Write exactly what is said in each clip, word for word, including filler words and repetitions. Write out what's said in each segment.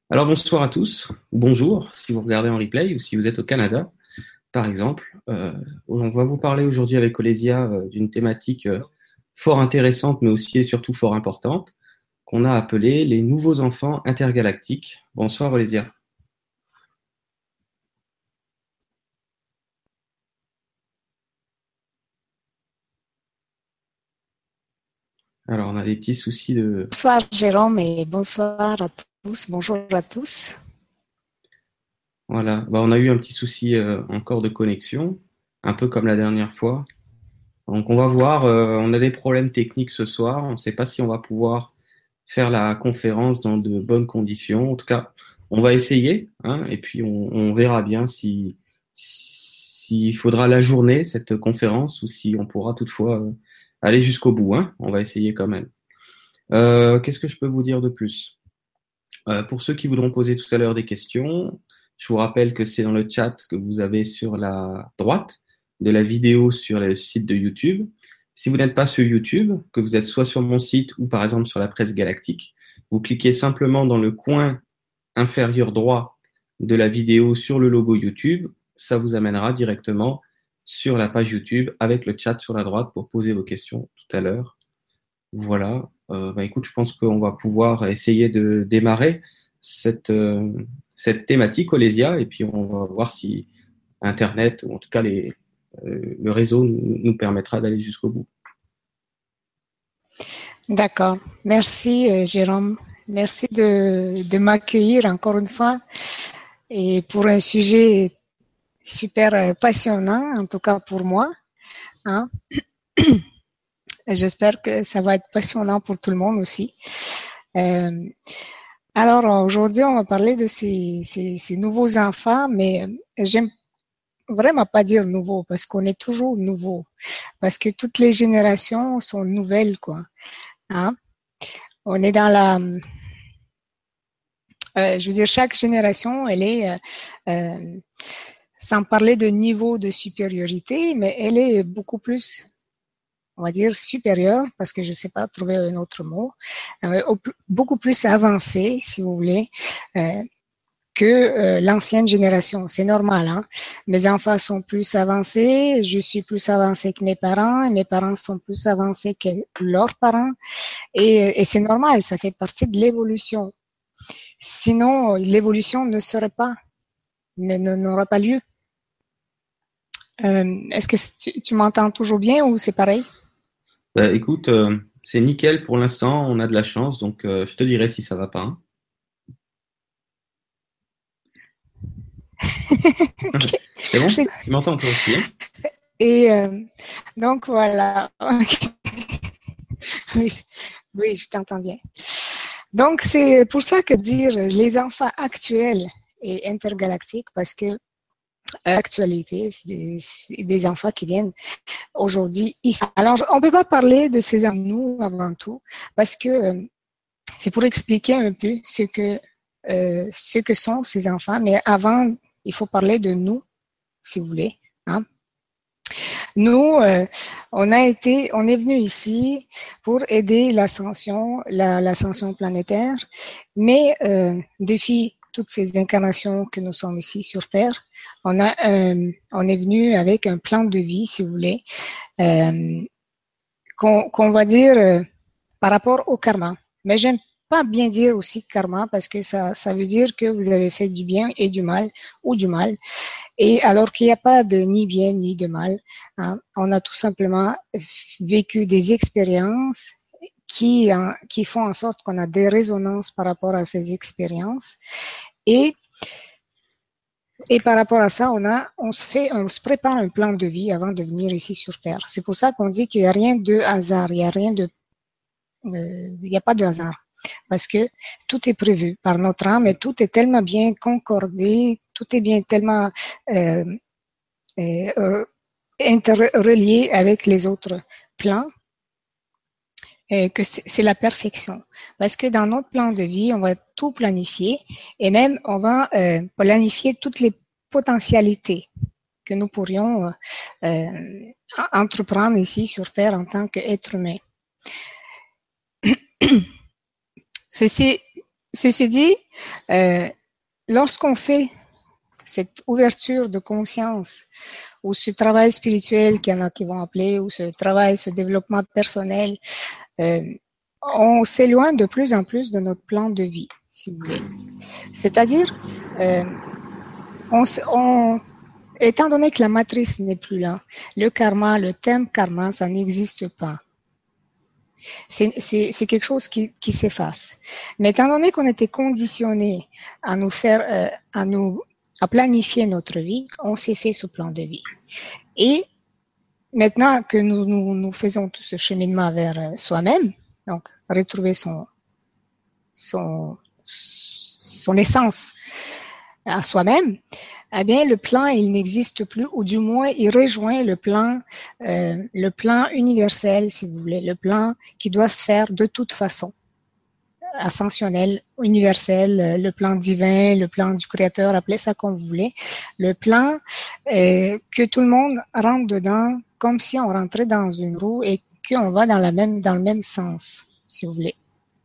Alors bonsoir à tous, ou bonjour si vous regardez en replay ou si vous êtes au Canada, par exemple. Euh, on va vous parler aujourd'hui avec Olésia euh, d'une thématique euh, fort intéressante, mais aussi et surtout fort importante, qu'on a appelée les nouveaux enfants intergalactiques. Bonsoir Olésia. Alors on a des petits soucis de... Bonsoir Jérôme et bonsoir à tous. Bonjour à tous. Voilà, bah, on a eu un petit souci euh, encore de connexion, un peu comme la dernière fois. Donc on va voir, euh, on a des problèmes techniques ce soir, on ne sait pas si on va pouvoir faire la conférence dans de bonnes conditions. En tout cas, on va essayer, hein, et puis on, on verra bien si s'il faudra la journée, cette conférence, ou si on pourra toutefois euh, aller jusqu'au bout, hein. On va essayer quand même. Euh, qu'est-ce que je peux vous dire de plus? Euh, pour ceux qui voudront poser tout à l'heure des questions, je vous rappelle que c'est dans le chat que vous avez sur la droite de la vidéo sur le site de YouTube. Si vous n'êtes pas sur YouTube, que vous êtes soit sur mon site ou par exemple sur la presse galactique, vous cliquez simplement dans le coin inférieur droit de la vidéo sur le logo YouTube. Ça vous amènera directement sur la page YouTube avec le chat sur la droite pour poser vos questions tout à l'heure. Voilà. Euh, bah, écoute, je pense qu'on va pouvoir essayer de démarrer cette, euh, cette thématique Olésia et puis on va voir si Internet, ou en tout cas les, euh, le réseau, nous, nous permettra d'aller jusqu'au bout. D'accord. Merci euh, Jérôme. Merci de, de m'accueillir encore une fois et pour un sujet super euh, passionnant, en tout cas pour moi, hein. J'espère que ça va être passionnant pour tout le monde aussi. Euh, alors aujourd'hui, on va parler de ces, ces, ces nouveaux enfants, mais j'aime vraiment pas dire nouveau parce qu'on est toujours nouveau, parce que toutes les générations sont nouvelles, quoi. Hein? On est dans la, euh, je veux dire, chaque génération, elle est, euh, euh, sans parler de niveau de supériorité, mais elle est beaucoup plus, on va dire, supérieure, parce que je ne sais pas trouver un autre mot, euh, au, beaucoup plus avancée, si vous voulez, euh, que euh, l'ancienne génération. C'est normal, hein. Mes enfants sont plus avancés, je suis plus avancée que mes parents, et mes parents sont plus avancés que leurs parents, et, et c'est normal, ça fait partie de l'évolution. Sinon, l'évolution ne serait pas, ne, n'aura pas lieu. Euh, est-ce que tu, tu m'entends toujours bien ou c'est pareil? Bah, écoute, euh, c'est nickel pour l'instant, on a de la chance, donc euh, je te dirai si ça va pas, hein. Okay. C'est bon? Tu m'entends toi aussi, hein? Et euh, donc voilà. Oui, oui, je t'entends bien. Donc c'est pour ça que dire les enfants actuels et intergalactiques, parce que l'actualité, c'est des, c'est des enfants qui viennent aujourd'hui ici. Alors, on ne peut pas parler de ces enfants, nous, avant tout, parce que euh, c'est pour expliquer un peu ce que, euh, ce que sont ces enfants. Mais avant, il faut parler de nous, si vous voulez. Hein. Nous, euh, on a été, on est venu ici pour aider l'ascension, la, l'ascension planétaire, mais euh, depuis toutes ces incarnations que nous sommes ici sur Terre, on a, euh, on est venu avec un plan de vie, si vous voulez, euh, qu'on, qu'on va dire euh, par rapport au karma. Mais j'aime pas bien dire aussi karma parce que ça, ça veut dire que vous avez fait du bien et du mal ou du mal. Et alors qu'il n'y a pas de ni bien ni de mal, hein, on a tout simplement vécu des expériences qui, hein, qui font en sorte qu'on a des résonances par rapport à ces expériences. Et, et par rapport à ça, on, a, on, se fait, on se prépare un plan de vie avant de venir ici sur Terre. C'est pour ça qu'on dit qu'il n'y a rien de hasard, il n'y a rien de il n'y a pas de hasard parce que tout est prévu par notre âme et tout est tellement bien concordé, tout est bien tellement euh, euh, interrelié avec les autres plans euh, que c'est la perfection. Parce que dans notre plan de vie, on va tout planifier et même on va euh, planifier toutes les potentialités que nous pourrions euh, entreprendre ici sur Terre en tant qu'être humain. Ceci Ceci dit, euh, lorsqu'on fait cette ouverture de conscience ou ce travail spirituel qu'il y en a qui vont appeler, ou ce travail, ce développement personnel, euh, on s'éloigne de plus en plus de notre plan de vie, si vous voulez. C'est-à-dire, euh, on, on, étant donné que la matrice n'est plus là, le karma, le thème karma, ça n'existe pas. C'est, c'est, c'est quelque chose qui, qui s'efface. Mais étant donné qu'on était conditionné à nous faire, euh, à nous, à planifier notre vie, on s'est fait ce plan de vie. Et maintenant que nous, nous, nous faisons tout ce cheminement vers soi-même, donc retrouver son, son, son essence à soi-même, eh bien, le plan, il n'existe plus, ou du moins, il rejoint le plan, euh, le plan universel, si vous voulez, le plan qui doit se faire de toute façon, ascensionnel, universel, le plan divin, le plan du Créateur, appelez ça comme vous voulez, le plan euh, que tout le monde rentre dedans, comme si on rentrait dans une roue et qu'on va dans la même, dans le même sens, si vous voulez.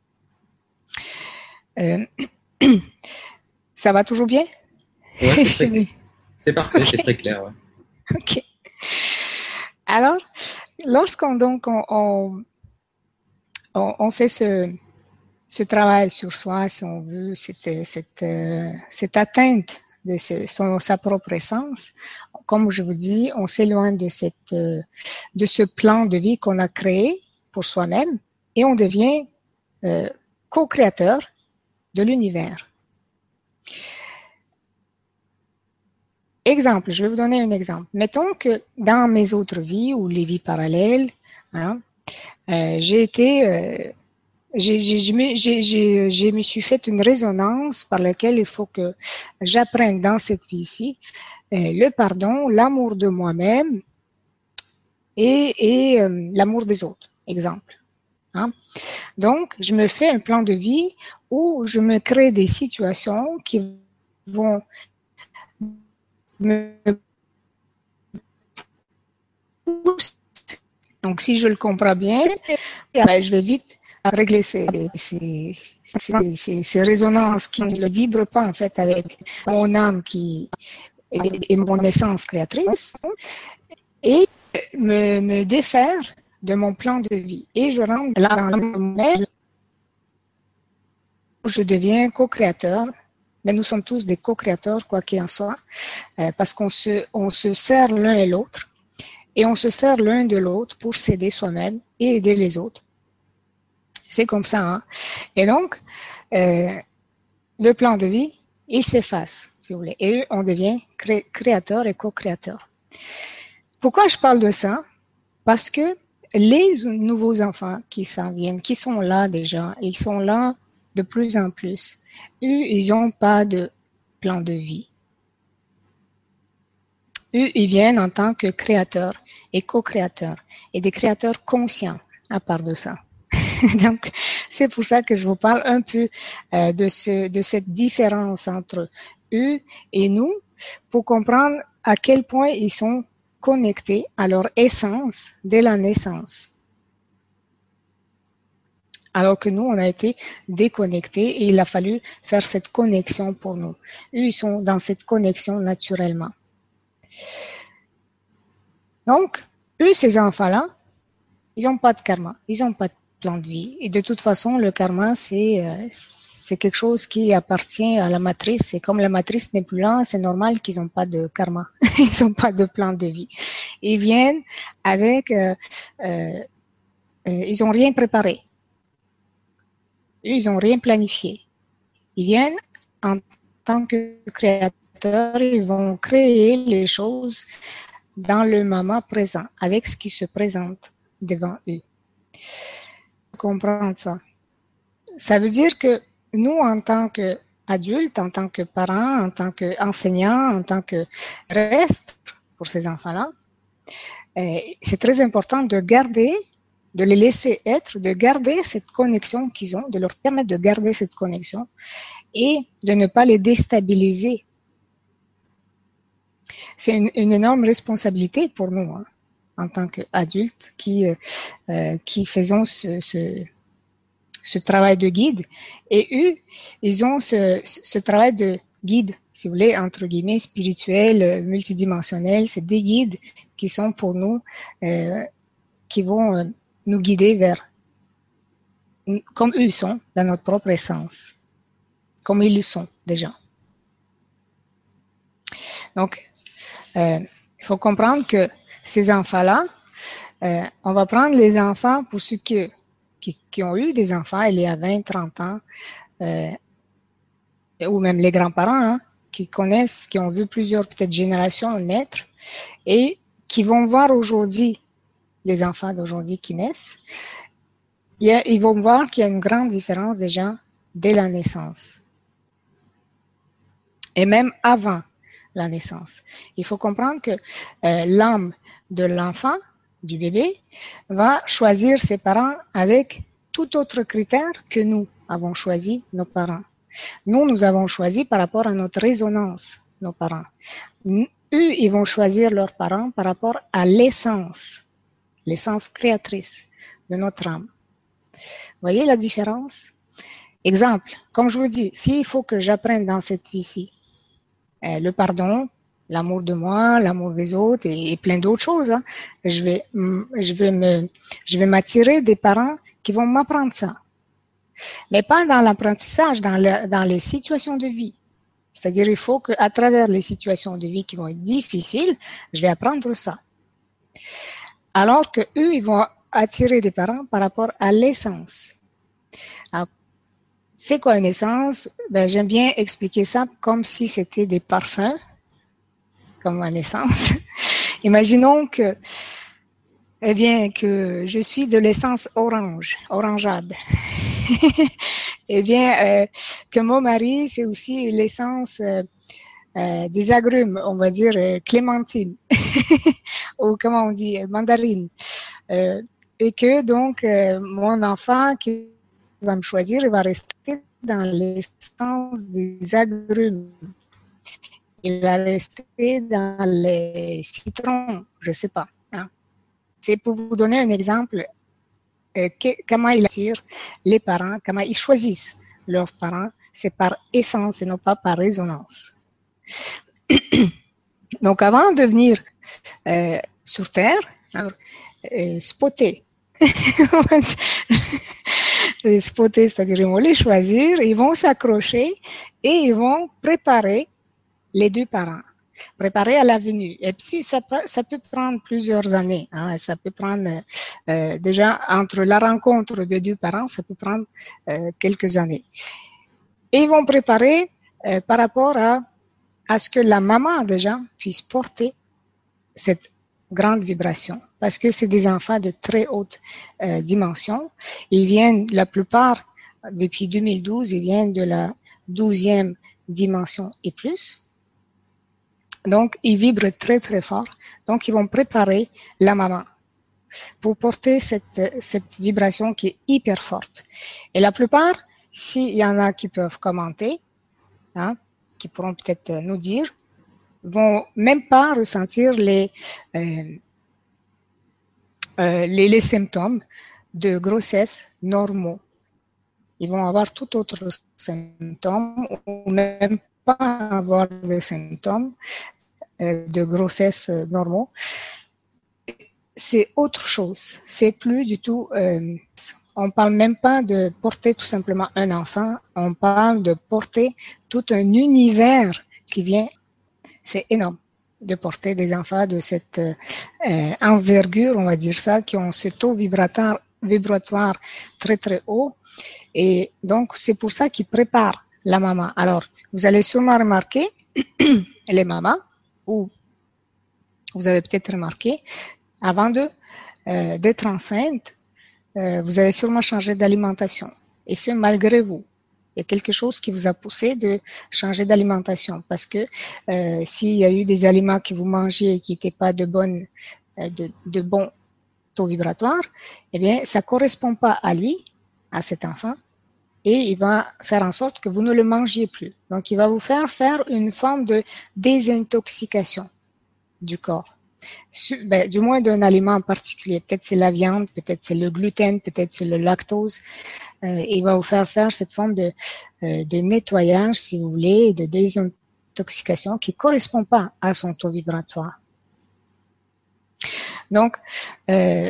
Euh, ça va toujours bien? Ouais, c'est, très... c'est parfait, okay. C'est très clair. Ouais. Ok. Alors, lorsqu'on donc on, on, on fait ce, ce travail sur soi, si on veut, cette, cette, euh, cette atteinte de ce, son, sa propre essence, comme je vous dis, on s'éloigne de, cette, euh, de ce plan de vie qu'on a créé pour soi-même et on devient euh, co-créateur de l'univers. Exemple, je vais vous donner un exemple. Mettons que dans mes autres vies ou les vies parallèles, hein, euh, j'ai été, euh, j'ai, j'ai, j'ai, j'ai, j'ai me suis fait une résonance par laquelle il faut que j'apprenne dans cette vie-ci euh, le pardon, l'amour de moi-même et, et euh, l'amour des autres. Exemple. Hein. Donc, je me fais un plan de vie où je me crée des situations qui vont me pousser. Donc, si je le comprends bien, ben, je vais vite régler ces, ces, ces, ces, ces résonances qui ne vibrent pas en fait avec mon âme qui est, est mon essence créatrice et me, me défaire de mon plan de vie. Et je rentre dans le moment où je deviens co-créateur. Mais nous sommes tous des co-créateurs, quoi qu'il en soit, euh, parce qu'on se, on se sert l'un et l'autre. Et on se sert l'un de l'autre pour s'aider soi-même et aider les autres. C'est comme ça. Hein? Et donc, euh, le plan de vie, il s'efface, si vous voulez. Et on devient cré- créateur et co-créateur. Pourquoi je parle de ça? Parce que les nouveaux enfants qui s'en viennent, qui sont là déjà, ils sont là de plus en plus. Eux, ils n'ont pas de plan de vie. Eux, ils viennent en tant que créateurs et co-créateurs et des créateurs conscients à part de ça. Donc, c'est pour ça que je vous parle un peu euh, de, ce, de cette différence entre eux et nous pour comprendre à quel point ils sont connectés à leur essence dès la naissance. Alors que nous, on a été déconnectés et il a fallu faire cette connexion pour nous. Eux, ils sont dans cette connexion naturellement. Donc, eux, ces enfants-là, ils n'ont pas de karma, ils n'ont pas de plan de vie. Et de toute façon, le karma, c'est, euh, c'est quelque chose qui appartient à la matrice. Et comme la matrice n'est plus là, c'est normal qu'ils n'ont pas de karma. Ils n'ont pas de plan de vie. Ils viennent avec... Euh, euh, euh, ils n'ont rien préparé. Ils n'ont rien planifié. Ils viennent en tant que créateurs, ils vont créer les choses dans le moment présent, avec ce qui se présente devant eux. Comprendre ça. Ça veut dire que nous, en tant qu'adultes, en tant que parents, en tant qu'enseignants, en tant que reste pour ces enfants-là, c'est très important de garder, de les laisser être, de garder cette connexion qu'ils ont, de leur permettre de garder cette connexion et de ne pas les déstabiliser. C'est une, une énorme responsabilité pour nous, hein, en tant qu'adultes qui, euh, qui faisons ce, ce, ce travail de guide. Et eux, ils ont ce, ce travail de guide, si vous voulez, entre guillemets, spirituel, multidimensionnel. C'est des guides qui sont pour nous, euh, qui vont euh, nous guider vers, comme eux sont, dans notre propre essence, comme ils le sont déjà. Donc, euh, il faut comprendre que ces enfants-là, euh, on va prendre les enfants pour ceux qui, qui, qui ont eu des enfants il y a vingt, trente ans, euh, ou même les grands-parents, hein, qui connaissent, qui ont vu plusieurs peut-être générations naître et qui vont voir aujourd'hui les enfants d'aujourd'hui qui naissent. Il y a, ils vont voir qu'il y a une grande différence déjà dès la naissance et même avant la naissance. Il faut comprendre que euh, l'âme de l'enfant, du bébé, va choisir ses parents avec tout autre critère que nous avons choisi nos parents. Nous, nous avons choisi par rapport à notre résonance, nos parents. Eux, ils vont choisir leurs parents par rapport à l'essence, l'essence créatrice de notre âme. Voyez la différence? Exemple, comme je vous dis, s'il faut que j'apprenne dans cette vie-ci euh, le pardon, l'amour de moi, l'amour des autres et, et plein d'autres choses, hein, je vais, je vais me, je vais m'attirer des parents qui vont m'apprendre ça. Mais pas dans l'apprentissage, dans, le, dans les situations de vie. C'est-à-dire, il faut qu'à travers les situations de vie qui vont être difficiles, je vais apprendre ça. Alors que eux, ils vont attirer des parents par rapport à l'essence. Alors, c'est quoi une essence? Ben, j'aime bien expliquer ça comme si c'était des parfums, comme une essence. Imaginons que, eh bien, que je suis de l'essence orange, orangeade. Eh bien, euh, que mon mari, c'est aussi l'essence euh, euh, des agrumes, on va dire euh, clémentine, ou comment on dit, mandarine. Euh, et que donc, euh, mon enfant qui va me choisir, il va rester dans l'essence des agrumes. Il va rester dans les citrons, je sais pas. Hein. C'est pour vous donner un exemple. Euh, que, comment ils attirent les parents, comment ils choisissent leurs parents, c'est par essence et non pas par résonance. Donc, avant de venir euh, sur Terre, hein, euh, spotter, spotter, c'est-à-dire ils vont les choisir, ils vont s'accrocher et ils vont préparer les deux parents. Préparer à la venue. Et puis, ça, ça peut prendre plusieurs années. Hein. Ça peut prendre, euh, déjà, entre la rencontre des deux parents, ça peut prendre euh, quelques années. Et ils vont préparer euh, par rapport à, à ce que la maman, déjà, puisse porter cette grande vibration. Parce que c'est des enfants de très haute euh, dimension. Ils viennent, la plupart, depuis deux mille douze, ils viennent de la douzième dimension et plus. Donc, ils vibrent très, très fort. Donc, ils vont préparer la maman pour porter cette, cette vibration qui est hyper forte. Et la plupart, s'il y en a qui peuvent commenter, hein, qui pourront peut-être nous dire, vont même pas ressentir les, euh, euh, les, les symptômes de grossesse normaux. Ils vont avoir tout autre symptôme ou même pas avoir de symptômes de grossesse normaux. C'est autre chose. C'est plus du tout. Euh, on parle même pas de porter tout simplement un enfant. On parle de porter tout un univers qui vient. C'est énorme de porter des enfants de cette euh, envergure, on va dire ça, qui ont ce taux vibratoire, vibratoire très très haut. Et donc c'est pour ça qu'ils préparent la maman. Alors vous allez sûrement remarquer les mamans. Ou vous avez peut-être remarqué, avant de, euh, d'être enceinte, euh, vous avez sûrement changé d'alimentation. Et ce, malgré vous. Il y a quelque chose qui vous a poussé de changer d'alimentation. Parce que euh, s'il y a eu des aliments que vous mangez qui n'étaient pas de, bonne, euh, de, de bon taux vibratoire, eh bien, ça ne correspond pas à lui, à cet enfant. Et il va faire en sorte que vous ne le mangiez plus. Donc, il va vous faire faire une forme de désintoxication du corps. ben, du moins d'un aliment en particulier. Peut-être c'est la viande, peut-être c'est le gluten, peut-être c'est le lactose. Euh, il va vous faire faire cette forme de, euh, de nettoyage, si vous voulez, de désintoxication qui ne correspond pas à son taux vibratoire. Donc, euh,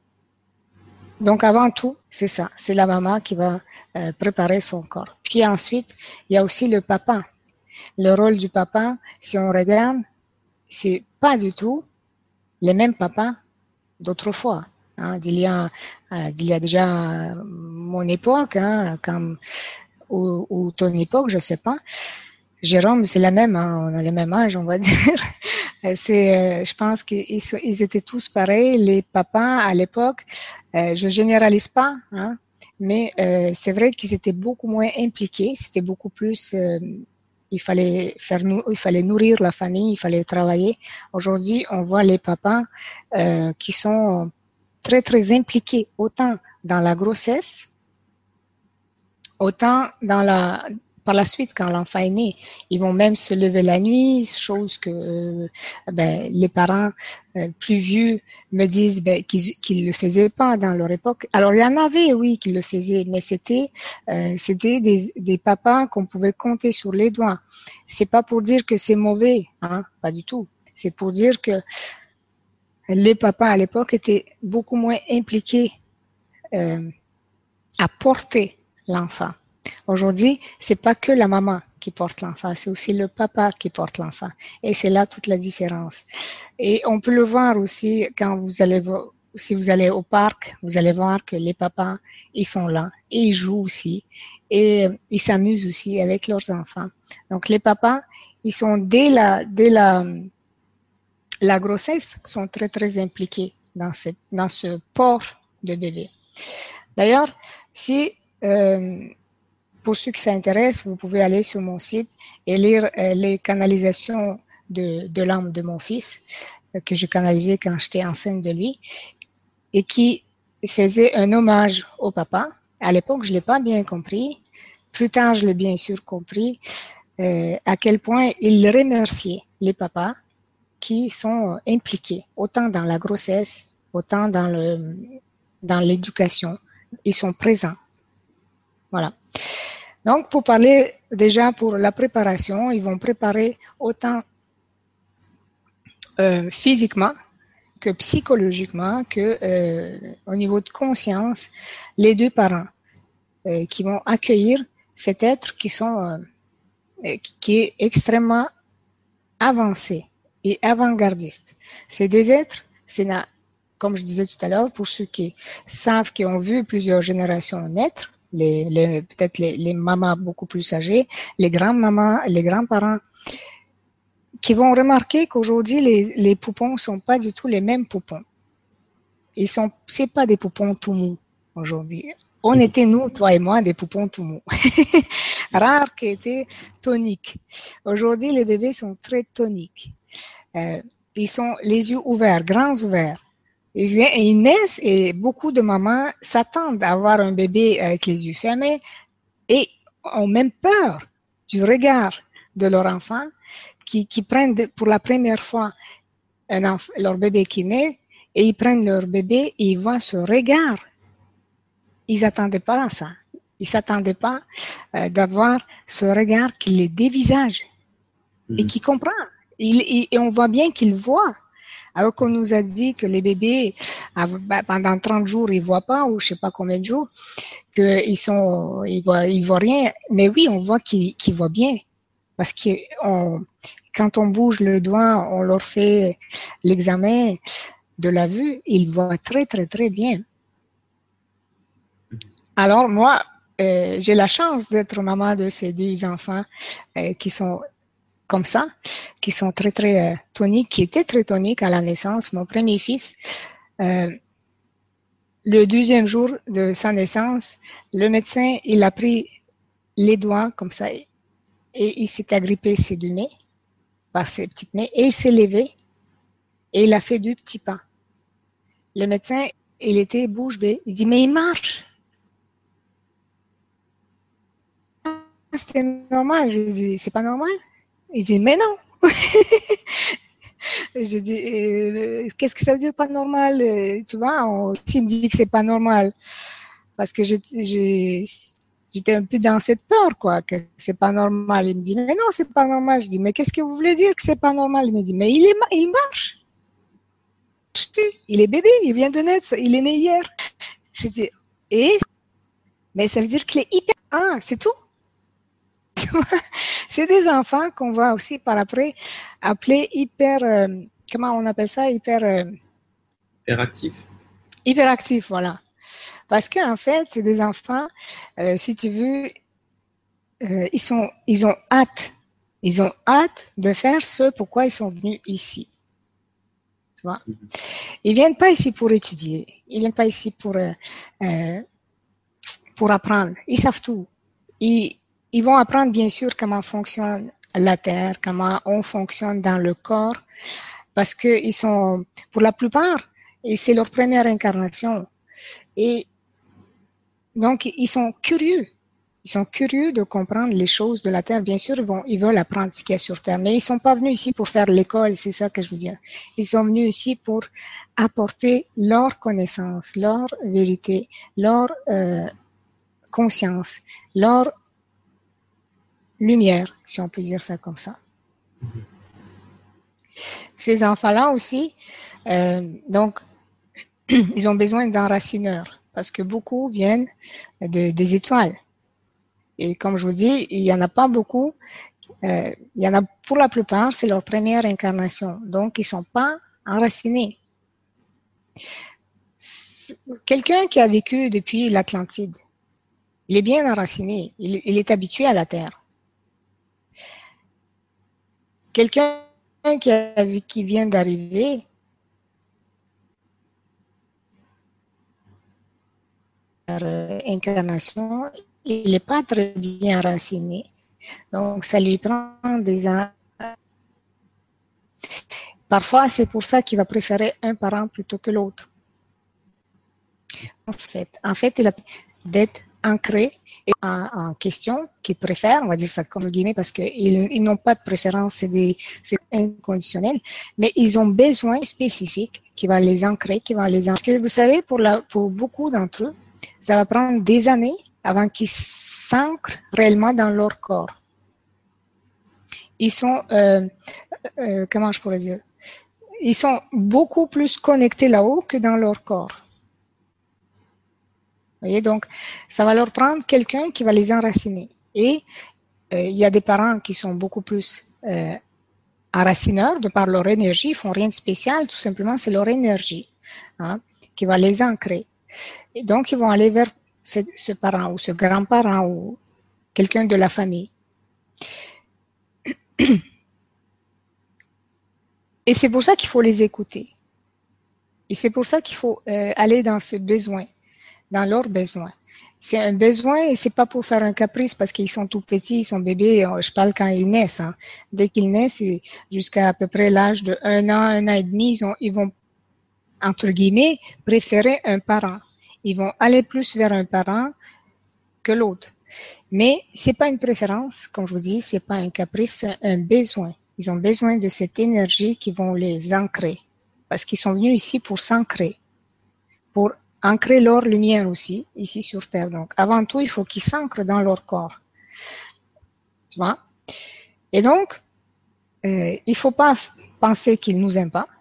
donc avant tout, c'est ça, c'est la maman qui va euh, préparer son corps. Puis ensuite, il y a aussi le papa. Le rôle du papa, si on regarde, c'est pas du tout les mêmes papas d'autrefois. Hein, d'il y a, euh, d'il y a déjà euh, mon époque, hein, comme, ou, ou ton époque, je sais pas. Jérôme, c'est la même, hein, on a le même âge, on va dire. C'est, euh, je pense qu'ils ils étaient tous pareils. Les papas à l'époque, euh, je généralise pas, hein, mais euh, c'est vrai qu'ils étaient beaucoup moins impliqués. C'était beaucoup plus, euh, il fallait faire, il fallait nourrir la famille, il fallait travailler. Aujourd'hui, on voit les papas euh, qui sont très très impliqués autant dans la grossesse, autant dans la par la suite, quand l'enfant est né, ils vont même se lever la nuit, chose que euh, ben, les parents euh, plus vieux me disent ben, qu'ils qu'ils le faisaient pas dans leur époque. Alors il y en avait, oui, qui le faisaient, mais c'était euh, c'était des, des papas qu'on pouvait compter sur les doigts. C'est pas pour dire que c'est mauvais, hein, pas du tout. C'est pour dire que les papas à l'époque étaient beaucoup moins impliqués euh, à porter l'enfant. Aujourd'hui, c'est pas que la maman qui porte l'enfant, c'est aussi le papa qui porte l'enfant. Et c'est là toute la différence. Et on peut le voir aussi quand vous allez, si vous allez au parc, vous allez voir que les papas, ils sont là et ils jouent aussi et ils s'amusent aussi avec leurs enfants. Donc les papas, ils sont dès la, dès la, la grossesse, sont très très impliqués dans cette, dans ce port de bébé. D'ailleurs, si euh, pour ceux qui s'intéressent, vous pouvez aller sur mon site et lire euh, les canalisations de, de l'âme de mon fils euh, que je canalisais quand j'étais enceinte de lui et qui faisait un hommage au papa. À l'époque, je ne l'ai pas bien compris. Plus tard, je l'ai bien sûr compris euh, à quel point il remerciait les papas qui sont impliqués autant dans la grossesse, autant dans le dans l'éducation. Ils sont présents. Voilà. Donc, pour parler déjà pour la préparation, ils vont préparer autant euh, physiquement que psychologiquement que euh, au niveau de conscience, les deux parents euh, qui vont accueillir cet être qui sont euh, qui est extrêmement avancé et avant-gardiste. C'est des êtres, c'est comme je disais tout à l'heure, pour ceux qui savent, qui ont vu plusieurs générations naître, les, les, peut-être les, les mamans beaucoup plus âgées, les grands-mamans, les grands-parents, qui vont remarquer qu'aujourd'hui, les, les poupons sont pas du tout les mêmes poupons. Ils sont, c'est pas des poupons tout mous aujourd'hui. On était, nous, toi et moi, des poupons tout mous. Rares qui étaient toniques. Aujourd'hui, les bébés sont très toniques. Euh, ils sont les yeux ouverts, grands ouverts. Ils, ils naissent et beaucoup de mamans s'attendent à avoir un bébé avec les yeux fermés et ont même peur du regard de leur enfant qui, qui prennent pour la première fois un enfant, leur bébé qui naît et ils prennent leur bébé et ils voient ce regard. Ils n'attendaient pas à ça. Ils ne s'attendaient pas euh, d'avoir ce regard qui les dévisage mmh. et qui comprend. Il, il, et on voit bien qu'il voit. Alors qu'on nous a dit que les bébés, pendant trente jours, ils ne voient pas, ou je ne sais pas combien de jours, qu'ils sont, ils voient, ils voient rien. Mais oui, on voit qu'ils, qu'ils voient bien. Parce que on, quand on bouge le doigt, on leur fait l'examen de la vue, ils voient très, très, très bien. Alors, moi, euh, j'ai la chance d'être maman de ces deux enfants euh, qui sont comme ça, qui sont très, très euh, toniques, qui étaient très toniques à la naissance. Mon premier fils, euh, le deuxième jour de sa naissance, le médecin, il a pris les doigts comme ça et il s'est agrippé ses deux mains, par ses petites mains, et il s'est levé et il a fait deux petits pas. Le médecin, il était bouche bée. Il dit, mais il marche. C'était normal. Je dis, c'est pas normal. Il dit, mais non. J'ai dit, euh, qu'est-ce que ça veut dire pas normal? Euh, Tu vois, on, s'il me dit que c'est pas normal, parce que j'ai, j'ai, j'étais un peu dans cette peur, quoi, que c'est pas normal. Il me dit, mais non, c'est pas normal. Je dis, mais qu'est-ce que vous voulez dire que c'est pas normal? Il me dit, mais il est, il marche. Il est bébé, il vient de naître, il est né hier. Je dis, et, mais ça veut dire qu'il est hyper, ah, c'est tout. C'est des enfants qu'on va aussi par après appeler hyper, euh, comment on appelle ça, hyper, euh, Hyperactif. hyperactifs, voilà. Parce qu'en fait, c'est des enfants, euh, si tu veux, euh, ils, sont, ils ont hâte. Ils ont hâte de faire ce pourquoi ils sont venus ici. Tu vois? Ils viennent pas ici pour étudier. Ils viennent pas ici pour, euh, euh, pour apprendre. Ils savent tout. Ils, ils vont apprendre, bien sûr, comment fonctionne la Terre, comment on fonctionne dans le corps, parce que ils sont, pour la plupart, et c'est leur première incarnation. Et donc, ils sont curieux. Ils sont curieux de comprendre les choses de la Terre. Bien sûr, ils, vont, ils veulent apprendre ce qu'il y a sur Terre, mais ils ne sont pas venus ici pour faire l'école, c'est ça que je veux dire. Ils sont venus ici pour apporter leur connaissance, leur vérité, leur euh, conscience, leur lumière, si on peut dire ça comme ça. Ces enfants-là aussi, euh, donc, ils ont besoin d'enracineurs, parce que beaucoup viennent de, des étoiles. Et comme je vous dis, il n'y en a pas beaucoup. Euh, il y en a pour la plupart, c'est leur première incarnation. Donc, ils ne sont pas enracinés. Quelqu'un qui a vécu depuis l'Atlantide, il est bien enraciné. Il, il est habitué à la Terre. Quelqu'un qui, a, qui vient d'arriver, euh, incarnation, il n'est pas très bien enraciné. Donc, ça lui prend des ans. Parfois, c'est pour ça qu'il va préférer un parent plutôt que l'autre. En fait, en fait, il a d'être ancré en, en question, qu'il préfère, on va dire ça comme guillemets, parce qu'ils ils n'ont pas de préférence, c'est, des, c'est inconditionnel, mais ils ont besoin spécifique qui va les ancrer, qui va les ancrer. Parce que vous savez, pour, la, pour beaucoup d'entre eux, ça va prendre des années avant qu'ils s'ancrent réellement dans leur corps. Ils sont, euh, euh, comment je pourrais dire, ils sont beaucoup plus connectés là-haut que dans leur corps. Vous voyez, donc, ça va leur prendre quelqu'un qui va les enraciner. Et euh, il y a des parents qui sont beaucoup plus euh, enracineurs de par leur énergie, ils font rien de spécial, tout simplement, c'est leur énergie hein, qui va les ancrer. Et donc, ils vont aller vers ce, ce parent ou ce grand-parent ou quelqu'un de la famille. Et c'est pour ça qu'il faut les écouter. Et c'est pour ça qu'il faut euh, aller dans ce besoin, dans leurs besoins. C'est un besoin et c'est pas pour faire un caprice parce qu'ils sont tout petits, ils sont bébés. Je parle quand ils naissent. Hein. Dès qu'ils naissent, jusqu'à à peu près l'âge de un an, un an et demi, ils, ont, ils vont, entre guillemets, préférer un parent. Ils vont aller plus vers un parent que l'autre. Mais c'est pas une préférence, comme je vous dis, c'est pas un caprice, c'est un besoin. Ils ont besoin de cette énergie qui vont les ancrer. Parce qu'ils sont venus ici pour s'ancrer. Pour ancrer leur lumière aussi, ici sur Terre. Donc, avant tout, il faut qu'ils s'ancrent dans leur corps. Tu vois? Et donc, euh, il ne faut pas penser qu'ils ne nous aiment pas.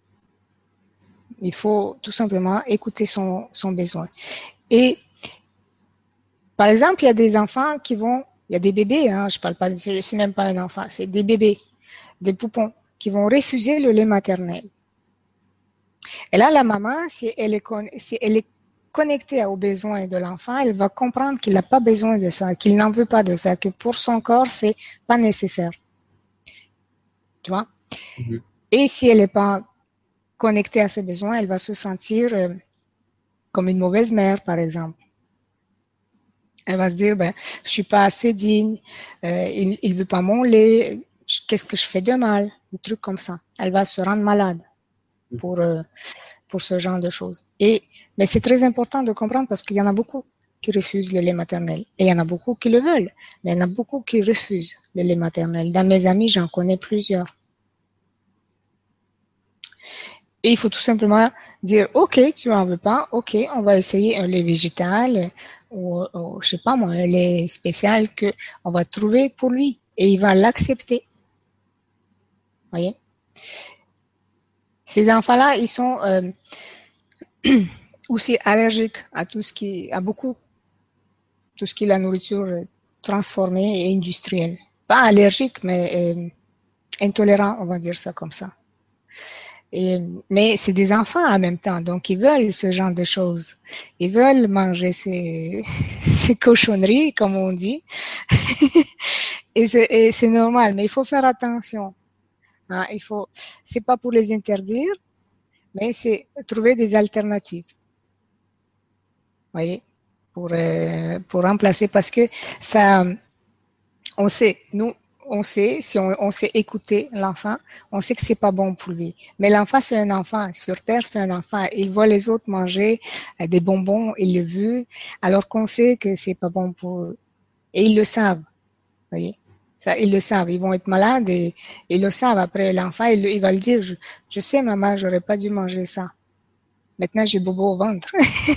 Il faut tout simplement écouter son, son besoin. Et, par exemple, il y a des enfants qui vont, il y a des bébés, hein, je parle pas, c'est même pas un enfant, c'est des bébés, des poupons, qui vont refuser le lait maternel. Et là, la maman, si elle est, si elle est connectée aux besoins de l'enfant, elle va comprendre qu'il n'a pas besoin de ça, qu'il n'en veut pas de ça, que pour son corps, c'est pas nécessaire. Tu vois? Mm-hmm. Et si elle n'est pas connectée à ses besoins, elle va se sentir euh, comme une mauvaise mère, par exemple. Elle va se dire, ben, je suis pas assez digne, euh, il, il veut pas mon lait, qu'est-ce que je fais de mal? Des trucs comme ça. Elle va se rendre malade pour, euh, pour ce genre de choses. Et, mais c'est très important de comprendre parce qu'il y en a beaucoup qui refusent le lait maternel. Et il y en a beaucoup qui le veulent, mais il y en a beaucoup qui refusent le lait maternel. Dans mes amis, j'en connais plusieurs. Et il faut tout simplement dire, OK, tu n'en veux pas, OK, on va essayer un lait végétal ou, ou je sais pas moi, un lait spécial que on va trouver pour lui et il va l'accepter. Voyez? Ces enfants-là, ils sont euh, aussi allergiques à tout ce qui, à beaucoup, tout ce qui est la nourriture transformée et industrielle. Pas allergiques, mais euh, intolérants, on va dire ça comme ça. Et, mais c'est des enfants en même temps, donc ils veulent ce genre de choses. Ils veulent manger ces, ces cochonneries, comme on dit. et c'est normal, mais il faut faire attention. Hein, il faut, c'est pas pour les interdire, mais c'est trouver des alternatives. Voyez, pour euh, pour remplacer, parce que ça, on sait, nous, on sait, si on, on sait écouter l'enfant, on sait que c'est pas bon pour lui. Mais l'enfant, c'est un enfant. Sur Terre, c'est un enfant. Il voit les autres manger euh, des bonbons, il le veut, alors qu'on sait que c'est pas bon pour eux. Et ils le savent. Voyez. Ça, ils le savent. Ils vont être malades et ils le savent. Après, l'enfant, il, il va le dire, je, je sais, maman, j'aurais pas dû manger ça. Maintenant, j'ai bobo au ventre.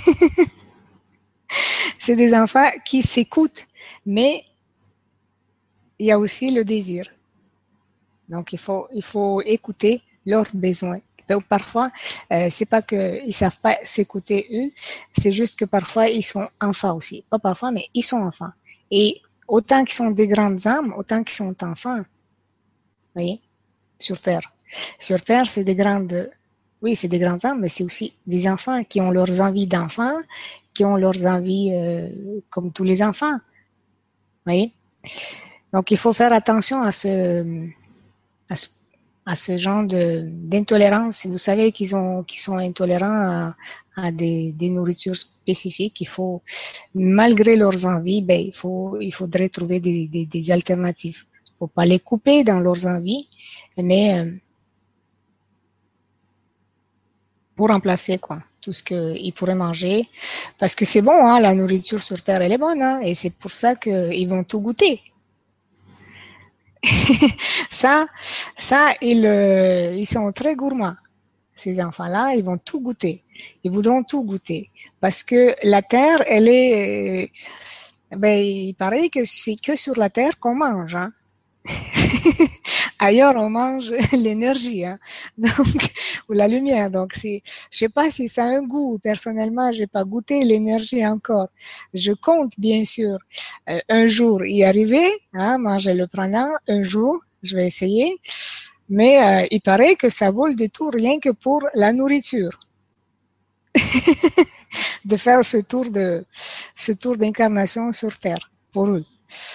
C'est des enfants qui s'écoutent, mais il y a aussi le désir. Donc, il faut, il faut écouter leurs besoins. Donc, parfois, euh, c'est pas qu'ils savent pas s'écouter eux, c'est juste que parfois, ils sont enfants aussi. Pas parfois, mais ils sont enfants. Et autant qu'ils sont des grandes âmes, autant qu'ils sont enfants. Vous voyez, sur Terre. Sur Terre, c'est des grandes, oui, c'est des grandes âmes, mais c'est aussi des enfants qui ont leurs envies d'enfants, qui ont leurs envies euh, comme tous les enfants. Vous voyez? Donc, il faut faire attention à ce, à ce, à ce genre de, d'intolérance. Si vous savez qu'ils ont, qu'ils sont intolérants à, à des, des nourritures spécifiques, il faut, malgré leurs envies, ben, il faut, il faudrait trouver des, des, des alternatives. Il ne faut pas les couper dans leurs envies, mais euh, pour remplacer, quoi, tout ce qu'ils pourraient manger. Parce que c'est bon, hein, la nourriture sur Terre, elle est bonne, hein, et c'est pour ça qu'ils vont tout goûter. ça, ça ils, euh, ils sont très gourmands. Ces enfants-là, ils vont tout goûter. Ils voudront tout goûter. Parce que la terre, elle est... Ben, il paraît que c'est que sur la terre qu'on mange. Hein. Ailleurs, on mange l'énergie, hein. Donc, ou la lumière. Donc, c'est, je sais pas si ça a un goût. Personnellement, j'ai pas goûté l'énergie encore. Je compte, bien sûr, euh, un jour y arriver, hein, manger le prana, un jour, je vais essayer. Mais euh, il paraît que ça vaut le détour rien que pour la nourriture. De faire ce tour de, ce tour d'incarnation sur Terre, pour eux.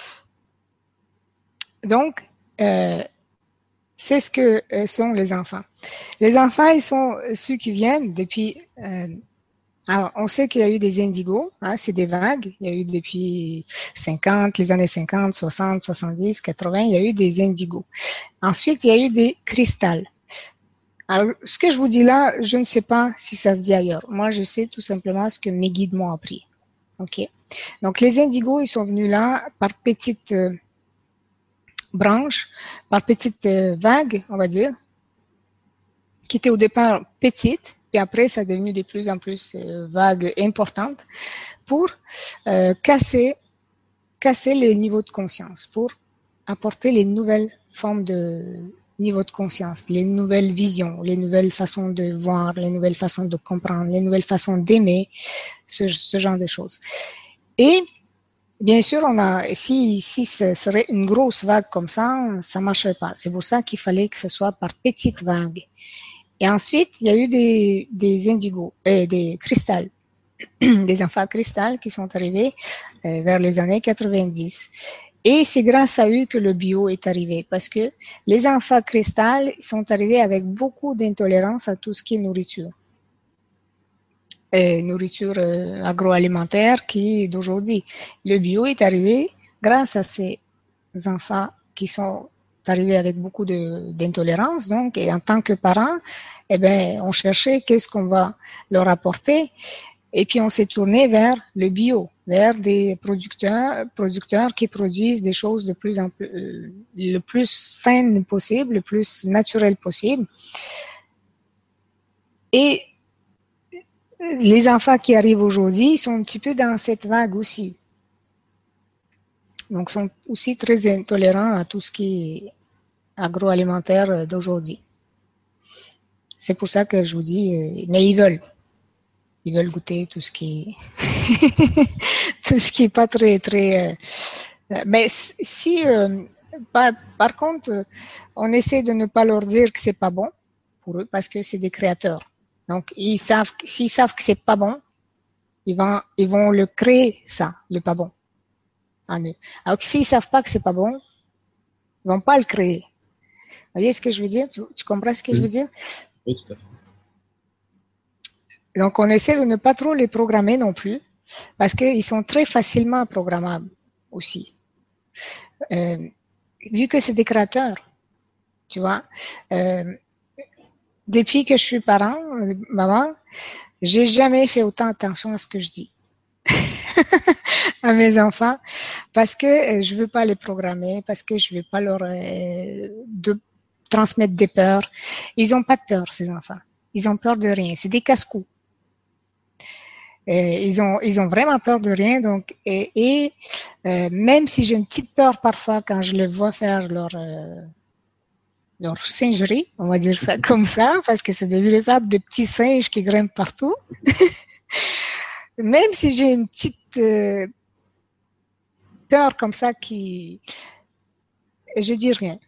Donc, euh, c'est ce que euh, sont les enfants. Les enfants, ils sont ceux qui viennent depuis... Euh, alors, on sait qu'il y a eu des indigos, hein, c'est des vagues. Il y a eu depuis cinquante, les années cinquante, soixante, soixante-dix, quatre-vingts, il y a eu des indigos. Ensuite, il y a eu des cristals. Alors, ce que je vous dis là, je ne sais pas si ça se dit ailleurs. Moi, je sais tout simplement ce que mes guides m'ont appris. OK? Donc, les indigos, ils sont venus là par petites euh, branches, par petites euh, vagues, on va dire, qui étaient au départ petites, puis après, ça est devenu de plus en plus euh, vagues importantes pour euh, casser, casser les niveaux de conscience, pour apporter les nouvelles formes de niveau de conscience, les nouvelles visions, les nouvelles façons de voir, les nouvelles façons de comprendre, les nouvelles façons d'aimer, ce, ce genre de choses. Et bien sûr, on a, si, si ce serait une grosse vague comme ça, ça ne marcherait pas. C'est pour ça qu'il fallait que ce soit par petites vagues. Et ensuite, il y a eu des, des indigos, euh, des cristals, des enfants cristal qui sont arrivés euh, vers les années quatre-vingt-dix. Et c'est grâce à eux que le bio est arrivé, parce que les enfants cristal sont arrivés avec beaucoup d'intolérance à tout ce qui est nourriture. Et nourriture euh, agroalimentaire qui est d'aujourd'hui. Le bio est arrivé grâce à ces enfants qui sont arrivés avec beaucoup de, d'intolérance. Donc, et en tant que parents, eh ben, on cherchait qu'est-ce qu'on va leur apporter. Et puis, on s'est tourné vers le bio, vers des producteurs, producteurs qui produisent des choses de plus en plus, euh, le plus saines possible, le plus naturel possible. Et les enfants qui arrivent aujourd'hui sont un petit peu dans cette vague aussi. Donc, sont aussi très intolérants à tout ce qui est agroalimentaire d'aujourd'hui. C'est pour ça que je vous dis, euh, mais ils veulent. Ils veulent goûter tout ce qui est, tout ce qui est pas très, très. Euh, mais si, euh, par, par contre, euh, on essaie de ne pas leur dire que c'est pas bon pour eux parce que c'est des créateurs. Donc, ils savent, s'ils savent que c'est pas bon, ils vont, ils vont le créer, ça, le pas bon, en eux. Alors que s'ils savent pas que c'est pas bon, ils vont pas le créer. Vous voyez ce que je veux dire? Tu, tu comprends ce que Oui. je veux dire? Oui, tout à fait. Donc, on essaie de ne pas trop les programmer non plus, parce qu'ils sont très facilement programmables aussi. Euh, vu que c'est des créateurs, tu vois, euh, depuis que je suis parent, euh, maman, j'ai jamais fait autant attention à ce que je dis à mes enfants, parce que euh, je veux pas les programmer, parce que je veux pas leur euh, de transmettre des peurs. Ils ont pas de peur, ces enfants. Ils ont peur de rien. C'est des casse-cou. Et ils ont, ils ont vraiment peur de rien. Donc, et, et euh, même si j'ai une petite peur parfois quand je les vois faire leur euh, leur singerie, on va dire ça comme ça, parce que c'est des véritables de petits singes qui grimpent partout. Même si j'ai une petite euh, peur comme ça qui, je dis rien.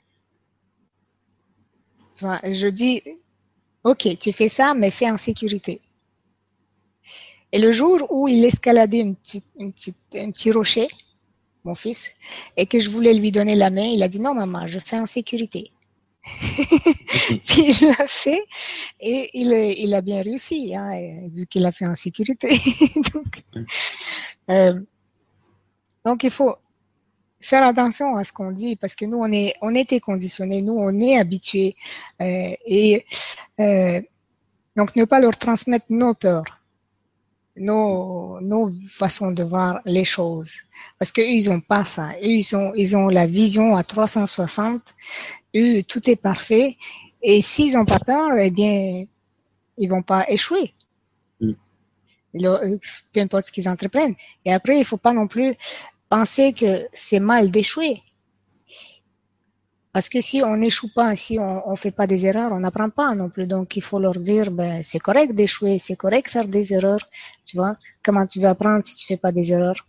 Enfin, je dis, ok, tu fais ça, mais fais en sécurité. Et le jour où il escaladait une petite, une petite, un petit rocher, mon fils, et que je voulais lui donner la main, il a dit non, maman, je fais en sécurité. Puis il l'a fait et il, il a bien réussi, hein, vu qu'il a fait en sécurité. donc, euh, donc, il faut faire attention à ce qu'on dit parce que nous, on est, on était conditionnés, nous, on est habitués. Euh, et euh, donc, ne pas leur transmettre nos peurs, nos, nos façons de voir les choses. Parce qu'eux, ils n'ont pas ça. Eux, ils ont, ils ont la vision à trois cent soixante. Eux, tout est parfait. Et s'ils n'ont pas peur, eh bien, ils vont pas échouer. Mm. Peu importe ce qu'ils entreprennent. Et après, il faut pas non plus penser que c'est mal d'échouer. Parce que si on n'échoue pas, si on ne fait pas des erreurs, on n'apprend pas non plus. Donc, il faut leur dire, ben, c'est correct d'échouer, c'est correct de faire des erreurs. Tu vois, comment tu veux apprendre si tu fais pas des erreurs?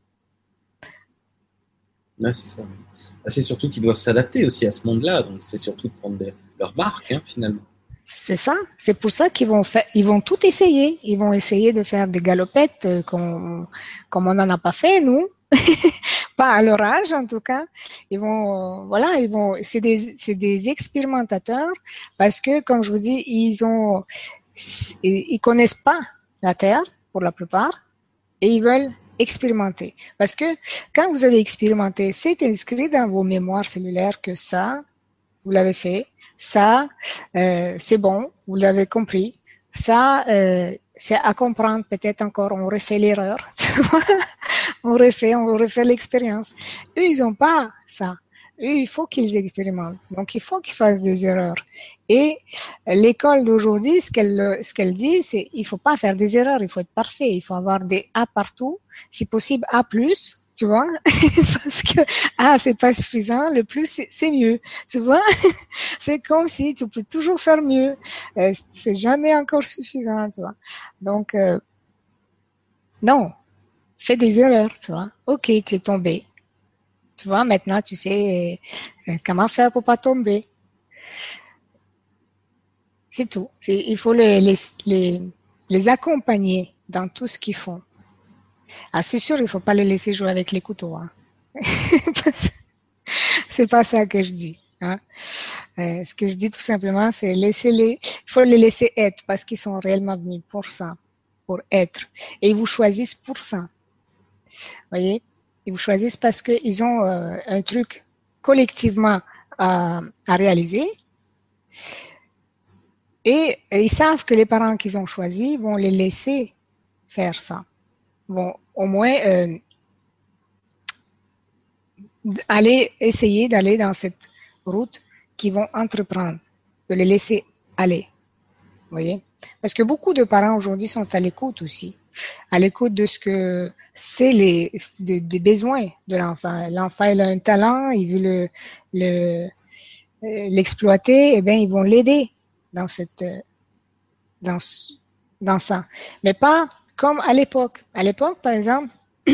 Ouais, c'est ça. C'est surtout qu'ils doivent s'adapter aussi à ce monde-là. Donc, c'est surtout de prendre des, leur marque, hein, finalement. C'est ça. C'est pour ça qu'ils vont faire, ils vont tout essayer. Ils vont essayer de faire des galopettes euh, comme, comme on n'en a pas fait, nous. Pas à leur âge, en tout cas. Ils vont, euh, voilà, ils vont, c'est des, c'est des expérimentateurs parce que, comme je vous dis, ils ont, ils connaissent pas la Terre, pour la plupart, et ils veulent expérimenter. Parce que quand vous allez expérimenter, c'est inscrit dans vos mémoires cellulaires que ça, vous l'avez fait, ça, euh, c'est bon, vous l'avez compris, ça, euh, c'est à comprendre, peut-être encore, on refait l'erreur, tu vois, on refait, on refait l'expérience. Eux, ils n'ont pas ça. Eux, il faut qu'ils expérimentent. Donc, il faut qu'ils fassent des erreurs. Et l'école d'aujourd'hui, ce qu'elle, ce qu'elle dit, c'est il faut pas faire des erreurs, il faut être parfait, il faut avoir des A partout, si possible A plus, tu vois, parce que A, c'est pas suffisant, le plus, c'est, c'est mieux, tu vois. C'est comme si tu peux toujours faire mieux. Euh, c'est jamais encore suffisant, tu vois. Donc, euh, non, fais des erreurs, tu vois. Ok, tu es tombé. Tu vois, maintenant, tu sais euh, comment faire pour pas tomber. C'est tout. C'est, il faut les, les, les, les accompagner dans tout ce qu'ils font. Ah, c'est sûr, il faut pas les laisser jouer avec les couteaux. Hein. C'est pas ça que je dis. Hein. Euh, ce que je dis tout simplement, c'est laisser les, il faut les laisser être parce qu'ils sont réellement venus pour ça, pour être. Et ils vous choisissent pour ça. Voyez, ils vous choisissent parce qu'ils ont euh, un truc collectivement à, à réaliser. Et, et ils savent que les parents qu'ils ont choisis vont les laisser faire ça. Vont au moins euh, aller essayer d'aller dans cette route qu'ils vont entreprendre, de les laisser aller. Vous voyez? Parce que beaucoup de parents aujourd'hui sont à l'écoute aussi, à l'écoute de ce que c'est les de, des besoins de l'enfant. L'enfant il a un talent, il veut le le l'exploiter, eh bien ils vont l'aider dans cette dans dans ça, mais pas comme à l'époque. À l'époque, par exemple,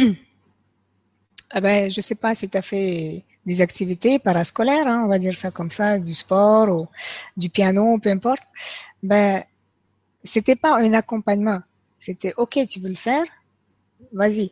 eh ben je sais pas si tu as fait des activités parascolaires, hein, on va dire ça comme ça, du sport ou du piano, peu importe. Ben c'était pas un accompagnement. C'était OK, tu veux le faire? Vas-y.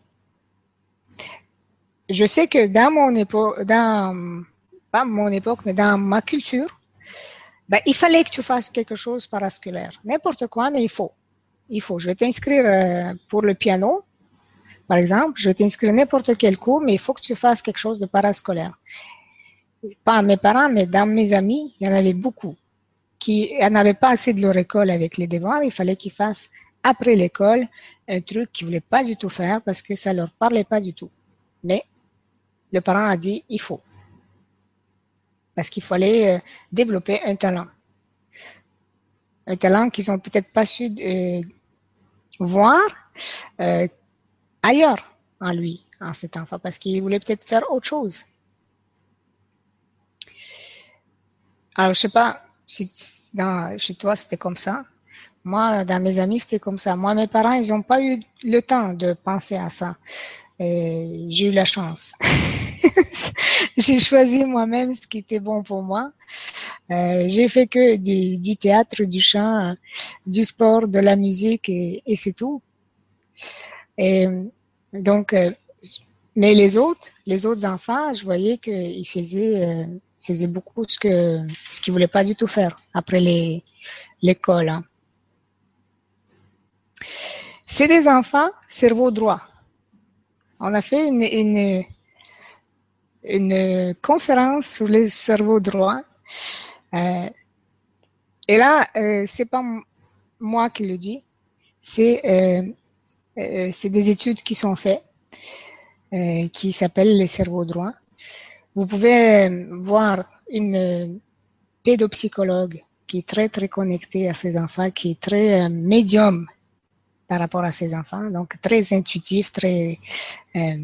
Je sais que dans mon époque, dans, pas mon époque, mais dans ma culture, ben, il fallait que tu fasses quelque chose parascolaire. N'importe quoi, mais il faut. Il faut. Je vais t'inscrire euh, pour le piano, par exemple. Je vais t'inscrire n'importe quel cours, mais il faut que tu fasses quelque chose de parascolaire. Pas à mes parents, mais dans mes amis, il y en avait beaucoup qui n'avaient pas assez de leur école avec les devoirs. Il fallait qu'ils fassent après l'école un truc qu'ils ne voulaient pas du tout faire parce que ça ne leur parlait pas du tout. Mais le parent a dit il faut. Parce qu'il fallait euh, développer un talent. Un talent qu'ils n'ont peut-être pas su euh, voir euh, ailleurs en lui, en cet enfant, parce qu'il voulait peut-être faire autre chose. Alors, je ne sais pas si dans, chez toi c'était comme ça. Moi, dans mes amis, c'était comme ça. Moi, mes parents, ils n'ont pas eu le temps de penser à ça. Et j'ai eu la chance. J'ai choisi moi-même ce qui était bon pour moi. Euh, j'ai fait que du, du théâtre, du chant, du sport, de la musique et, et c'est tout. Et donc, euh, mais les autres, les autres enfants, je voyais qu'ils faisaient, euh, faisaient beaucoup ce que ce qu'ils voulaient pas du tout faire après les l'école. Hein. C'est des enfants cerveau droit. On a fait une, une une conférence sur le cerveau droit. Euh, et là, euh, c'est pas moi qui le dis, c'est euh, euh, c'est des études qui sont faites, euh, qui s'appellent le cerveau droit. Vous pouvez voir une pédopsychologue qui est très très connectée à ses enfants, qui est très euh, médium par rapport à ses enfants, donc très intuitif, très euh,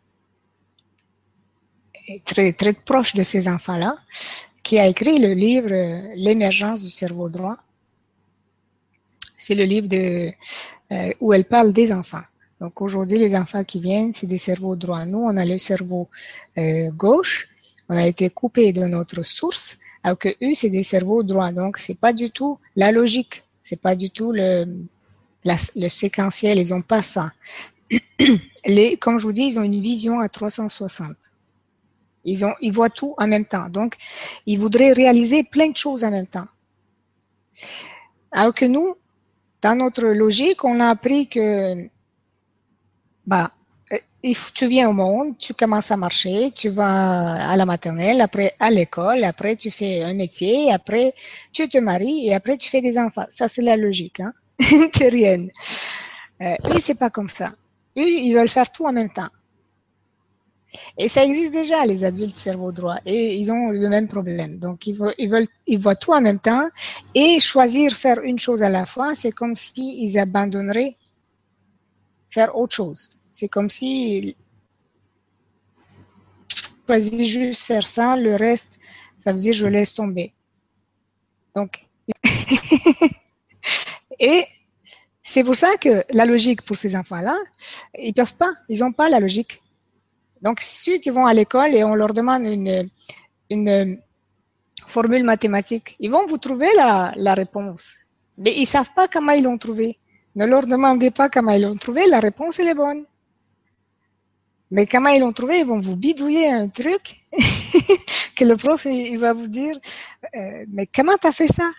très très proche de ces enfants-là, qui a écrit le livre L'émergence du cerveau droit. C'est le livre de, euh, où elle parle des enfants. Donc aujourd'hui, les enfants qui viennent, c'est des cerveaux droits. Nous, on a le cerveau euh, gauche. On a été coupé de notre source, alors que eux, c'est des cerveaux droits. Donc c'est pas du tout la logique. C'est pas du tout le, la, le séquentiel. Ils ont pas ça. Les, comme je vous dis, ils ont une vision à trois cent soixante. Ils ont, ils voient tout en même temps. Donc, ils voudraient réaliser plein de choses en même temps. Alors que nous, dans notre logique, on a appris que, bah, tu viens au monde, tu commences à marcher, tu vas à la maternelle, après à l'école, après tu fais un métier, après tu te maries et après tu fais des enfants. Ça, c'est la logique, hein, terrienne. Euh, eux, c'est pas comme ça. Eux, ils veulent faire tout en même temps. Et ça existe déjà, les adultes cerveau droit, et ils ont le même problème. Donc, ils veulent, ils veulent, ils voient tout en même temps, et choisir faire une chose à la fois, c'est comme s'ils abandonneraient faire autre chose. C'est comme si choisir juste faire ça, le reste, ça veut dire je laisse tomber. Donc, et c'est pour ça que la logique pour ces enfants-là, ils peuvent pas, ils n'ont pas la logique. Donc, ceux qui vont à l'école et on leur demande une, une formule mathématique, ils vont vous trouver la, la réponse. Mais ils savent pas comment ils l'ont trouvée. Ne leur demandez pas comment ils l'ont trouvée, la réponse elle est bonne. Mais comment ils l'ont trouvé, ils vont vous bidouiller un truc que le prof il va vous dire euh, mais comment tu as fait ça?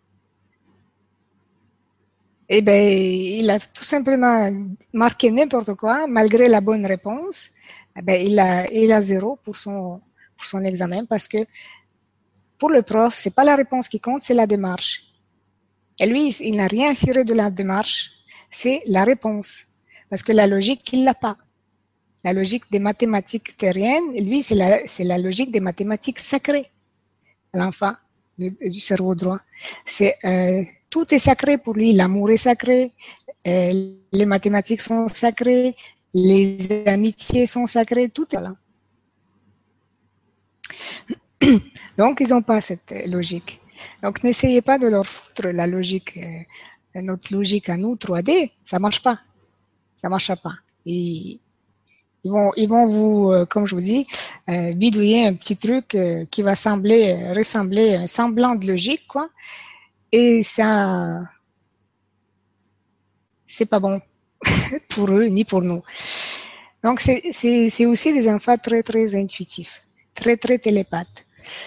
Eh bien, il a tout simplement marqué n'importe quoi, malgré la bonne réponse. Eh bien, il a, il a zéro pour son, pour son examen parce que pour le prof, c'est pas la réponse qui compte, c'est la démarche. Et lui, il n'a rien à cirer de la démarche, c'est la réponse. Parce que la logique, il l'a pas. La logique des mathématiques terriennes, lui, c'est la, c'est la logique des mathématiques sacrées à l'enfant. du, du cerveau droit. C'est, euh, tout est sacré pour lui. L'amour est sacré, euh, les mathématiques sont sacrées, les amitiés sont sacrées, tout est là. Donc, ils n'ont pas cette logique. Donc, n'essayez pas de leur foutre la logique, euh, notre logique à nous, trois D, ça ne marche pas. Ça ne marchera pas. Et, ils vont, ils vont vous, euh, comme je vous dis, euh, bidouiller un petit truc euh, qui va sembler, euh, ressembler à un semblant de logique, quoi. Et ça, c'est pas bon pour eux ni pour nous. Donc, c'est, c'est, c'est aussi des enfants très, très intuitifs, très, très télépathes.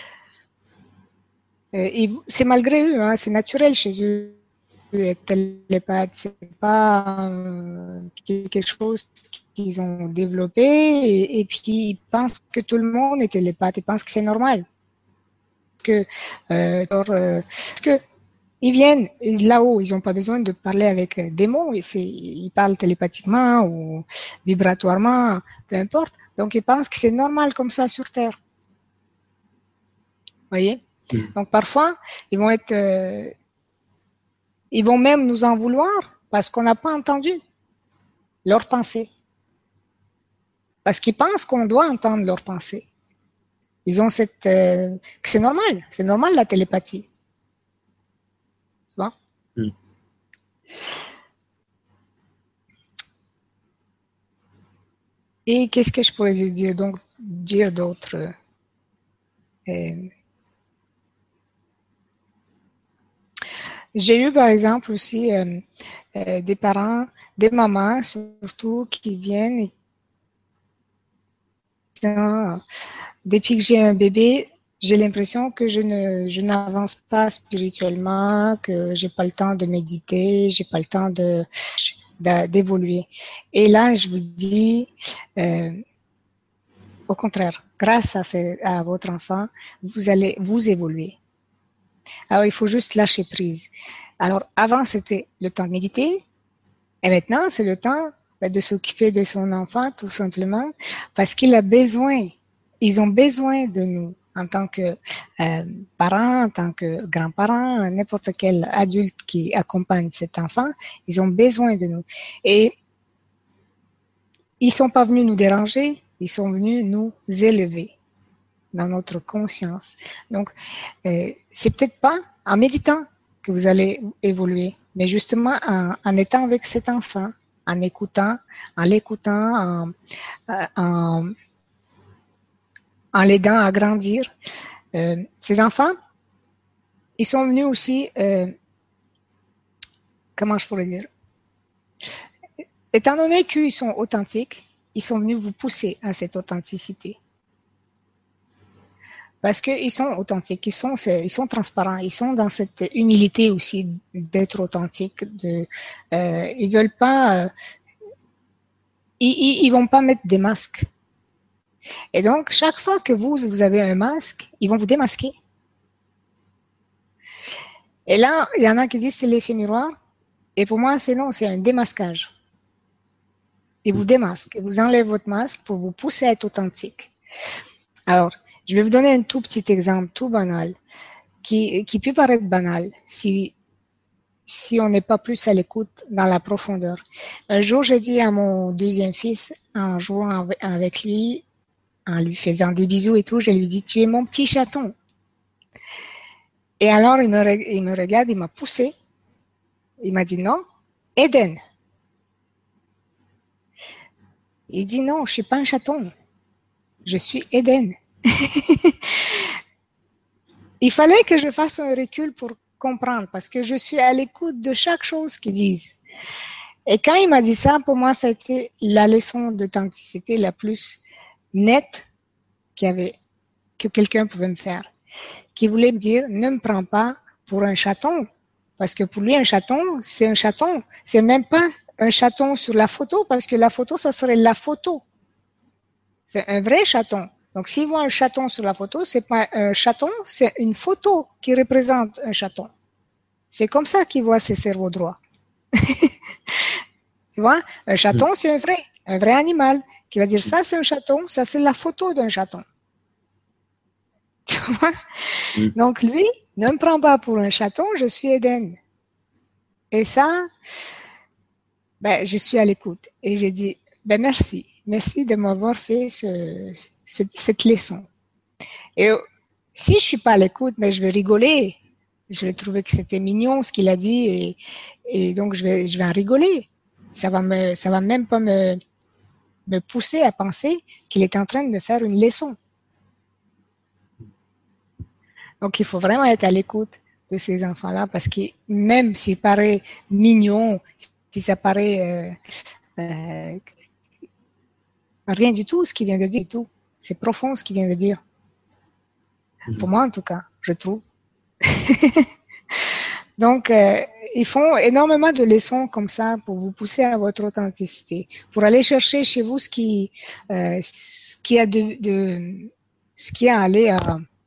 Euh, et c'est malgré eux, hein, c'est naturel chez eux être télépathes. C'est pas euh, quelque chose qu'ils ont développé et, et puis ils pensent que tout le monde est télépathe. Ils pensent que c'est normal. Que, euh, or, euh, que ils viennent là-haut, ils n'ont pas besoin de parler avec des mots. C'est, ils parlent télépathiquement ou vibratoirement, peu importe. Donc ils pensent que c'est normal comme ça sur Terre. Vous voyez? Mmh. Donc parfois, ils vont être, euh, ils vont même nous en vouloir parce qu'on n'a pas entendu leurs pensées. Parce qu'ils pensent qu'on doit entendre leurs pensées. Ils ont cette, euh, que c'est normal, c'est normal la télépathie. Tu vois? Mmh. Et qu'est-ce que je pourrais dire donc dire d'autre? Euh, J'ai eu par exemple aussi euh, euh, des parents, des mamans surtout qui viennent et qui disent, depuis que j'ai un bébé, j'ai l'impression que je ne je n'avance pas spirituellement, que j'ai pas le temps de méditer, j'ai pas le temps de, de d'évoluer. Et là, je vous dis, euh, au contraire, grâce à, ce, à votre enfant, vous allez vous évoluer. Alors, il faut juste lâcher prise. Alors, avant, c'était le temps de méditer. Et maintenant, c'est le temps de s'occuper de son enfant, tout simplement, parce qu'il a besoin, ils ont besoin de nous en tant que euh, parents, en tant que grands-parents, n'importe quel adulte qui accompagne cet enfant, ils ont besoin de nous. Et ils sont pas venus nous déranger, ils sont venus nous élever dans notre conscience. Donc, euh, c'est peut-être pas en méditant que vous allez évoluer, mais justement en, en étant avec cet enfant, en écoutant, en l'écoutant, en, en, en l'aidant à grandir. Euh, ces enfants, ils sont venus aussi, euh, comment je pourrais dire, étant donné qu'ils sont authentiques, ils sont venus vous pousser à cette authenticité. Parce qu'ils sont authentiques, ils sont, ils sont transparents, ils sont dans cette humilité aussi d'être authentiques. De, euh, ils veulent pas, euh, ils, ils vont pas mettre des masques. Et donc, chaque fois que vous, vous avez un masque, ils vont vous démasquer. Et là, il y en a qui disent c'est l'effet miroir. Et pour moi, c'est non, c'est un démasquage. Ils vous démasquent, ils vous enlèvent votre masque pour vous pousser à être authentique. Alors, je vais vous donner un tout petit exemple, tout banal, qui, qui peut paraître banal si, si on n'est pas plus à l'écoute dans la profondeur. Un jour, j'ai dit à mon deuxième fils, en jouant avec lui, en lui faisant des bisous et tout, je lui dis, tu es mon petit chaton. Et alors, il me, il me regarde, il m'a poussé. Il m'a dit, non, Eden. Il dit, non, je ne suis pas un chaton. Je suis Eden. Il fallait que je fasse un recul pour comprendre parce que je suis à l'écoute de chaque chose qu'ils disent. Et quand il m'a dit ça, pour moi, ça a été la leçon d'authenticité la plus nette qu'il y avait, que quelqu'un pouvait me faire. Qui voulait me dire, ne me prends pas pour un chaton. Parce que pour lui, un chaton, c'est un chaton. C'est même pas un chaton sur la photo parce que la photo, ça serait la photo. C'est un vrai chaton. Donc, s'il voit un chaton sur la photo, c'est pas un chaton, c'est une photo qui représente un chaton. C'est comme ça qu'il voit ses cerveaux droits. Tu vois, un chaton, c'est un vrai, un vrai animal qui va dire ça, c'est un chaton, ça, c'est la photo d'un chaton. Tu vois? Mm. Donc lui, ne me prends pas pour un chaton, je suis Eden. Et ça, ben, je suis à l'écoute. Et j'ai dit, ben merci, merci de m'avoir fait ce, ce, cette leçon. Et si je suis pas à l'écoute, ben, je vais rigoler. Je vais trouver que c'était mignon ce qu'il a dit et, et donc je vais, je vais en rigoler. Ça va me, ça va même pas me, me pousser à penser qu'il est en train de me faire une leçon. Donc il faut vraiment être à l'écoute de ces enfants-là parce que même s'il paraît mignon, si ça paraît euh, euh, rien du tout ce qu'il vient de dire, tout, c'est profond ce qu'il vient de dire. Mm. Pour moi en tout cas, je trouve. Donc, euh, ils font énormément de leçons comme ça pour vous pousser à votre authenticité, pour aller chercher chez vous ce qui, euh, ce qui a de, de, ce qui a allé à,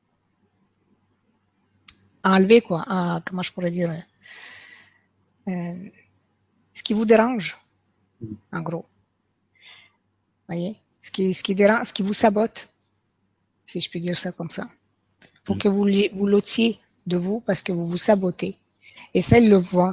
à enlever quoi, à, comment je pourrais dire, euh, ce qui vous dérange, en gros, voyez, ce qui, ce qui dérange, ce qui vous sabote, si je puis dire ça comme ça, pour Mm. que vous vous l'ôtiez de vous parce que vous vous sabotez. Et ça, ils le voient.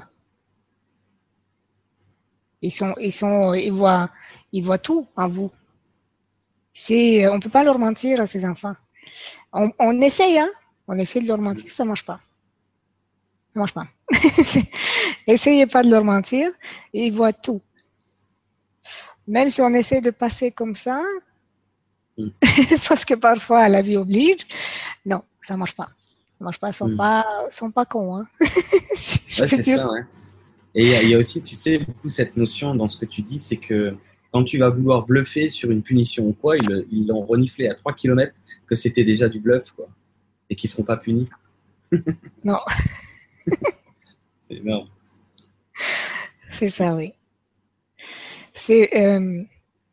Ils sont, ils sont, ils voient, ils voient tout en vous. C'est, on peut pas leur mentir à ces enfants. On, on essaye, hein. On essaie de leur mentir, ça marche pas. Ça marche pas. Essayez pas de leur mentir, ils voient tout. Même si on essaie de passer comme ça, Mm. parce que parfois la vie oblige, non, ça marche pas. Ça marche pas, ils sont Mm. pas, sont pas cons, hein. Je Ouais, peux c'est dire. ça, ouais. Et il y, a- il y a aussi, tu sais, beaucoup cette notion dans ce que tu dis, c'est que quand tu vas vouloir bluffer sur une punition ou quoi, ils ils l'ont reniflé à trois kilomètres que c'était déjà du bluff, quoi. Et qu'ils ne seront pas punis. Non, C'est énorme. c'est ça, oui. C'est, euh,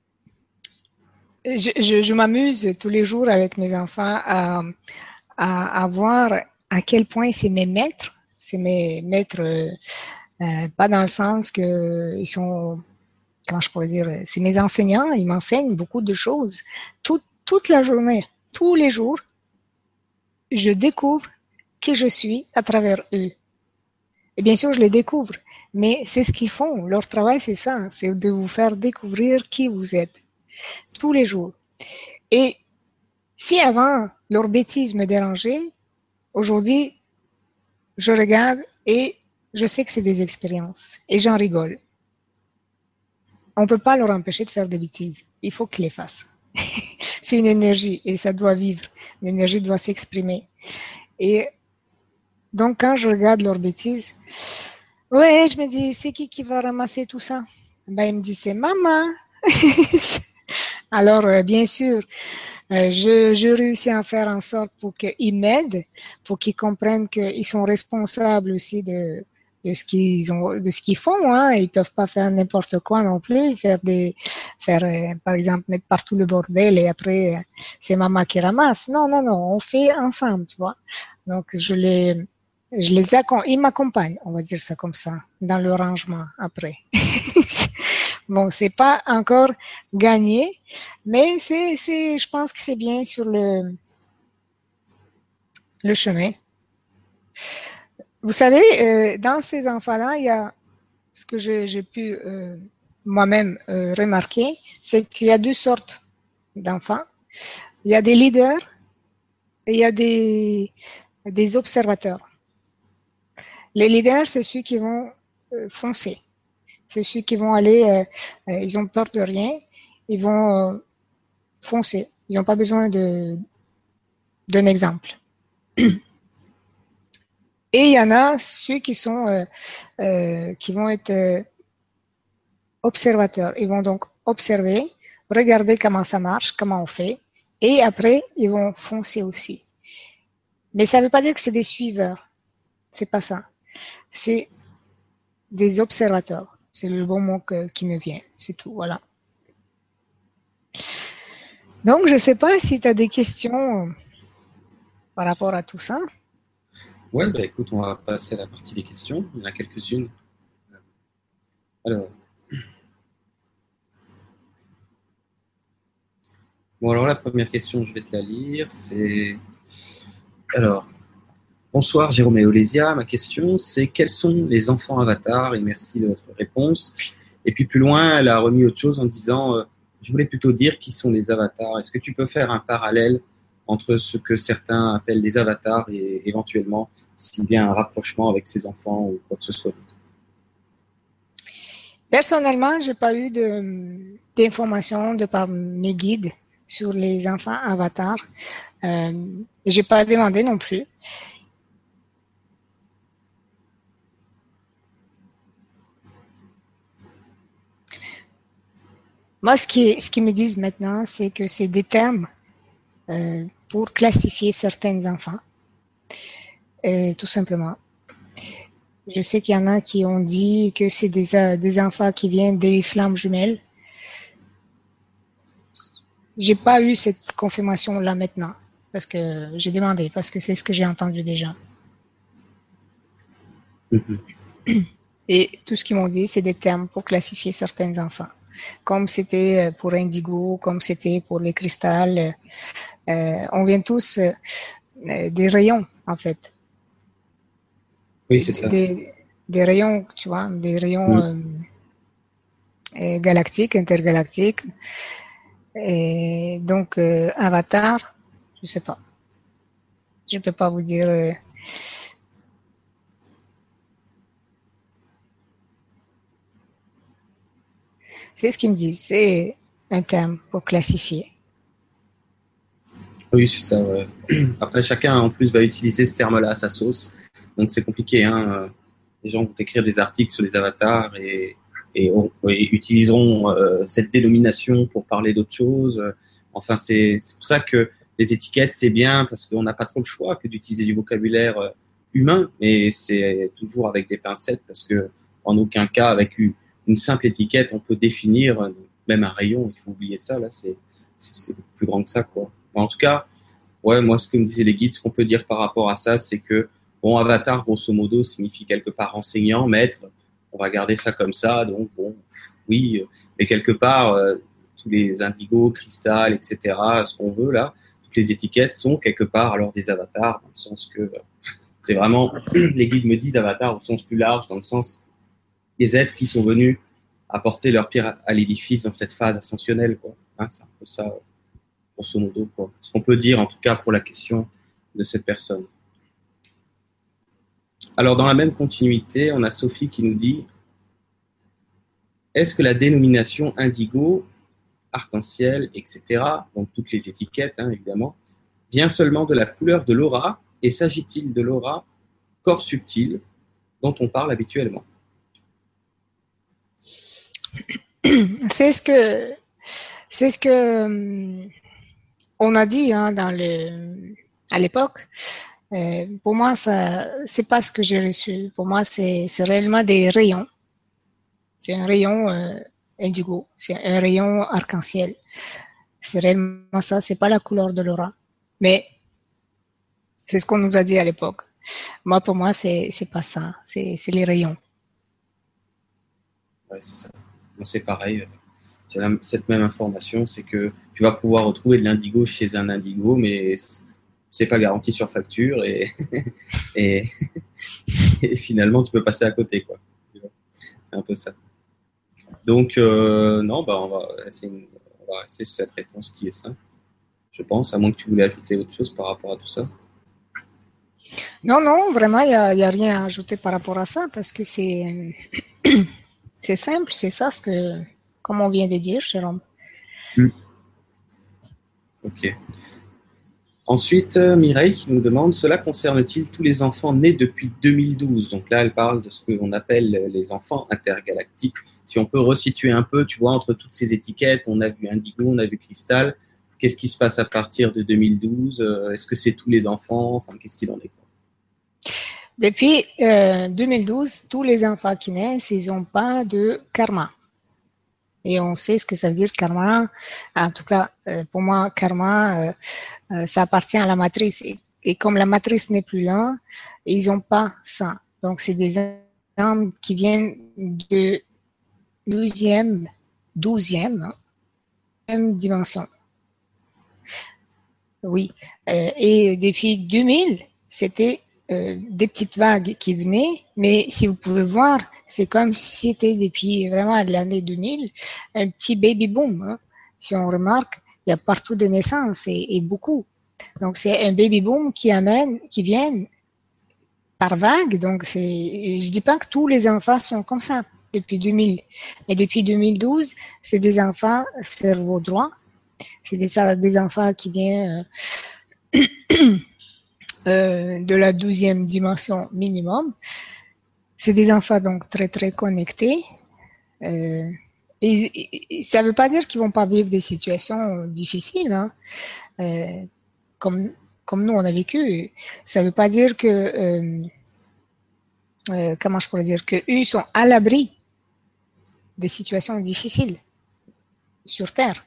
je, je, je m'amuse tous les jours avec mes enfants à, à, à voir à quel point c'est mes maîtres, c'est mes maîtres, euh, euh, pas dans le sens que ils sont, comment je pourrais dire, c'est mes enseignants, ils m'enseignent beaucoup de choses. Tout, toute la journée, tous les jours, je découvre qui je suis à travers eux. Et bien sûr, je les découvre, mais c'est ce qu'ils font. Leur travail, c'est ça, c'est de vous faire découvrir qui vous êtes tous les jours. Et si avant, leur bêtise me dérangeait, aujourd'hui, je regarde et je sais que c'est des expériences et j'en rigole. On ne peut pas leur empêcher de faire des bêtises. Il faut qu'ils les fassent. C'est une énergie et ça doit vivre. L'énergie doit s'exprimer. Et donc, quand je regarde leurs bêtises, ouais, je me dis, c'est qui qui va ramasser tout ça? Ben, il me dit, c'est maman. Alors, euh, bien sûr, euh, je, je réussis à faire en sorte pour qu'ils m'aident, pour qu'ils comprennent qu'ils sont responsables aussi de, de ce qu'ils ont, de ce qu'ils font. Hein. Ils peuvent pas faire n'importe quoi non plus, faire des, faire, euh, par exemple, mettre partout le bordel et après, euh, c'est maman qui ramasse. Non, non, non, on fait ensemble, tu vois. Donc, je les, je les accom- ils m'accompagnent, on va dire ça comme ça, dans le rangement après. Bon, c'est pas encore gagné, mais c'est, c'est, je pense que c'est bien sur le, le chemin. Vous savez, euh, dans ces enfants-là, il y a ce que je- j'ai pu euh, moi-même euh, remarquer, c'est qu'il y a deux sortes d'enfants. Il y a des leaders et il y a des, des observateurs. Les leaders, c'est ceux qui vont euh, foncer. C'est ceux qui vont aller, euh, euh, ils ont peur de rien, ils vont euh, foncer. Ils n'ont pas besoin de, d'un exemple. Et il y en a ceux qui sont, euh, euh, qui vont être euh, observateurs. Ils vont donc observer, regarder comment ça marche, comment on fait, et après ils vont foncer aussi. Mais ça ne veut pas dire que c'est des suiveurs. C'est pas ça. C'est des observateurs. C'est le bon mot que, qui me vient. C'est tout. Voilà. Donc, je ne sais pas si tu as des questions euh, par rapport à tout ça. Ouais, bah écoute, on va passer à la partie des questions. Il y en a quelques-unes. Alors, bon, alors la première question, je vais te la lire. C'est alors, Bonsoir Jérôme et Olésia, ma question c'est quels sont les enfants avatars? Et merci de votre réponse. Et puis plus loin, elle a remis autre chose en disant euh, je voulais plutôt dire qui sont les avatars. Est-ce que tu peux faire un parallèle entre ce que certains appellent des avatars et éventuellement s'il y a un rapprochement avec ses enfants ou quoi que ce soit? Personnellement, j'ai pas eu de, d'informations de par mes guides sur les enfants avatars. Euh, j'ai pas demandé non plus. Moi, ce qui, ce qu'ils me disent maintenant, c'est que c'est des termes euh, pour classifier certains enfants, euh, tout simplement. Je sais qu'il y en a qui ont dit que c'est des, euh, des enfants qui viennent des flammes jumelles. J'ai pas eu cette confirmation-là maintenant, parce que j'ai demandé, parce que c'est ce que j'ai entendu déjà. Mm-hmm. Et tout ce qu'ils m'ont dit, c'est des termes pour classifier certains enfants. Comme c'était pour Indigo, comme c'était pour les cristals. Euh, on vient tous euh, des rayons, en fait. Oui, c'est ça. Des, des rayons, tu vois, des rayons mm. euh, galactiques, intergalactiques. Et donc, euh, Avatar, je sais pas. Je peux pas vous dire. Euh, c'est ce qu'ils me disent. C'est un terme pour classifier. Oui, c'est ça. Ouais. Après, chacun en plus va utiliser ce terme-là à sa sauce. Donc, c'est compliqué. Hein. Les gens vont écrire des articles sur les avatars et, et, et utiliseront euh, cette dénomination pour parler d'autre chose. Enfin, c'est, c'est pour ça que les étiquettes, c'est bien parce qu'on n'a pas trop le choix que d'utiliser du vocabulaire euh, humain, mais c'est toujours avec des pincettes parce que en aucun cas, avec une, une simple étiquette, on peut définir euh, même un rayon. Il faut oublier ça. Là, c'est, c'est, c'est plus grand que ça, quoi. En tout cas, ouais, moi, ce que me disaient les guides, ce qu'on peut dire par rapport à ça, c'est que, bon, avatar, grosso modo, signifie quelque part enseignant, maître. On va garder ça comme ça. Donc, bon, oui, mais quelque part, euh, tous les indigos, cristal, et cetera, ce qu'on veut, là, toutes les étiquettes sont quelque part alors des avatars, dans le sens que euh, c'est vraiment, les guides me disent avatars au sens plus large, dans le sens des êtres qui sont venus apporter leur pierre à l'édifice dans cette phase ascensionnelle, quoi. Hein, c'est un peu ça. Grosso modo, quoi. Ce qu'on peut dire, en tout cas, pour la question de cette personne. Alors, dans la même continuité, on a Sophie qui nous dit « Est-ce que la dénomination indigo, arc-en-ciel, et cetera, donc toutes les étiquettes, hein, évidemment, vient seulement de la couleur de l'aura et s'agit-il de l'aura corps subtil dont on parle habituellement ?» C'est ce que... C'est ce que... On a dit hein, dans le, à l'époque, euh, pour moi, ça, c'est pas ce que j'ai reçu. Pour moi, c'est, c'est réellement des rayons. C'est un rayon euh, indigo, c'est un rayon arc-en-ciel. C'est réellement ça, c'est pas la couleur de l'aura. Mais c'est ce qu'on nous a dit à l'époque. Moi, pour moi, c'est, c'est pas ça, c'est, c'est les rayons. Ouais, c'est ça. Moi, c'est pareil. J'ai cette même information, c'est que tu vas pouvoir retrouver de l'indigo chez un indigo, mais c'est pas garanti sur facture et, et, et finalement tu peux passer à côté, quoi. C'est un peu ça. Donc euh, non, bah on va essayer, on va rester sur cette réponse qui est simple, je pense, à moins que tu voulais ajouter autre chose par rapport à tout ça. Non, non, vraiment, il n'y a, a rien à ajouter par rapport à ça parce que c'est c'est simple, c'est ça ce que, comme on vient de dire, Jérôme. Mm. Ok. Ensuite, euh, Mireille qui nous demande, cela concerne-t-il tous les enfants nés depuis deux mille douze? Donc là, elle parle de ce que l'on appelle les enfants intergalactiques. Si on peut resituer un peu, tu vois, entre toutes ces étiquettes, on a vu indigo, on a vu cristal. Qu'est-ce qui se passe à partir de deux mille douze? Est-ce que c'est tous les enfants? Enfin, qu'est-ce qu'il en est? Depuis euh, deux mille douze, tous les enfants qui naissent, ils n'ont pas de karma. Et on sait ce que ça veut dire karma. En tout cas, euh, pour moi, karma, euh, euh, ça appartient à la matrice. Et, et comme la matrice n'est plus là, ils n'ont pas ça. Donc, c'est des âmes qui viennent de douzième, douzième hein, dimension. Oui. Euh, et depuis deux mille, c'était euh, des petites vagues qui venaient, mais si vous pouvez voir, c'est comme si c'était depuis vraiment l'année deux mille, un petit baby boom. Hein. Si on remarque, il y a partout de naissances et, et beaucoup. Donc c'est un baby boom qui amène, qui vient par vague. Donc c'est, je dis pas que tous les enfants sont comme ça depuis deux mille, mais depuis deux mille douze, c'est des enfants cerveau droit, c'est des, des enfants qui viennent euh, euh, de la douzième dimension minimum. C'est des enfants donc très très connectés. Euh, et, et ça ne veut pas dire qu'ils vont pas vivre des situations difficiles, hein, euh, comme comme nous on a vécu. Ça ne veut pas dire que euh, euh, comment je pourrais dire que eux ils sont à l'abri des situations difficiles sur Terre.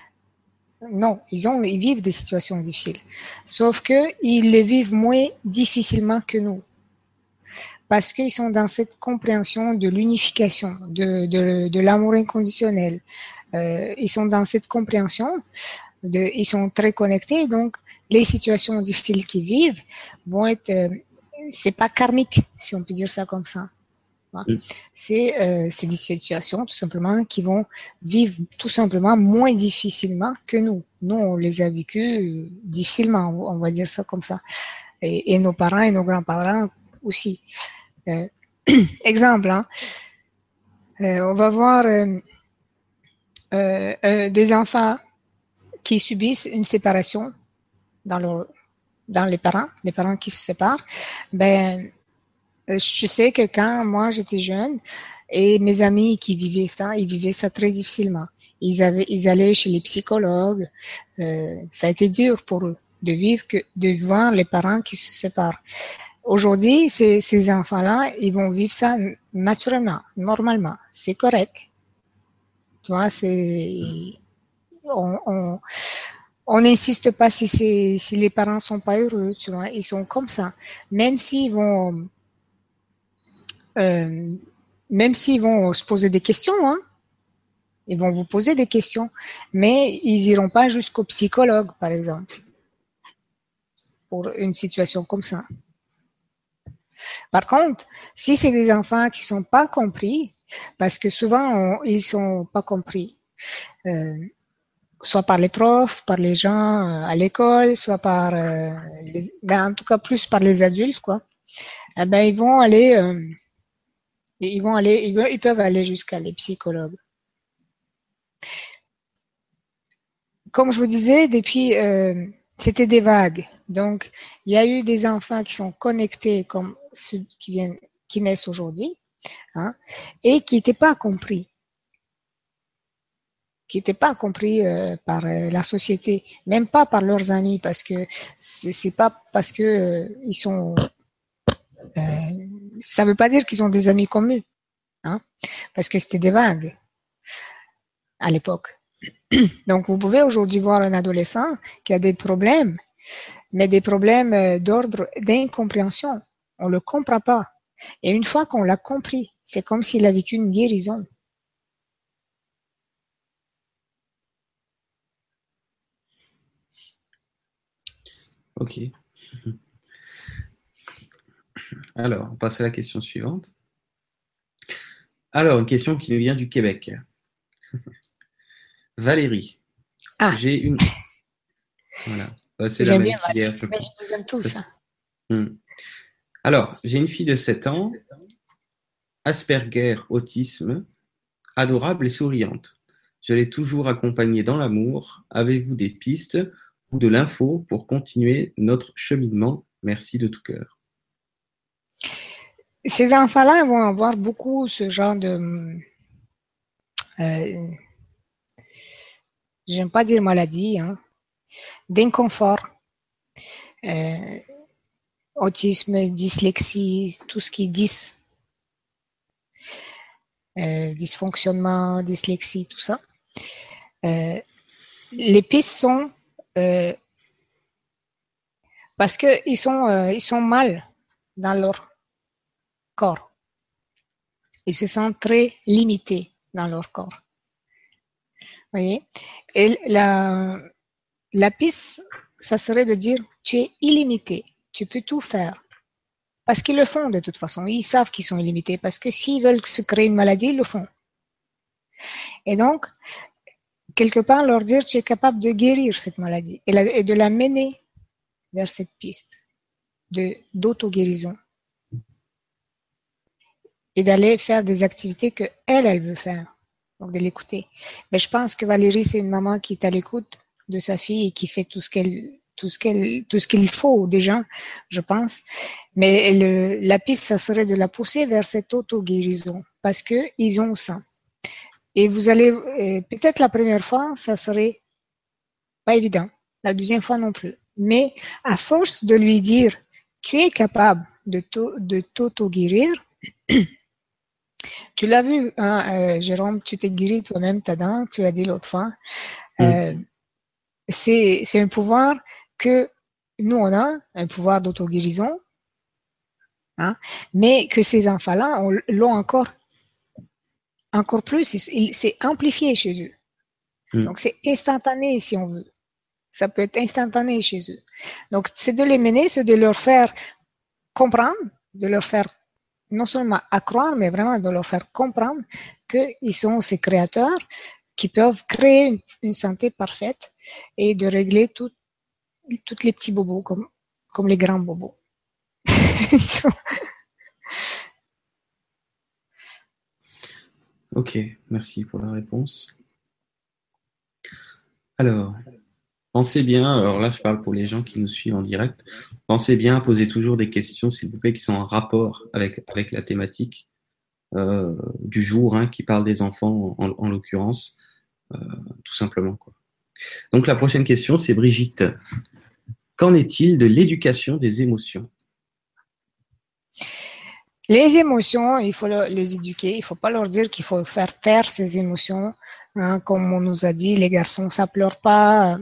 Non, ils ont ils vivent des situations difficiles, sauf que ils les vivent moins difficilement que nous. Parce qu'ils sont dans cette compréhension de l'unification, de, de, de l'amour inconditionnel. Euh, ils sont dans cette compréhension, de, ils sont très connectés, donc les situations difficiles qu'ils vivent vont être, euh, c'est pas karmique, si on peut dire ça comme ça. Mm. C'est euh, c'est des situations tout simplement qui vont vivre tout simplement moins difficilement que nous. Nous, on les a vécues difficilement, on va dire ça comme ça. Et, et nos parents et nos grands-parents aussi. Euh, exemple, hein, euh, on va voir euh, euh, euh, des enfants qui subissent une séparation dans, leur, dans les parents, les parents qui se séparent. Ben, je sais que quand moi j'étais jeune et mes amis qui vivaient ça, ils vivaient ça très difficilement. Ils avaient, ils allaient chez les psychologues. Euh, ça a été dur pour eux de vivre que de voir les parents qui se séparent. Aujourd'hui, ces, ces enfants-là, ils vont vivre ça naturellement, normalement. C'est correct. Tu vois, c'est, on, on, on n'insiste pas si c'est, si les parents sont pas heureux, tu vois, ils sont comme ça. Même s'ils vont, euh, même s'ils vont se poser des questions, hein, ils vont vous poser des questions, mais ils iront pas jusqu'au psychologue, par exemple, pour une situation comme ça. Par contre, si c'est des enfants qui sont pas compris, parce que souvent on, ils sont pas compris, euh, soit par les profs, par les gens euh, à l'école, soit par, euh, les, ben, en tout cas plus par les adultes, quoi. Eh ben ils vont aller, euh, ils vont aller, ils, ils peuvent aller jusqu'à les psychologues. Comme je vous disais, depuis, euh, c'était des vagues. Donc, il y a eu des enfants qui sont connectés comme ceux qui viennent, qui naissent aujourd'hui, hein, et qui n'étaient pas compris, qui n'étaient pas compris euh, par euh, la société, même pas par leurs amis, parce que c'est, c'est pas parce que euh, ils sont, euh, ça veut pas dire qu'ils ont des amis communs, hein, parce que c'était des vagues à l'époque. Donc, vous pouvez aujourd'hui voir un adolescent qui a des problèmes, mais des problèmes d'ordre d'incompréhension. On ne le comprend pas. Et une fois qu'on l'a compris, c'est comme s'il a vécu une guérison. Ok. Alors, on passe à la question suivante. Alors, une question qui nous vient du Québec. Valérie, Ah, j'ai une... Voilà, c'est la j'aime même bien qu'hier, Valérie, je mais pense. je vous aime tous. Ça, Hein. hmm. Alors, j'ai une fille de sept ans, Asperger, autisme, adorable et souriante. Je l'ai toujours accompagnée dans l'amour. Avez-vous des pistes ou de l'info pour continuer notre cheminement? Merci de tout cœur. Ces enfants-là vont avoir beaucoup ce genre de... Euh, j'aime pas dire maladie, hein, d'inconfort. Euh, autisme, dyslexie, tout ce qui est dys, euh, dysfonctionnement, dyslexie, tout ça. Euh, les pistes sont euh, parce qu'ils sont, euh, ils sont mal dans leur corps. Ils se sentent très limités dans leur corps. Vous voyez? Et la, la piste, ça serait de dire, tu es illimité, tu peux tout faire. Parce qu'ils le font de toute façon. Ils savent qu'ils sont illimités. Parce que s'ils veulent se créer une maladie, ils le font. Et donc, quelque part, leur dire tu es capable de guérir cette maladie et, la, et de la mener vers cette piste de, d'auto-guérison. Et d'aller faire des activités que elle, elle veut faire. Donc, de l'écouter. Mais je pense que Valérie, c'est une maman qui est à l'écoute de sa fille et qui fait tout ce qu'elle, tout ce qu'elle, tout ce qu'il faut déjà, je pense. Mais le, la piste, ça serait de la pousser vers cette auto-guérison parce que ils ont ça. Et vous allez, euh, peut-être la première fois, ça serait pas évident. La deuxième fois non plus. Mais à force de lui dire, tu es capable de, de t'auto-guérir, tu l'as vu, hein, euh, Jérôme, tu t'es guéri toi-même ta dent, tu l'as dit l'autre fois. Euh, mm. c'est, c'est un pouvoir que nous, on a, un pouvoir d'auto-guérison, hein, mais que ces enfants-là on, l'ont encore, encore plus, c'est, c'est amplifié chez eux. Mm. Donc, c'est instantané si on veut. Ça peut être instantané chez eux. Donc, c'est de les mener, c'est de leur faire comprendre, de leur faire non seulement à croire, mais vraiment de leur faire comprendre qu'ils sont ces créateurs qui peuvent créer une, une santé parfaite et de régler tous les petits bobos comme, comme les grands bobos. Ok, merci pour la réponse. Alors, pensez bien, alors là je parle pour les gens qui nous suivent en direct, pensez bien à poser toujours des questions, s'il vous plaît, qui sont en rapport avec, avec la thématique euh, du jour, hein, qui parle des enfants en, en l'occurrence, euh, tout simplement, quoi. Donc la prochaine question, c'est Brigitte. Qu'en est-il de l'éducation des émotions ? Les émotions, il faut les éduquer, il ne faut pas leur dire qu'il faut faire taire ces émotions. Hein, comme on nous a dit, les garçons, ça pleure pas.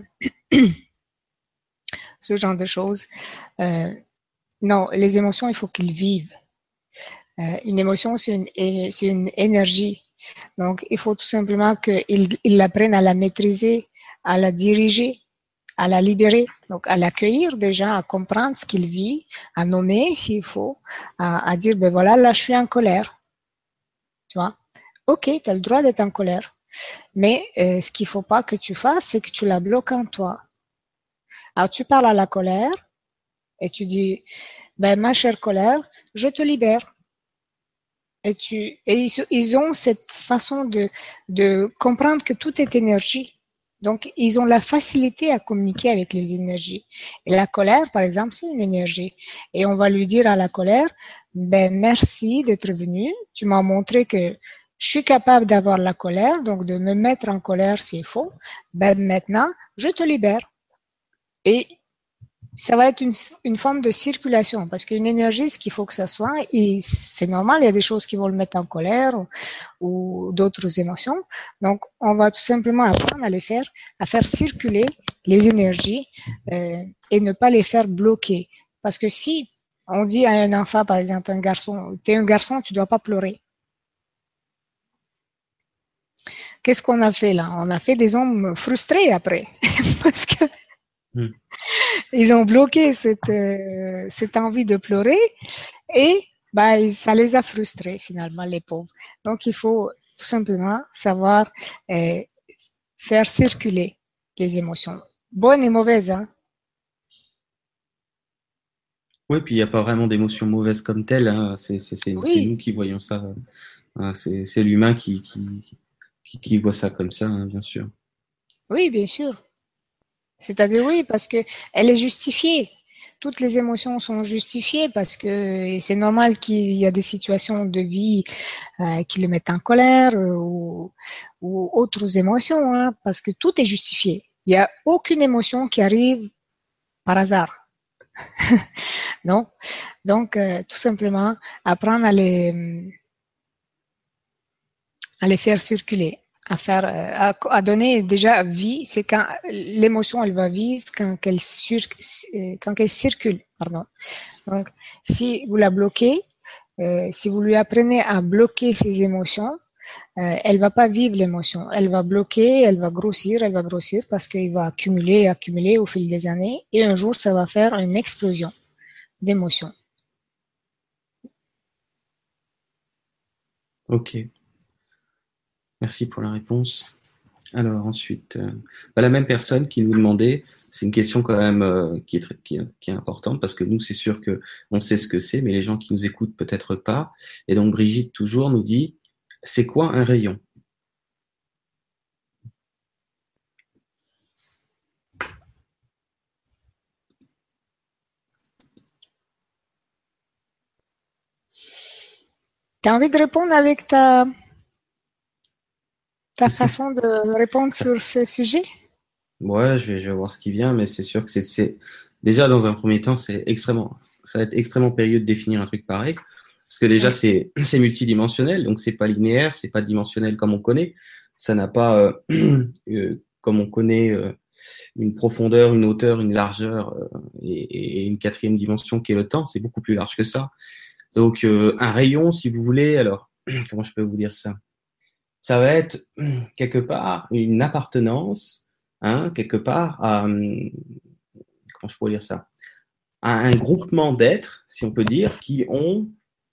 Ce genre de choses. Euh, non, les émotions, il faut qu'ils vivent. Euh, une émotion, c'est une, c'est une énergie. Donc, il faut tout simplement qu'ils ils apprennent à la maîtriser, à la diriger, à la libérer. Donc, à l'accueillir déjà, à comprendre ce qu'il vit, à nommer s'il faut, à, à dire, ben voilà, là, je suis en colère. Tu vois? Ok, tu as le droit d'être en colère. Mais euh, ce qu'il ne faut pas que tu fasses, c'est que tu la bloques en toi. Alors, tu parles à la colère et tu dis, ben, ma chère colère, je te libère. Et, tu, et ils, ils ont cette façon de, de comprendre que tout est énergie. Donc, ils ont la facilité à communiquer avec les énergies. Et la colère, par exemple, c'est une énergie. Et on va lui dire à la colère, ben, merci d'être venu. Tu m'as montré que je suis capable d'avoir la colère, donc de me mettre en colère s'il faut. Ben, maintenant, je te libère. Et ça va être une, une forme de circulation parce qu'une énergie, ce qu'il faut que ça soit, et c'est normal, il y a des choses qui vont le mettre en colère ou, ou d'autres émotions. Donc, on va tout simplement apprendre à les faire, à faire circuler les énergies euh, et ne pas les faire bloquer. Parce que si on dit à un enfant, par exemple, un garçon, t'es un garçon, tu dois pas pleurer. Qu'est-ce qu'on a fait là? On a fait des hommes frustrés après parce que mmh. Ils ont bloqué cette, euh, cette envie de pleurer et bah, ça les a frustrés finalement, les pauvres. Donc, il faut tout simplement savoir euh, faire circuler les émotions, bonnes et mauvaises. Hein. Oui, puis il n'y a pas vraiment d'émotions mauvaises comme telles. Hein. C'est, c'est, c'est, oui. c'est nous qui voyons ça. Hein. C'est, c'est l'humain qui, qui, qui, qui voit ça comme ça, hein, bien sûr. Oui, bien sûr. C'est-à-dire oui, parce que elle est justifiée. Toutes les émotions sont justifiées parce que c'est normal qu'il y a des situations de vie euh, qui le mettent en colère euh, ou, ou autres émotions, hein, parce que tout est justifié. Il n'y a aucune émotion qui arrive par hasard. non. Donc, euh, tout simplement, apprendre à les, à les faire circuler. À faire, à, à donner déjà vie, c'est quand l'émotion elle va vivre quand elle, sur, quand elle circule, pardon. Donc, si vous la bloquez, euh, si vous lui apprenez à bloquer ses émotions, euh, elle va pas vivre l'émotion. Elle va bloquer, elle va grossir, elle va grossir parce qu'il va accumuler, accumuler au fil des années, et un jour ça va faire une explosion d'émotions. Ok, merci pour la réponse. Alors ensuite, euh, bah, la même personne qui nous demandait, c'est une question quand même euh, qui, est très- qui, est, qui est importante parce que nous, c'est sûr que on sait ce que c'est, mais les gens qui nous écoutent peut-être pas. Et donc Brigitte toujours nous dit, c'est quoi un rayon? Tu as envie de répondre avec ta, ta façon de répondre sur ce sujet? Ouais, je vais, je vais voir ce qui vient, mais c'est sûr que c'est, c'est déjà dans un premier temps, c'est extrêmement, ça va être extrêmement périlleux de définir un truc pareil, parce que déjà Oui. c'est, c'est multidimensionnel, donc c'est pas linéaire, c'est pas dimensionnel comme on connaît, ça n'a pas, euh, euh, comme on connaît, euh, une profondeur, une hauteur, une largeur euh, et, et une quatrième dimension qui est le temps, c'est beaucoup plus large que ça. Donc euh, un rayon, si vous voulez, alors comment je peux vous dire ça? Ça va être quelque part une appartenance, hein, quelque part à, hum, comment je pourrais dire ça, à un groupement d'êtres, si on peut dire, qui ont,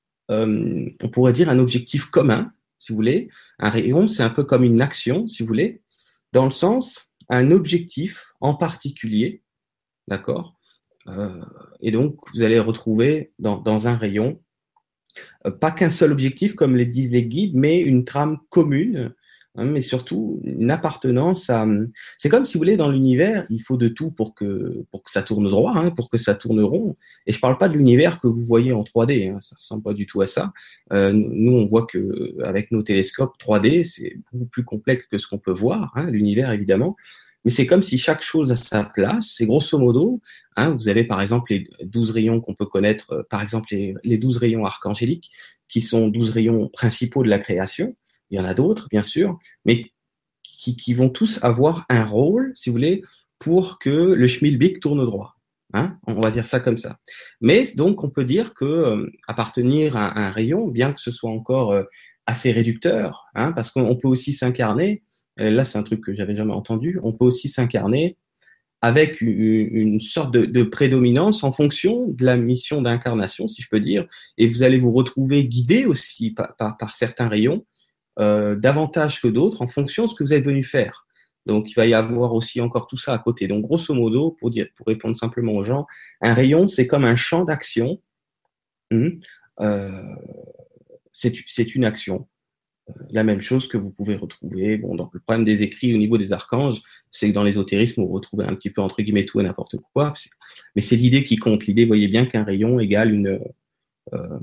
euh, on pourrait dire, un objectif commun, si vous voulez. Un rayon, c'est un peu comme une action, si vous voulez, dans le sens, un objectif en particulier, d'accord. Euh, et donc, vous allez retrouver dans, dans un rayon, euh, pas qu'un seul objectif, comme le disent les guides, mais une trame commune, hein, mais surtout une appartenance à... C'est comme si vous voulez, dans l'univers, il faut de tout pour que, pour que ça tourne droit, hein, pour que ça tourne rond. Et je parle pas de l'univers que vous voyez en trois D, hein, ça ressemble pas du tout à ça. Euh, nous, on voit que avec nos télescopes trois D, c'est beaucoup plus complexe que ce qu'on peut voir, hein, l'univers évidemment. Mais c'est comme si chaque chose a sa place. C'est grosso modo, hein, vous avez par exemple les douze rayons qu'on peut connaître, euh, par exemple les, les douze rayons archangéliques, qui sont douze rayons principaux de la création. Il y en a d'autres, bien sûr, mais qui, qui vont tous avoir un rôle, si vous voulez, pour que le schmilblick tourne droit. Hein, on va dire ça comme ça. Mais donc, on peut dire que euh, appartenir à, à un rayon, bien que ce soit encore euh, assez réducteur, hein, parce qu'on peut aussi s'incarner. Là, c'est un truc que j'avais jamais entendu. On peut aussi s'incarner avec une, une sorte de, de prédominance en fonction de la mission d'incarnation, si je peux dire, et vous allez vous retrouver guidé aussi par, par, par certains rayons, euh, davantage que d'autres, en fonction de ce que vous êtes venu faire. Donc, il va y avoir aussi encore tout ça à côté. Donc, grosso modo, pour dire, pour répondre simplement aux gens, un rayon, c'est comme un champ d'action. Hum, euh, c'est, c'est une action. La même chose que vous pouvez retrouver. Bon, donc le problème des écrits au niveau des archanges, c'est que dans l'ésotérisme, vous retrouvez un petit peu entre guillemets tout et n'importe quoi. Mais c'est l'idée qui compte. L'idée, voyez bien qu'un rayon égale une, euh,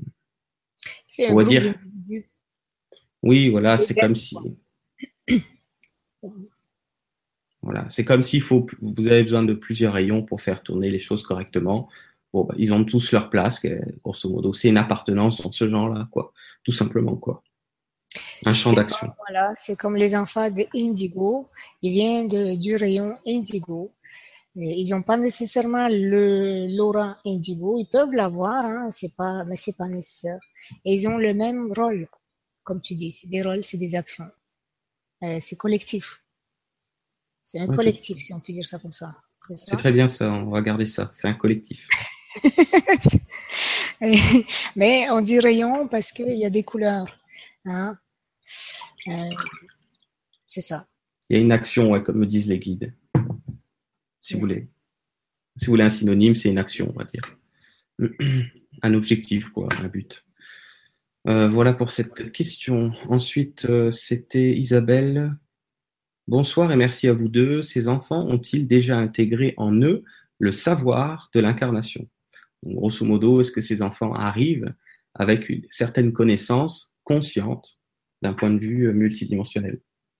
C'est on un va groupe dire, d'individus. oui, voilà, Des c'est comme êtres, si, quoi. voilà, c'est comme s'il faut, vous avez besoin de plusieurs rayons pour faire tourner les choses correctement. Bon, bah, ils ont tous leur place, grosso modo. C'est une appartenance dans ce genre-là, quoi. Tout simplement, quoi. Un champ C'est comme, d'action. voilà, c'est comme les enfants d'Indigo. Ils viennent de, du rayon Indigo. Et ils n'ont pas nécessairement le l'aura Indigo. Ils peuvent l'avoir, hein, c'est pas, mais c'est pas nécessaire. Et ils ont le même rôle, comme tu dis. C'est des rôles, c'est des actions. Euh, c'est collectif. C'est un Ouais, tout- collectif, si on peut dire ça comme ça. C'est c'est ça? très bien ça, on va garder ça. C'est un collectif. Mais on dit rayon parce qu'il y a des couleurs. Hein. Euh, c'est ça. Il y a une action, ouais, comme me disent les guides, si vous Mm. voulez. Si vous voulez un synonyme, c'est une action, on va dire. Un objectif, quoi, un but. Euh, voilà pour cette question. Ensuite, euh, c'était Isabelle. Bonsoir et merci à vous deux. Ces enfants ont-ils déjà intégré en eux le savoir de l'incarnation? Donc, grosso modo, est-ce que ces enfants arrivent avec une certaine connaissance consciente d'un point de vue euh, multidimensionnel?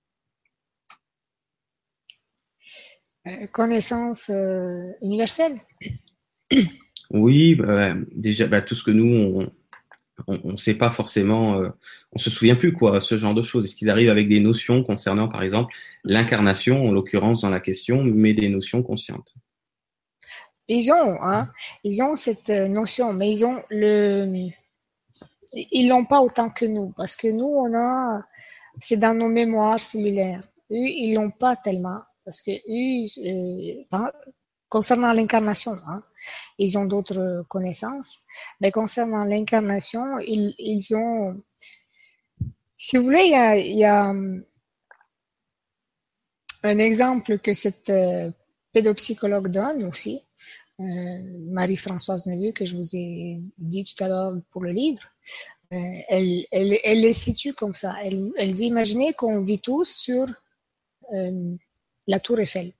Euh, connaissance euh, universelle. Oui, bah, déjà, bah, tout ce que nous, on ne sait pas forcément, euh, on se souvient plus quoi, ce genre de choses. Est-ce qu'ils arrivent avec des notions concernant, par exemple, l'incarnation, en l'occurrence dans la question, mais des notions conscientes? Ils ont, hein, ils ont cette euh, notion, mais ils ont le, ils l'ont pas autant que nous, parce que nous, on a, c'est dans nos mémoires cellulaires. Eux, ils l'ont pas tellement, parce que eux, euh, concernant l'incarnation, hein, ils ont d'autres connaissances, mais concernant l'incarnation, ils, ils ont, Si vous voulez, il y a, il y a hum, un exemple que cette euh, pédopsychologue donne aussi, euh, Marie-Françoise Neveu, que je vous ai dit tout à l'heure pour le livre. Euh, elle, elle, elle les situe comme ça. Elle, elle dit, imaginez qu'on vit tous sur euh, la tour Eiffel.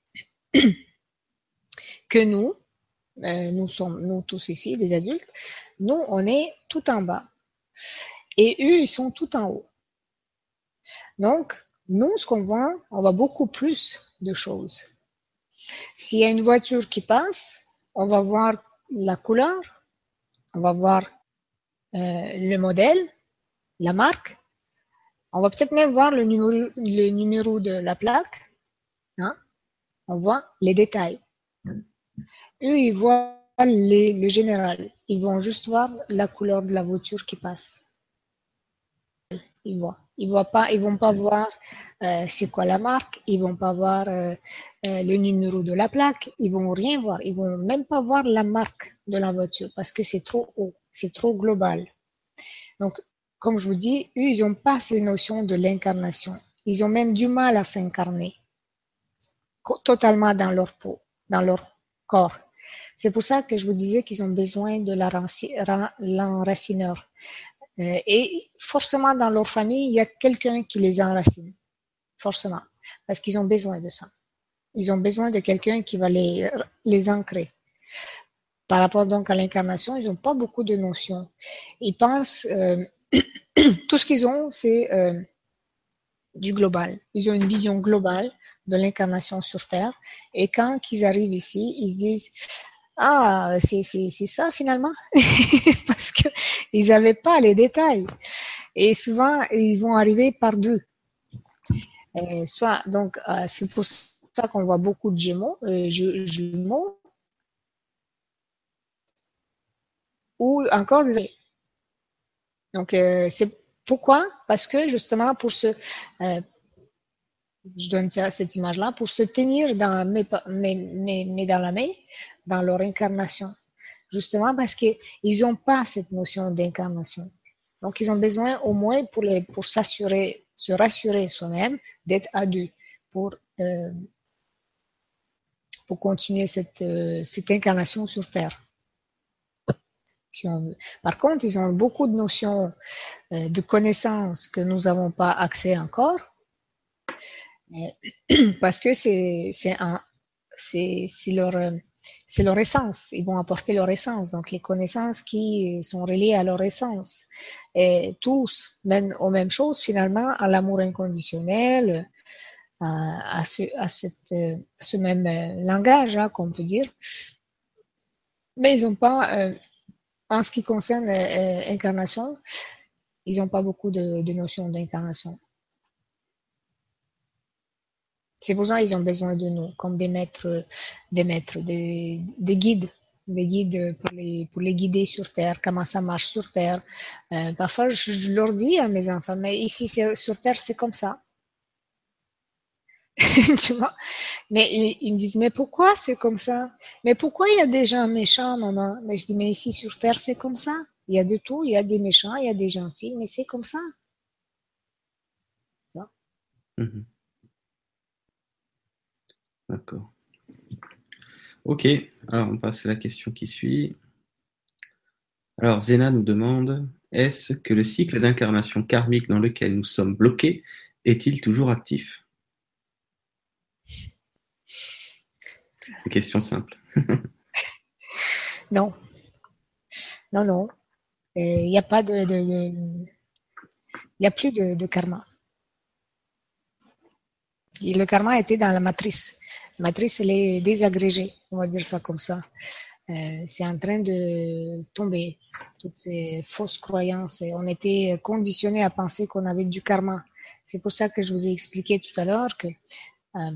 Que nous, euh, nous sommes, nous tous ici, des adultes, nous, on est tout en bas. Et eux, ils sont tout en haut. Donc, nous, ce qu'on voit, on voit beaucoup plus de choses. S'il y a une voiture qui passe, on va voir la couleur, on va voir euh, le modèle, la marque, on va peut-être même voir le numéro, le numéro de la plaque. Hein? On voit les détails. Eux, ils voient les, le général. Ils vont juste voir la couleur de la voiture qui passe. Ils voient. Ils voient pas, ils vont pas voir euh, c'est quoi la marque. Ils vont pas voir euh, euh, le numéro de la plaque. Ils vont rien voir. Ils vont même pas voir la marque de la voiture parce que c'est trop haut, c'est trop global. Donc, comme je vous dis, eux, ils n'ont pas ces notions de l'incarnation. Ils ont même du mal à s'incarner totalement dans leur peau, dans leur corps. C'est pour ça que je vous disais qu'ils ont besoin de l'enracineur. Euh, et forcément, dans leur famille, il y a quelqu'un qui les enracine. Forcément. Parce qu'ils ont besoin de ça. Ils ont besoin de quelqu'un qui va les, les ancrer. Par rapport donc à l'incarnation, ils n'ont pas beaucoup de notions. Ils pensent, euh, tout ce qu'ils ont, c'est euh, du global. Ils ont une vision globale de l'incarnation sur Terre. Et quand ils arrivent ici, ils se disent, ah, c'est, c'est, c'est ça finalement. Parce qu'ils n'avaient pas les détails. Et souvent, ils vont arriver par deux. Et soit, donc, euh, c'est pour ça qu'on voit beaucoup de Gémeaux, euh, jumeaux, ou encore des. Donc, euh, c'est pourquoi? Parce que justement, pour se, euh, je donne cette image-là, pour se tenir dans, mais, mais, mais, mais dans la main, dans leur incarnation. Justement parce qu'ils n'ont pas cette notion d'incarnation. Donc, ils ont besoin au moins pour, les, pour s'assurer, se rassurer soi-même d'être à deux pour, euh, pour continuer cette, euh, cette incarnation sur Terre. Si on veut. Par contre, ils ont beaucoup de notions euh, de connaissances que nous n'avons pas accès encore, parce que c'est, c'est, un, c'est, c'est, leur, c'est leur essence. Ils vont apporter leur essence, donc les connaissances qui sont reliées à leur essence. Et tous mènent aux mêmes choses, finalement, à l'amour inconditionnel, à, à, ce, à, cette, à ce même langage, hein, qu'on peut dire. Mais ils n'ont pas, euh, en ce qui concerne euh, incarnation, ils n'ont pas beaucoup de, de notions d'incarnation. C'est pour ça qu'ils ont besoin de nous, comme des maîtres, des maîtres, des, des guides, des guides pour les, pour les guider sur Terre, comment ça marche sur Terre. Euh, parfois, je, je leur dis à mes enfants, mais ici, sur Terre, c'est comme ça. Tu vois? Mais ils, ils me disent, mais pourquoi c'est comme ça? Mais pourquoi il y a des gens méchants, maman? Mais je dis, mais ici sur Terre, c'est comme ça. Il y a de tout, il y a des méchants, il y a des gentils, mais c'est comme ça. Tu vois? Mhm. D'accord. Ok, alors on passe à la question qui suit. Alors Zéna nous demande, est-ce que le cycle d'incarnation karmique dans lequel nous sommes bloqués est-il toujours actif? C'est question simple. Non, non, non. Il n'y a pas de, de, de il n'y a plus de, de karma. Et le karma était dans la matrice. La matrice, elle est désagrégée, on va dire ça comme ça. Euh, c'est en train de tomber, toutes ces fausses croyances. Et on était conditionné à penser qu'on avait du karma. C'est pour ça que je vous ai expliqué tout à l'heure que euh,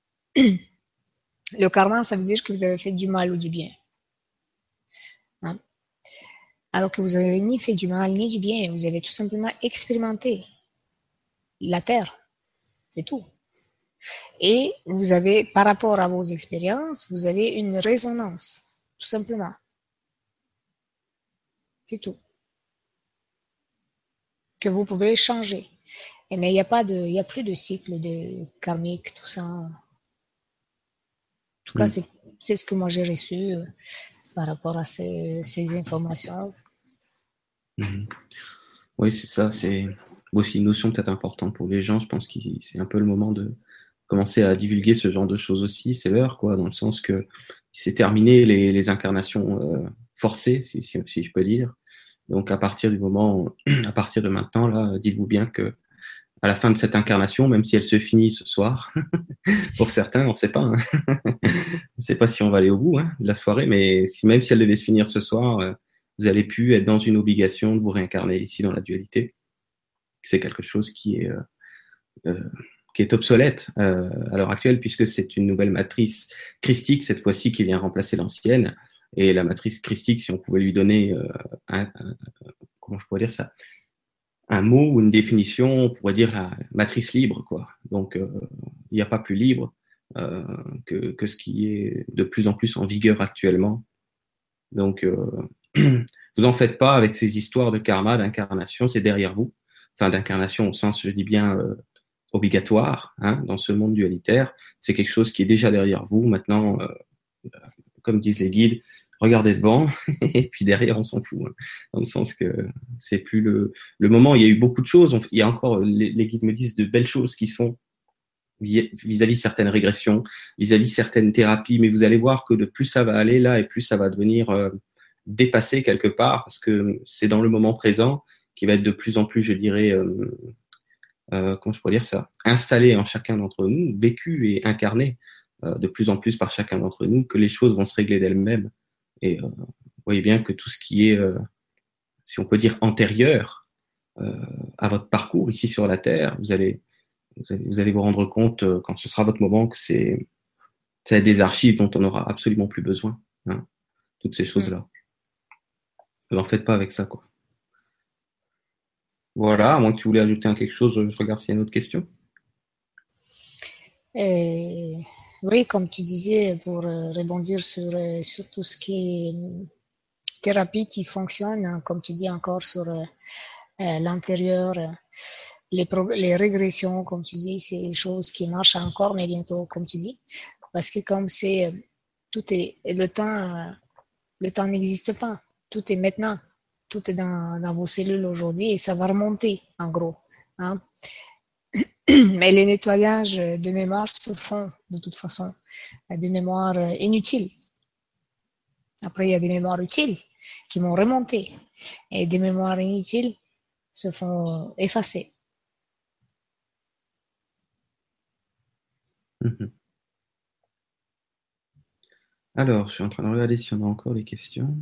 le karma, ça veut dire que vous avez fait du mal ou du bien. Hein? Alors que vous n'avez ni fait du mal ni du bien, vous avez tout simplement expérimenté la terre, c'est tout. Et vous avez, par rapport à vos expériences, vous avez une résonance, tout simplement. C'est tout. Que vous pouvez changer. mais il n'y a pas de, il y a plus de cycle de karmique, tout ça. En tout cas, Mm. c'est, c'est ce que moi j'ai reçu euh, par rapport à ces, ces informations. Mhm. Oui, c'est ça. C'est aussi une notion peut-être importante pour les gens. Je pense que c'est un peu le moment de commencer à divulguer ce genre de choses aussi. C'est l'heure, quoi, dans le sens que c'est terminé les, les incarnations euh, forcées, si, si, si je peux dire. Donc à partir du moment, à partir de maintenant, là, dites-vous bien que à la fin de cette incarnation, même si elle se finit ce soir, pour certains, on ne sait pas, hein. On ne sait pas si on va aller au bout hein, de la soirée, mais si, même si elle devait se finir ce soir, euh, vous allez plus être dans une obligation de vous réincarner ici dans la dualité. C'est quelque chose qui est euh, euh, qui est obsolète euh, à l'heure actuelle puisque c'est une nouvelle matrice christique cette fois-ci qui vient remplacer l'ancienne. Et la matrice christique, si on pouvait lui donner euh, un, un, comment je pourrais dire ça, un mot ou une définition, on pourrait dire la matrice libre, quoi. Donc, euh, il n'y a pas plus libre euh, que, que ce qui est de plus en plus en vigueur actuellement. Donc, euh, vous en faites pas avec ces histoires de karma, d'incarnation, c'est derrière vous. Enfin, d'incarnation au sens, je dis bien, euh, obligatoire, hein, dans ce monde dualitaire. C'est quelque chose qui est déjà derrière vous. Maintenant, euh, comme disent les guides, regardez devant et puis derrière on s'en fout, hein, dans le sens que c'est plus le, le moment. Il y a eu beaucoup de choses, il y a encore les, les guides me disent de belles choses qui se font vis-à-vis certaines régressions, vis-à-vis certaines thérapies, mais vous allez voir que de plus ça va aller là et plus ça va devenir euh, dépassé quelque part parce que c'est dans le moment présent qui va être de plus en plus, je dirais, euh, euh, comment je pourrais dire ça, installé en chacun d'entre nous, vécu et incarné euh, de plus en plus par chacun d'entre nous, que les choses vont se régler d'elles-mêmes. Et euh, vous voyez bien que tout ce qui est, euh, si on peut dire, antérieur euh, à votre parcours ici sur la Terre, vous allez, vous allez, vous allez vous rendre compte euh, quand ce sera votre moment que c'est, c'est des archives dont on n'aura absolument plus besoin, hein, toutes ces Mm. choses-là. Ne en faites pas avec ça, quoi. Voilà, à moins que tu voulais ajouter un quelque chose, je regarde s'il y a une autre question. Et oui, comme tu disais, pour euh, rebondir sur, euh, sur tout ce qui est euh, thérapie qui fonctionne, hein, comme tu dis encore sur euh, euh, l'intérieur, euh, les, prog- les régressions, comme tu dis, c'est des choses qui marchent encore, mais bientôt, comme tu dis, parce que comme c'est euh, tout est le temps, euh, le temps n'existe pas, tout est maintenant, tout est dans, dans vos cellules aujourd'hui et ça va remonter en gros, hein. Mais les nettoyages de mémoire se font de toute façon, des mémoires inutiles. Après, il y a des mémoires utiles qui vont remonter et des mémoires inutiles se font effacer. Mhm. Alors, je suis en train de regarder si on a encore des questions.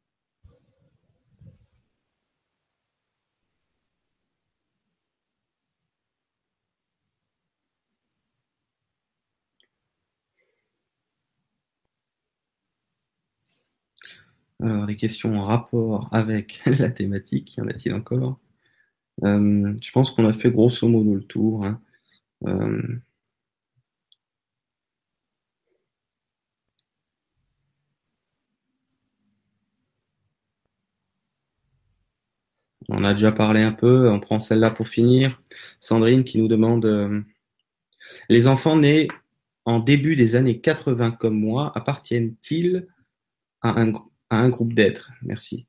Alors, des questions en rapport avec la thématique, y en a-t-il encore? Euh, je pense qu'on a fait grosso modo le tour, hein. Euh, on a déjà parlé un peu, on prend celle-là pour finir. Sandrine qui nous demande euh, les enfants nés en début des années quatre-vingts comme moi appartiennent-ils à un, à un groupe d'êtres? Merci.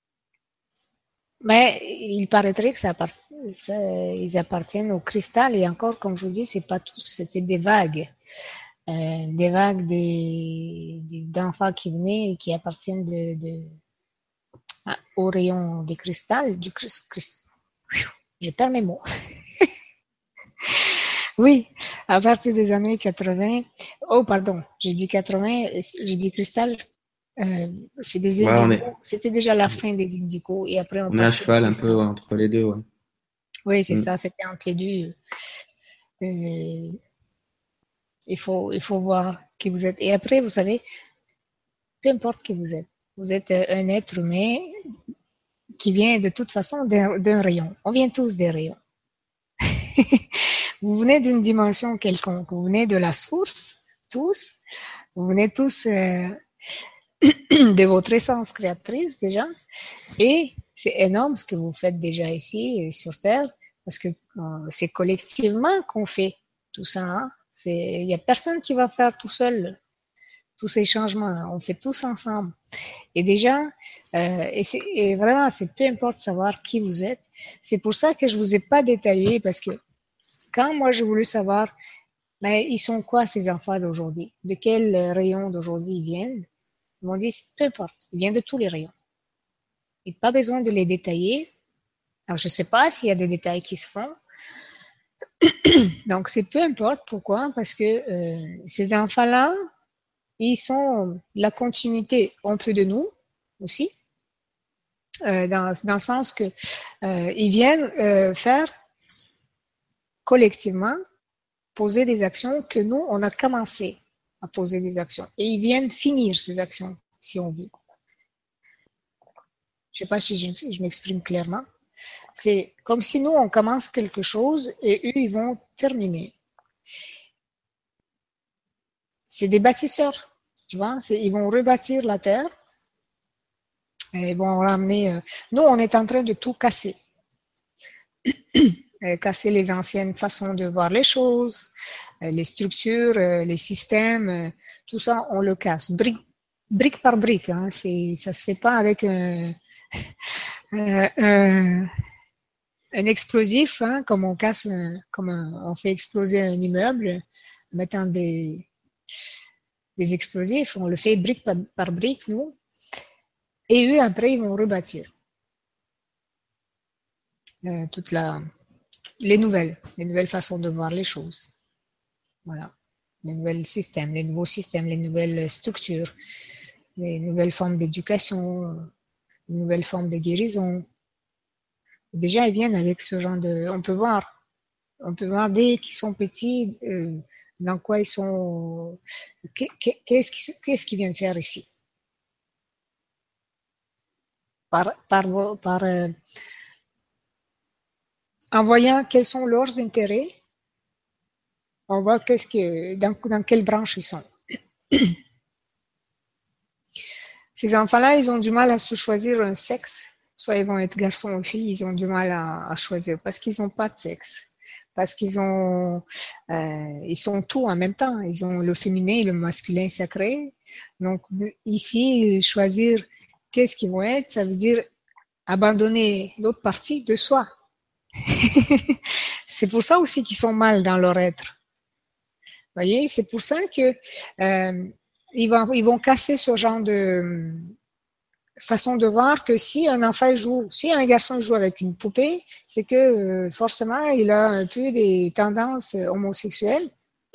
Mais il paraîtrait que ça, ça, ils appartiennent au cristal et encore, comme je vous dis, c'est pas tous, c'était des vagues. Euh, des vagues des, des, d'enfants qui venaient et qui appartiennent de, de, ah, au rayon du cristal, du cristal. Je perds mes mots. Oui, à partir des années quatre-vingts. Oh, pardon, j'ai dit quatre-vingts, j'ai dit cristal. Euh, c'est des Ouais, on est, indigos. C'était déjà la fin des indigos et après on on est à passait au cheval un peu cristal. ouais, entre les deux. Ouais. Oui, c'est Mm. ça, c'était entre les deux. Euh, il faut, il faut voir qui vous êtes. Et après, vous savez, peu importe qui vous êtes, vous êtes un être humain qui vient de toute façon d'un, d'un rayon. On vient tous des rayons. Vous venez d'une dimension quelconque. Vous venez de la source, tous. Vous venez tous euh, de votre essence créatrice déjà. Et c'est énorme ce que vous faites déjà ici sur Terre parce que euh, c'est collectivement qu'on fait tout ça. Hein. Il n'y a personne qui va faire tout seul tous ces changements. On fait tous ensemble. Et déjà, euh, et, et vraiment, c'est peu importe savoir qui vous êtes. C'est pour ça que je vous ai pas détaillé, parce que quand moi j'ai voulu savoir, mais ils sont quoi ces enfants d'aujourd'hui? De quel rayon d'aujourd'hui ils viennent? Ils m'ont dit, peu importe, ils viennent de tous les rayons. Il n'y a pas besoin de les détailler. Alors, je ne sais pas s'il y a des détails qui se font. Donc, c'est peu importe. Pourquoi? Parce que euh, ces enfants-là, ils sont la continuité un peu de nous aussi, euh, dans, dans le sens que euh, ils viennent euh, faire collectivement poser des actions que nous, on a commencé à poser des actions. Et ils viennent finir ces actions, si on veut. Je ne sais pas si je, je m'exprime clairement. C'est comme si nous, on commence quelque chose et eux, ils vont terminer. C'est des bâtisseurs, tu vois. Ils vont rebâtir la terre. Et ils vont ramener... Euh, nous, on est en train de tout casser. Casser les anciennes façons de voir les choses, les structures, les systèmes, tout ça, on le casse, brique, brique par brique. Hein, c'est, ça se fait pas avec un, un, un, un explosif, hein, comme on casse, un, comme un, on fait exploser un immeuble, en mettant des, des explosifs. On le fait brique par, par brique, nous. Et eux, après, ils vont rebâtir euh, toute la les nouvelles, les nouvelles façons de voir les choses. Voilà. Les nouveaux systèmes, les nouveaux systèmes, les nouvelles structures, les nouvelles formes d'éducation, les nouvelles formes de guérison. Déjà, ils viennent avec ce genre de... On peut voir, on peut voir dès qu'ils sont petits, euh, dans quoi ils sont... Qu'est-ce qu'ils qu'est-ce qu'ils viennent faire ici? Par, par, par, euh, en voyant quels sont leurs intérêts, on voit qu'est-ce que, dans, dans quelle branche ils sont. Ces enfants-là, ils ont du mal à se choisir un sexe. Soit ils vont être garçons ou filles, ils ont du mal à, à choisir parce qu'ils n'ont pas de sexe. Parce qu'ils ont, euh, ils sont tout en même temps. Ils ont le féminin et le masculin sacré. Donc, ici, choisir qu'est-ce qu'ils vont être, ça veut dire abandonner l'autre partie de soi. C'est pour ça aussi qu'ils sont mal dans leur être. Vous voyez, c'est pour ça que euh, ils vont, ils vont casser ce genre de façon de voir que si un enfant joue, si un garçon joue avec une poupée, c'est que euh, forcément il a un peu des tendances homosexuelles.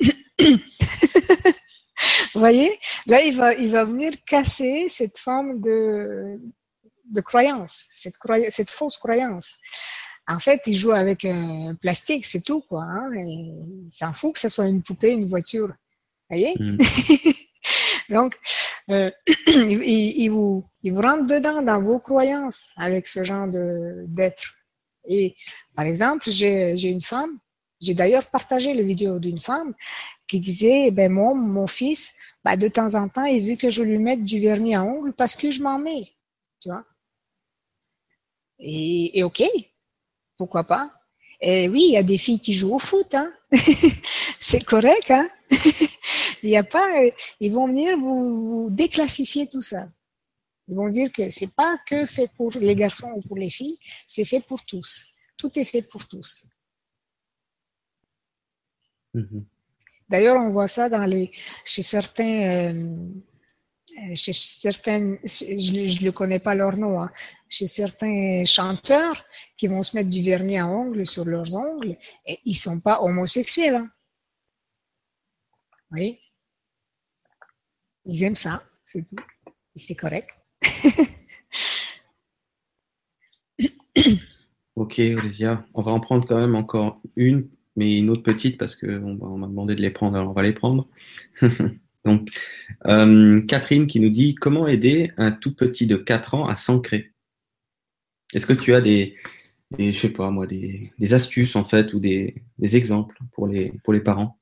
Vous voyez, là il va, il va venir casser cette forme de, de croyance, cette, croy- cette fausse croyance. En fait, il joue avec un plastique, c'est tout, quoi. Hein, et il s'en fout que ce soit une poupée, une voiture. Vous voyez? Mm. Donc, euh, il, il, vous, il vous rentre dedans dans vos croyances avec ce genre de, d'être. Et par exemple, j'ai, j'ai une femme, j'ai d'ailleurs partagé la vidéo d'une femme qui disait, ben moi, mon fils, ben, de temps en temps, il veut que je lui mette du vernis à ongles parce que je m'en mets. Tu vois? Et, et ok, pourquoi pas? Et oui, il y a des filles qui jouent au foot, hein. C'est correct, hein. Il y a pas, ils vont venir vous, vous déclassifier tout ça. Ils vont dire que c'est pas que fait pour les garçons ou pour les filles, c'est fait pour tous. Tout est fait pour tous. Mm-hmm. D'ailleurs, on voit ça dans les, chez certains, euh, chez certains, je ne connais pas leur nom, hein, chez certains chanteurs qui vont se mettre du vernis à ongles sur leurs ongles, et ils sont pas homosexuels. Hein. Oui. Ils aiment ça, c'est tout. Et c'est correct. Ok, Olivia, on va en prendre quand même encore une, mais une autre petite parce qu'on on m'a demandé de les prendre, alors on va les prendre. Donc, euh, Catherine qui nous dit comment aider un tout petit de quatre ans à s'ancrer. Est-ce que tu as des, des je sais pas moi, des, des astuces en fait ou des, des exemples pour les, pour les parents?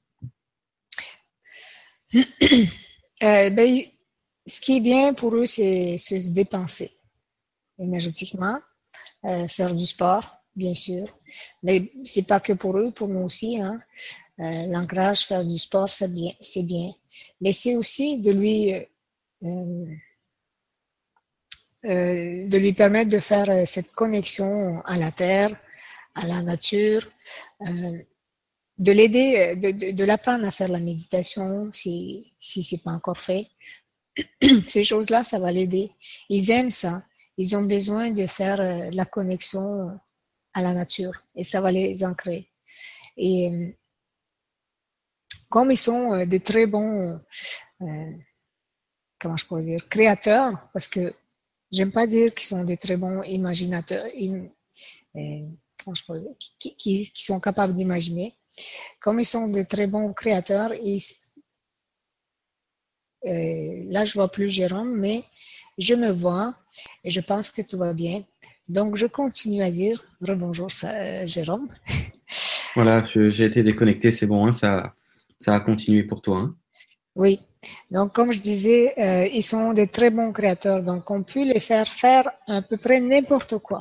euh, ben, ce qui est bien pour eux, c'est se dépenser énergétiquement, euh, faire du sport, bien sûr. Mais c'est pas que pour eux, pour nous aussi. Hein. Euh, L'ancrage, faire du sport, c'est bien, c'est bien. Mais c'est aussi de lui, euh, euh, de lui permettre de faire euh, cette connexion à la terre, à la nature, euh, de l'aider, de, de, de l'apprendre à faire la méditation si si c'est pas encore fait. Ces choses-là, ça va l'aider. Ils aiment ça. Ils ont besoin de faire euh, la connexion à la nature et ça va les ancrer. Et euh, comme ils sont euh, de très bons, euh, comment je pourrais dire, créateurs, parce que j'aime pas dire qu'ils sont des très bons imaginateurs, im, euh, comment je pourrais dire, qui, qui, qui sont capables d'imaginer. Comme ils sont de très bons créateurs, ils, euh, là je vois plus Jérôme, mais je me vois et je pense que tout va bien. Donc je continue à dire rebonjour euh, Jérôme. Voilà, je- j'ai été déconnecté, c'est bon, hein, ça, ça a continué pour toi. Hein. Oui. Donc, comme je disais, euh, ils sont des très bons créateurs. Donc, on peut les faire faire à peu près n'importe quoi.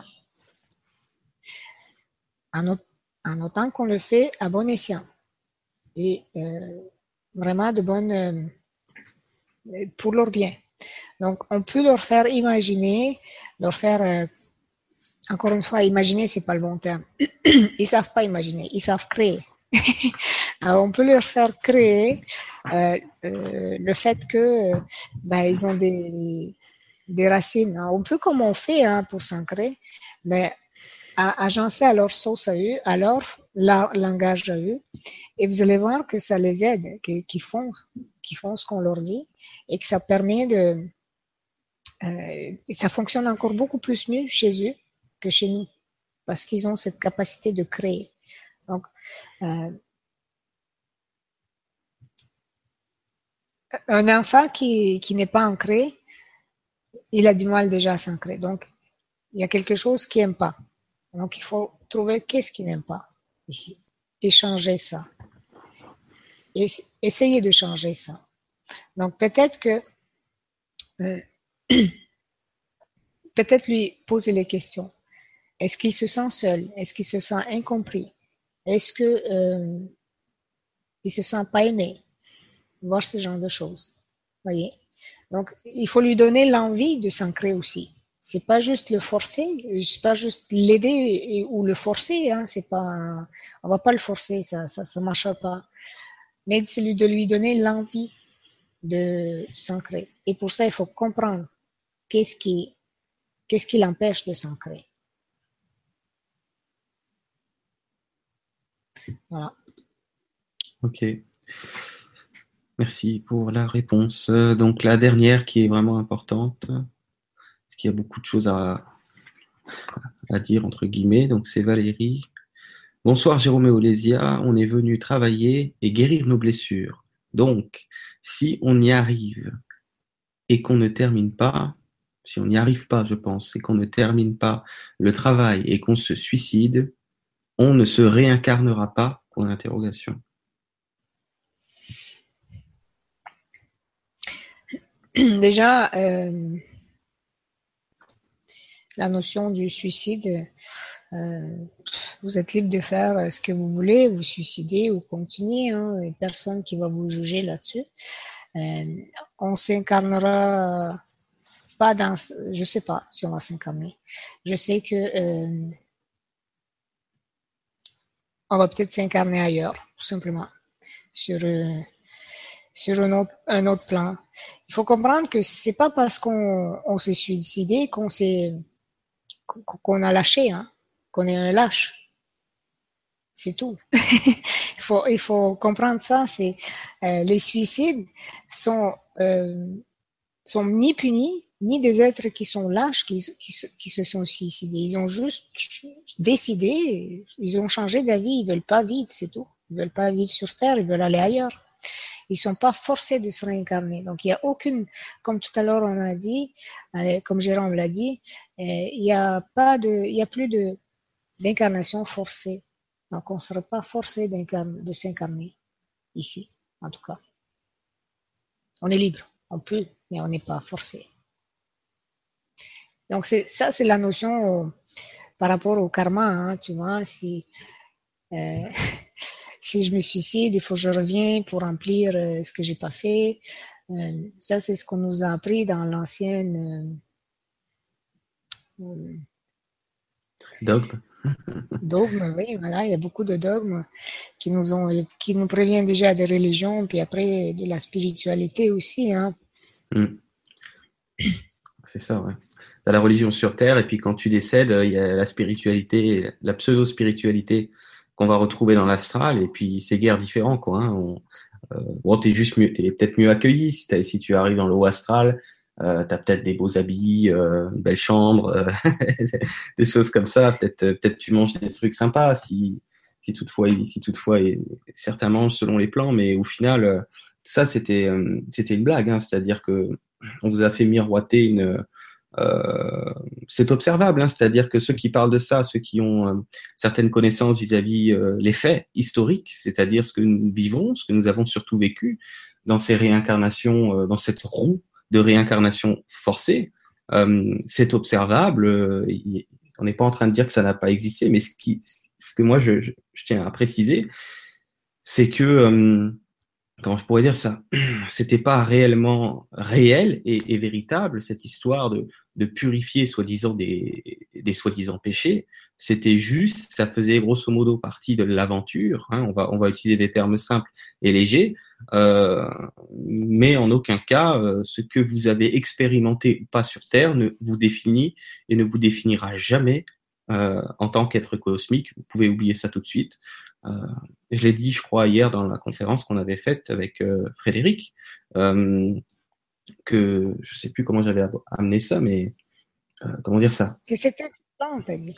En, not en notant qu'on le fait à bon escient. Et euh, vraiment de bonne, euh, pour leur bien. Donc, on peut leur faire imaginer, leur faire, euh, encore une fois, imaginer, c'est pas le bon terme. Ils savent pas imaginer, ils savent créer. Alors, on peut leur faire créer euh, euh, le fait que ben, ils ont des, des racines, hein, un peu comme on fait hein, pour s'ancrer, mais à, agencer à leur sauce à eux, à leur la, langage à eux, et vous allez voir que ça les aide, qu'ils font, qu'ils font ce qu'on leur dit, et que ça permet de, euh, ça fonctionne encore beaucoup plus mieux chez eux que chez nous, parce qu'ils ont cette capacité de créer. Donc, euh, un enfant qui, qui n'est pas ancré, il a du mal déjà à s'ancrer. Donc, il y a quelque chose qu'il n'aime pas. Donc, il faut trouver qu'est-ce qu'il n'aime pas ici et changer ça. Et essayer de changer ça. Donc, peut-être que, euh, peut-être lui poser les questions. Est-ce qu'il se sent seul? Est-ce qu'il se sent incompris? Est-ce que euh, il se sent pas aimé? Voir ce genre de choses. Voyez? Donc, il faut lui donner l'envie de s'ancrer aussi. C'est pas juste le forcer, c'est pas juste l'aider ou le forcer, hein, c'est pas, on va pas le forcer, ça, ça, ça marchera pas. Mais c'est lui de lui donner l'envie de s'ancrer. Et pour ça, il faut comprendre qu'est-ce qui, qu'est-ce qui l'empêche de s'ancrer. Voilà. Ok, merci pour la réponse. Euh, Donc la dernière qui est vraiment importante, parce qu'il y a beaucoup de choses à, à dire entre guillemets. Donc c'est Valérie. Bonsoir Jérôme et Olésia, on est venu travailler et guérir nos blessures. Donc, si on y arrive et qu'on ne termine pas, si on n'y arrive pas, je pense, et qu'on ne termine pas le travail et qu'on se suicide, on ne se réincarnera pas, pour l'interrogation. Déjà, euh, la notion du suicide, euh, vous êtes libre de faire ce que vous voulez, vous suicider ou continuer, hein, il n'y a personne qui va vous juger là-dessus. Euh, on s'incarnera pas dans, je sais pas si on va s'incarner. Je sais que euh, on va peut-être s'incarner ailleurs, tout simplement, sur euh, sur un autre, un autre plan. Il faut comprendre que c'est pas parce qu'on on s'est suicidé qu'on s'est qu'on a lâché, hein, qu'on est un lâche. C'est tout. il faut il faut comprendre ça. C'est euh, les suicides sont euh, sont ni punis, ni des êtres qui sont lâches, qui, qui, qui se sont suicidés. Ils ont juste décidé, ils ont changé d'avis, ils veulent pas vivre, c'est tout. Ils veulent pas vivre sur Terre, ils veulent aller ailleurs. Ils sont pas forcés de se réincarner. Donc il y a aucune, comme tout à l'heure on a dit, euh, comme Jérôme l'a dit, euh, il y a pas de, il y a plus de d'incarnation forcée. Donc on ne sera pas forcé de s'incarner ici, en tout cas. On est libre, on peut, mais on n'est pas forcé. Donc c'est ça, c'est la notion. par rapport au karma, hein, tu vois, si, euh, si je me suicide, il faut que je revienne pour remplir euh, ce que j'ai pas fait. Euh, ça, c'est ce qu'on nous a appris dans l'ancienne euh, Dogme. dogme. Oui, voilà, il y a beaucoup de dogmes qui nous ont, qui nous préviennent déjà des religions, puis après de la spiritualité aussi, hein. Mm. C'est ça, ouais. T'as la religion sur Terre, et puis quand tu décèdes, il y a la spiritualité, la pseudo-spiritualité qu'on va retrouver dans l'astral, et puis c'est guère différent, quoi. Hein. On, euh, bon, t'es juste mieux, t'es peut-être mieux accueilli si, si tu arrives dans le haut astral. Euh, t'as peut-être des beaux habits, euh, une belle chambre, euh, des choses comme ça. Peut-être, euh, peut-être tu manges des trucs sympas, si, si toutefois, si toutefois, et certains mangent selon les plans, mais au final, euh, ça c'était, euh, c'était une blague, hein. C'est-à-dire que on vous a fait miroiter une euh, c'est observable, hein, c'est-à-dire que ceux qui parlent de ça, ceux qui ont euh, certaines connaissances vis-à-vis euh, les faits historiques, c'est-à-dire ce que nous vivons, ce que nous avons surtout vécu dans ces réincarnations, euh, dans cette roue de réincarnation forcée, euh, c'est observable. Euh, y, on n'est pas en train de dire que ça n'a pas existé, mais ce, qui, ce que moi je, je, je tiens à préciser, c'est que euh, comment je pourrais dire ça, c'était pas réellement réel et, et véritable, cette histoire de, de purifier soi-disant des, des soi-disant péchés. C'était juste, ça faisait grosso modo partie de l'aventure, hein, on va, on va utiliser des termes simples et légers, euh, mais en aucun cas, euh, ce que vous avez expérimenté ou pas sur Terre ne vous définit et ne vous définira jamais euh, en tant qu'être cosmique. Vous pouvez oublier ça tout de suite. Euh, je l'ai dit, je crois, hier dans la conférence qu'on avait faite avec euh, Frédéric, euh, que je sais plus comment j'avais amené ça, mais euh, comment dire ça? Que c'était du flan, t'as dit.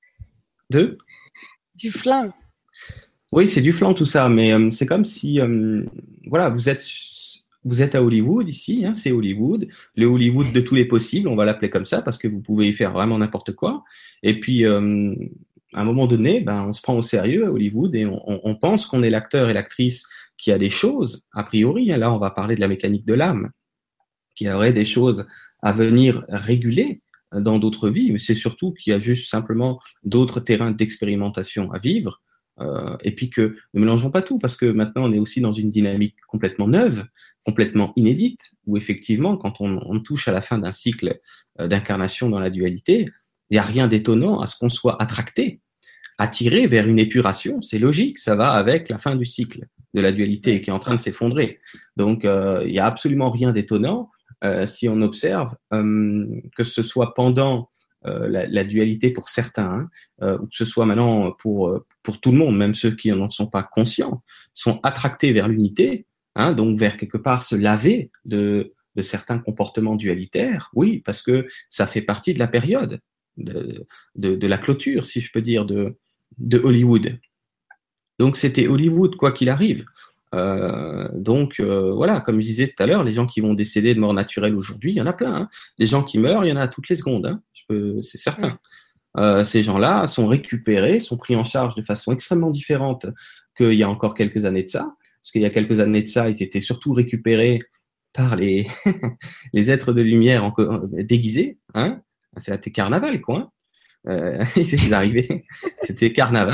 Deux? Du flan. Oui, c'est du flan tout ça, mais euh, c'est comme si, euh, voilà, vous êtes, vous êtes à Hollywood ici, hein, c'est Hollywood, le Hollywood de tous les possibles, on va l'appeler comme ça parce que vous pouvez y faire vraiment n'importe quoi. Et puis, euh, à un moment donné, ben, on se prend au sérieux à Hollywood et on, on, on pense qu'on est l'acteur et l'actrice qui a des choses, a priori, hein, là on va parler de la mécanique de l'âme, qui aurait des choses à venir réguler dans d'autres vies, mais c'est surtout qu'il y a juste simplement d'autres terrains d'expérimentation à vivre, euh, et puis que ne mélangeons pas tout, parce que maintenant on est aussi dans une dynamique complètement neuve, complètement inédite, où effectivement, quand on, on touche à la fin d'un cycle euh, d'incarnation dans la dualité, il n'y a rien d'étonnant à ce qu'on soit attracté, attiré vers une épuration. C'est logique, ça va avec la fin du cycle de la dualité qui est en train de s'effondrer. Donc, euh, il n'y a absolument rien d'étonnant euh, si on observe euh, que ce soit pendant euh, la, la dualité pour certains, hein, euh, ou que ce soit maintenant pour, pour tout le monde, même ceux qui n'en sont pas conscients, sont attractés vers l'unité, hein, donc vers quelque part se laver de, de certains comportements dualitaires, oui, parce que ça fait partie de la période, de, de, de la clôture, si je peux dire, de, de Hollywood. Donc c'était Hollywood, quoi qu'il arrive. Euh, donc euh, voilà, comme je disais tout à l'heure, les gens qui vont décéder de mort naturelle aujourd'hui, il y en a plein. Hein. Les gens qui meurent, il y en a toutes les secondes, hein. Je peux, c'est certain. Euh, ces gens-là sont récupérés, sont pris en charge de façon extrêmement différente qu'il y a encore quelques années de ça. Parce qu'il y a quelques années de ça, ils étaient surtout récupérés par les, les êtres de lumière en, déguisés. Hein. C'était carnaval, quoi. Hein. Euh, c'est arrivé, c'était carnaval,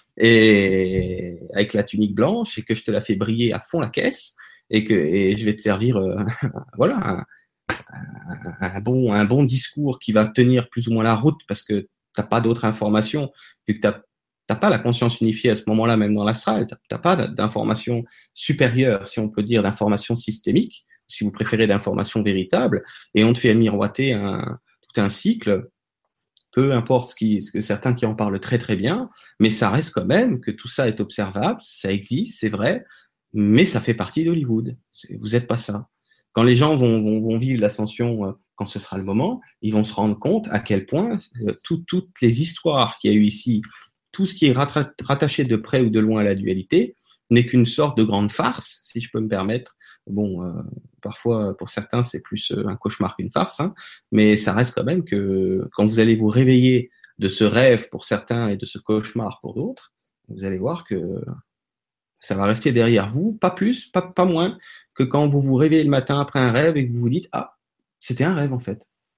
et avec la tunique blanche, et que je te la fais briller à fond la caisse, et que et je vais te servir, euh, voilà, un, un, un, bon, un bon discours qui va tenir plus ou moins la route, parce que t'as pas d'autres informations, vu que t'as t'as pas la conscience unifiée à ce moment-là, même dans l'astral, t'as, t'as pas d'informations supérieures, si on peut dire, d'informations systémiques, si vous préférez d'informations véritables, et on te fait miroiter un, tout un cycle. Peu importe ce, qui, ce que certains qui en parlent très très bien, mais ça reste quand même que tout ça est observable, ça existe, c'est vrai, mais ça fait partie d'Hollywood. Vous n'êtes pas ça. Quand les gens vont, vont, vont vivre l'ascension, euh, quand ce sera le moment, ils vont se rendre compte à quel point euh, tout, toutes les histoires qu'il y a eu ici, tout ce qui est rattaché de près ou de loin à la dualité, n'est qu'une sorte de grande farce, si je peux me permettre. Bon, euh, parfois, pour certains, c'est plus un cauchemar qu'une farce, hein, mais ça reste quand même que quand vous allez vous réveiller de ce rêve pour certains et de ce cauchemar pour d'autres, vous allez voir que ça va rester derrière vous, pas plus, pas, pas moins que quand vous vous réveillez le matin après un rêve et que vous vous dites « Ah, c'était un rêve en fait ».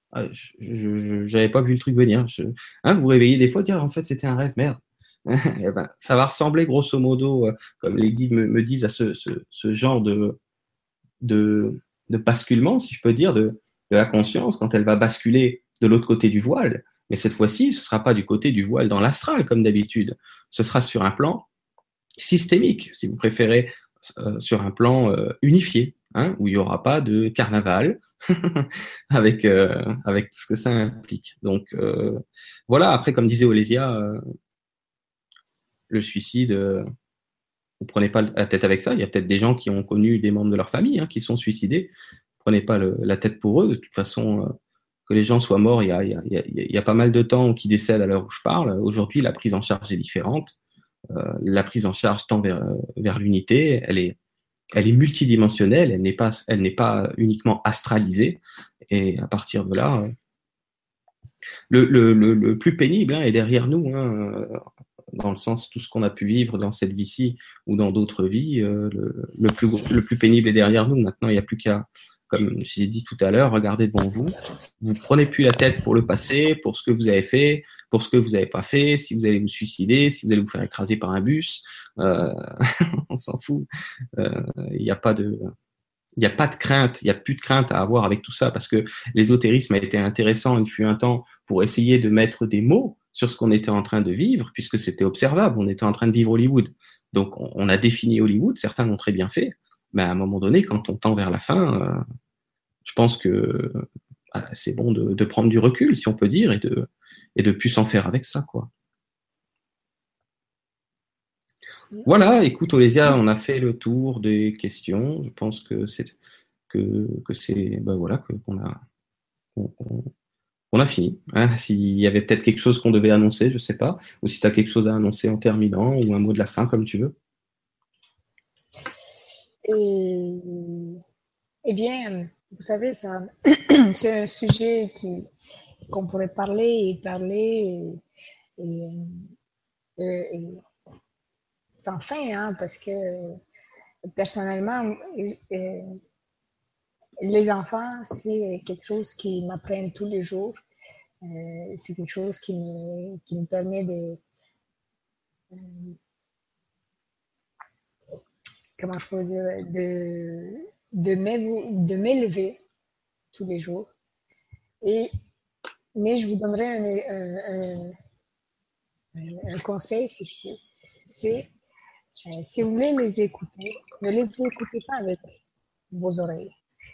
Ah, je n'avais pas vu le truc venir. Je, hein, vous vous réveillez des fois, dire en fait c'était un rêve, merde. Eh ben, ça va ressembler grosso modo, euh, comme les guides me, me disent, à ce, ce, ce genre de, de, de basculement, si je peux dire, de, de la conscience, quand elle va basculer de l'autre côté du voile. Mais cette fois-ci, ce ne sera pas du côté du voile dans l'astral, comme d'habitude. Ce sera sur un plan systémique, si vous préférez, euh, sur un plan euh, unifié, hein, où il n'y aura pas de carnaval, avec, euh, avec tout ce que ça implique. Donc, euh, voilà, après, comme disait Olésia, euh, le suicide, euh, ne prenez pas la tête avec ça. Il y a peut-être des gens qui ont connu des membres de leur famille hein, qui sont suicidés. Ne prenez pas le, la tête pour eux. De toute façon, euh, que les gens soient morts, il y a, il y a, il y a, il y a pas mal de temps qui décèdent à l'heure où je parle. Aujourd'hui, la prise en charge est différente. Euh, la prise en charge tend vers, vers l'unité. Elle est, elle est multidimensionnelle. Elle n'est pas, elle n'est pas uniquement astralisée. Et à partir de là, euh, le, le, le, le plus pénible hein, est derrière nous. Hein, dans le sens tout ce qu'on a pu vivre dans cette vie-ci ou dans d'autres vies, euh, le, le, plus, le plus pénible est derrière nous. Maintenant, il n'y a plus qu'à, comme j'ai dit tout à l'heure, regarder devant vous. Vous ne prenez plus la tête pour le passé, pour ce que vous avez fait, pour ce que vous n'avez pas fait, si vous allez vous suicider, si vous allez vous faire écraser par un bus. Euh, on s'en fout. Il euh, n'y a pas de... Il n'y a pas de crainte, il n'y a plus de crainte à avoir avec tout ça parce que l'ésotérisme a été intéressant, il fut un temps pour essayer de mettre des mots sur ce qu'on était en train de vivre puisque c'était observable, on était en train de vivre Hollywood. Donc on a défini Hollywood, certains l'ont très bien fait, mais à un moment donné, quand on tend vers la fin, euh, je pense que bah, c'est bon de, de prendre du recul, si on peut dire, et de et de plus s'en faire avec ça, quoi. Voilà, écoute, Olésia, on a fait le tour des questions. Je pense que c'est que, que c'est ben voilà que qu'on a qu'on, qu'on a fini. Hein. S'il y avait peut-être quelque chose qu'on devait annoncer, je sais pas, ou si tu as quelque chose à annoncer en terminant ou un mot de la fin comme tu veux. Et, eh bien, vous savez, ça, c'est un sujet qui, qu'on pourrait parler et parler et, et, et, et sans fin, hein, parce que personnellement, les enfants, c'est quelque chose qui m'apprennent tous les jours. Euh, c'est quelque chose qui me, qui me permet de, comment je peux dire, de, de m'élever tous les jours. Et, mais je vous donnerai un, un, un, un conseil, si je peux. C'est, euh, si vous voulez les écouter, ne les écoutez pas avec vos oreilles.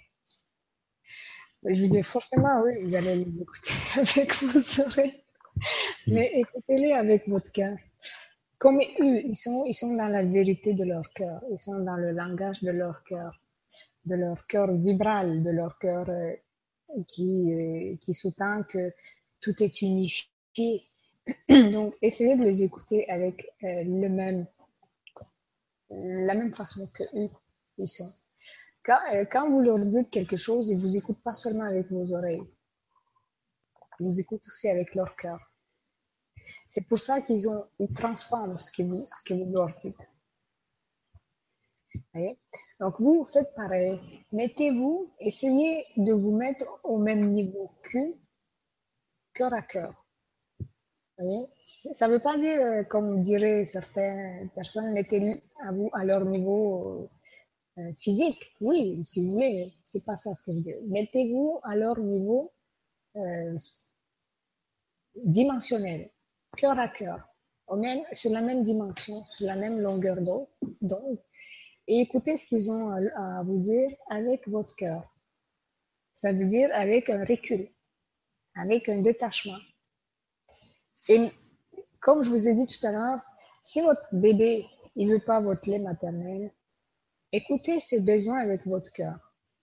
Je vous dis forcément, oui, vous allez les écouter avec vos oreilles, mais écoutez-les avec votre cœur. Comme eux, ils sont, ils sont dans la vérité de leur cœur, ils sont dans le langage de leur cœur, de leur cœur vibral, de leur cœur euh, qui, euh, qui sous-tend que tout est unifié. Donc, essayez de les écouter avec euh, le même, la même façon que eux, ils sont. Quand, euh, quand vous leur dites quelque chose, ils vous écoutent pas seulement avec vos oreilles, ils vous écoutent aussi avec leur cœur. C'est pour ça qu'ils ont, ils transforment ce que vous, ce que vous leur dites. Voyez? Donc, vous faites pareil. Mettez-vous, essayez de vous mettre au même niveau qu'eux, cœur à cœur. Voyez? Ça ne veut pas dire, comme diraient certaines personnes, mettez-vous à, vous, à leur niveau euh, physique. Oui, si vous voulez, c'est pas ça ce que je dis. Mettez-vous à leur niveau euh, dimensionnel, cœur à cœur, au même, sur la même dimension, sur la même longueur d'onde, et écoutez ce qu'ils ont à, à vous dire avec votre cœur. Ça veut dire avec un recul, avec un détachement. Et comme je vous ai dit tout à l'heure, si votre bébé il veut pas votre lait maternel, écoutez ce besoin avec votre cœur.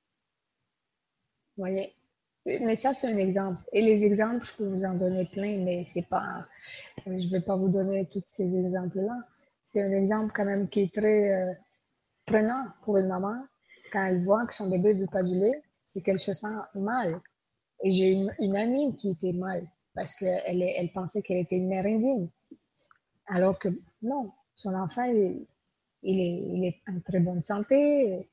Vous voyez? Mais ça, c'est un exemple. Et les exemples, je peux vous en donner plein, mais c'est pas, je ne vais pas vous donner tous ces exemples-là. C'est un exemple quand même qui est très euh, prenant pour une maman. Quand elle voit que son bébé ne veut pas du lait, c'est qu'elle se sent mal. Et j'ai une, une amie qui était mal parce qu'elle elle pensait qu'elle était une mère indigne. Alors que non, son enfant, il, il, est, il est en très bonne santé.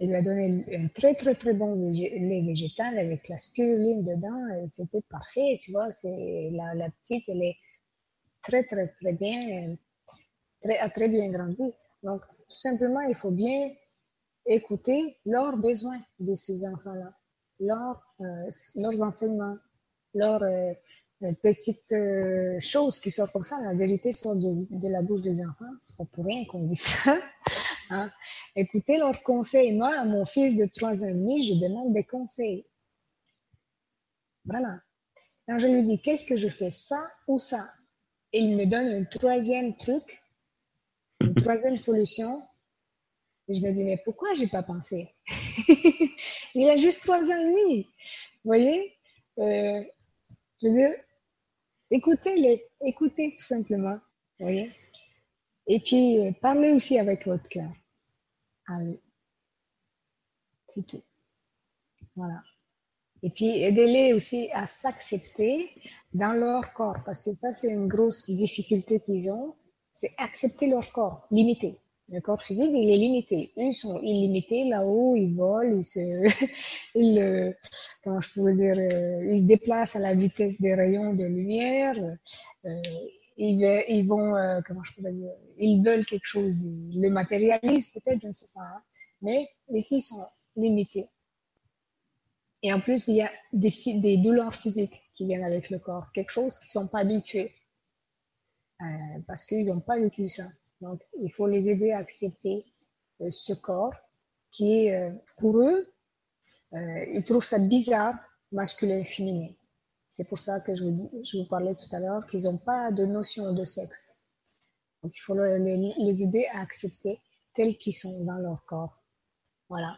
il lui a donné un très, très, très bon végé- lait végétal avec la spiruline dedans. Et c'était parfait, tu vois. C'est, la, la petite, elle est très, très, très bien, très, a très bien grandi. Donc, tout simplement, il faut bien écouter leurs besoins de ces enfants-là, leurs, euh, leurs enseignements, leurs euh, euh, petites euh, choses qui sortent comme ça. La vérité sort de, de la bouche des enfants. C'est pas pour rien qu'on dit ça. Hein? Écoutez leurs conseils. Moi, à mon fils de trois ans et demi, je demande des conseils. Voilà. Quand je lui dis, qu'est-ce que je fais, ça ou ça? Et il me donne un troisième truc, une troisième solution. Et je me dis, mais pourquoi j'ai pas pensé? Il a juste trois ans et demi. Vous voyez? Euh, je veux dire, écoutez-les, écoutez tout simplement. Vous voyez? Et puis, euh, parlez aussi avec votre cœur. Allez, c'est tout. Voilà. Et puis, aidez-les aussi à s'accepter dans leur corps, parce que ça, c'est une grosse difficulté qu'ils ont, c'est accepter leur corps, limité. Le corps physique, il est limité. Eux, ils sont illimités là-haut, ils volent, ils se, ils, euh, comment je pourrais dire, euh, ils se déplacent à la vitesse des rayons de lumière. Euh, ils, ve- ils vont, euh, comment je pourrais dire, ils veulent quelque chose, ils le matérialisent peut-être, je ne sais pas. Hein. Mais ici, ils sont limités. Et en plus, il y a des, des douleurs physiques qui viennent avec le corps, quelque chose qu'ils ne sont pas habitués euh, parce qu'ils n'ont pas vécu ça. Donc, il faut les aider à accepter euh, ce corps qui est, euh, pour eux, euh, ils trouvent ça bizarre, masculin et féminin. C'est pour ça que je vous, dis, je vous parlais tout à l'heure qu'ils n'ont pas de notion de sexe. Donc, il faut les, les aider à accepter tels qu'ils sont dans leur corps. Voilà.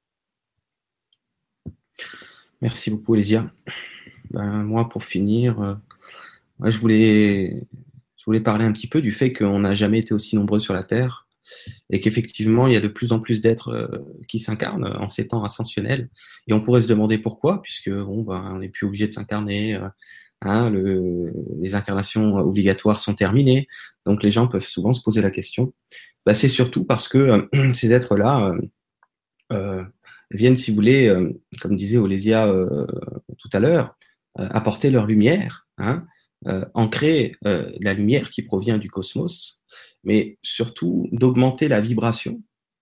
Merci beaucoup, Elésia. Ben, moi, pour finir, euh, ouais, je voulais, je voulais parler un petit peu du fait qu'on n'a jamais été aussi nombreux sur la Terre et qu'effectivement, il y a de plus en plus d'êtres euh, qui s'incarnent en ces temps ascensionnels. Et on pourrait se demander pourquoi, puisque bon, ben, on n'est plus obligé de s'incarner. Euh, hein, le, les incarnations obligatoires sont terminées. Donc, les gens peuvent souvent se poser la question. Ben, c'est surtout parce que euh, ces êtres-là euh, euh, viennent, si vous voulez, euh, comme disait Olésia euh, tout à l'heure, euh, apporter leur lumière, hein, euh, ancrer euh, la lumière qui provient du cosmos, mais surtout d'augmenter la vibration.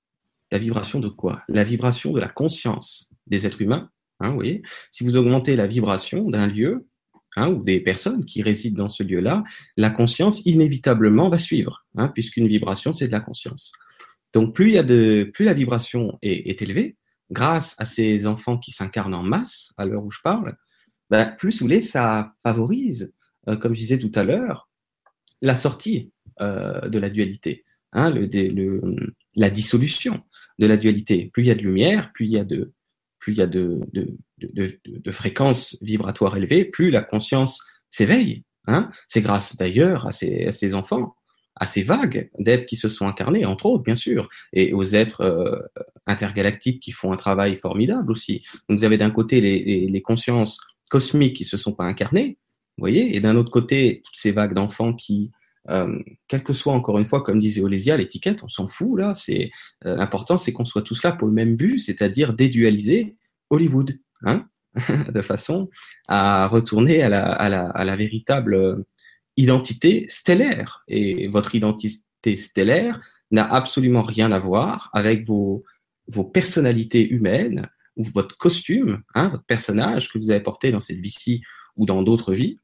La vibration de quoi? La vibration de la conscience des êtres humains. Hein, vous voyez, si vous augmentez la vibration d'un lieu, hein, ou des personnes qui résident dans ce lieu-là, la conscience inévitablement va suivre, hein, puisqu'une vibration, c'est de la conscience. Donc, plus, il y a de, plus la vibration est, est élevée, grâce à ces enfants qui s'incarnent en masse, à l'heure où je parle, ben, plus, si vous voulez, ça favorise, euh, comme je disais tout à l'heure, la sortie euh, de la dualité, hein, le, le, la dissolution de la dualité. Plus il y a de lumière, plus il y a de, plus il y a de, de, de, de, de fréquences vibratoires élevées, plus la conscience s'éveille. Hein. C'est grâce d'ailleurs à ces, à ces enfants, à ces vagues d'êtres qui se sont incarnés, entre autres, bien sûr, et aux êtres euh, intergalactiques qui font un travail formidable aussi. Donc vous avez d'un côté les, les, les consciences cosmiques qui se sont pas incarnées, vous voyez, et d'un autre côté, toutes ces vagues d'enfants qui, euh, quel que soit, encore une fois, comme disait Olésia, l'étiquette, on s'en fout, là, c'est, euh, l'important, c'est qu'on soit tous là pour le même but, c'est-à-dire dédualiser Hollywood, hein, de façon à retourner à la, à la, à la véritable identité stellaire. Et votre identité stellaire n'a absolument rien à voir avec vos, vos personnalités humaines ou votre costume, hein, votre personnage que vous avez porté dans cette vie-ci ou dans d'autres vies.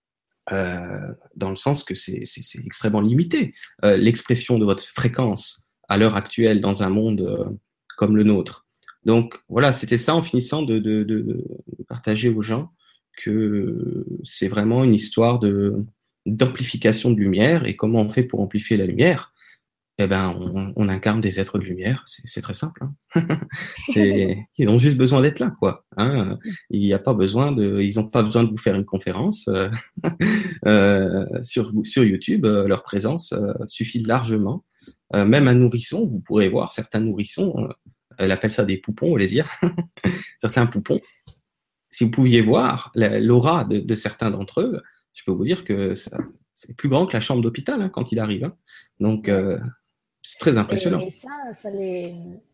Euh, dans le sens que c'est extrêmement limité. Euh, L'expression de votre fréquence à l'heure actuelle dans un monde euh, comme le nôtre. Donc voilà, c'était ça en finissant de, de, de, de partager aux gens que c'est vraiment une histoire de d'amplification de lumière et comment on fait pour amplifier la lumière. Eh ben, on, on incarne des êtres de lumière, c'est très simple. Hein. C'est, ils ont juste besoin d'être là, quoi. Hein. Il n'y a pas besoin de, ils n'ont pas besoin de vous faire une conférence euh, euh, sur sur YouTube. Euh, leur présence euh, suffit largement. Euh, même un nourrisson, vous pourrez voir certains nourrissons, euh, elle appelle ça des poupons, les dire, certains poupons. Si vous pouviez voir l'aura de, de certains d'entre eux, je peux vous dire que c'est plus grand que la chambre d'hôpital hein, quand il arrive. Hein. Donc euh, c'est très impressionnant. Et ça, ça les,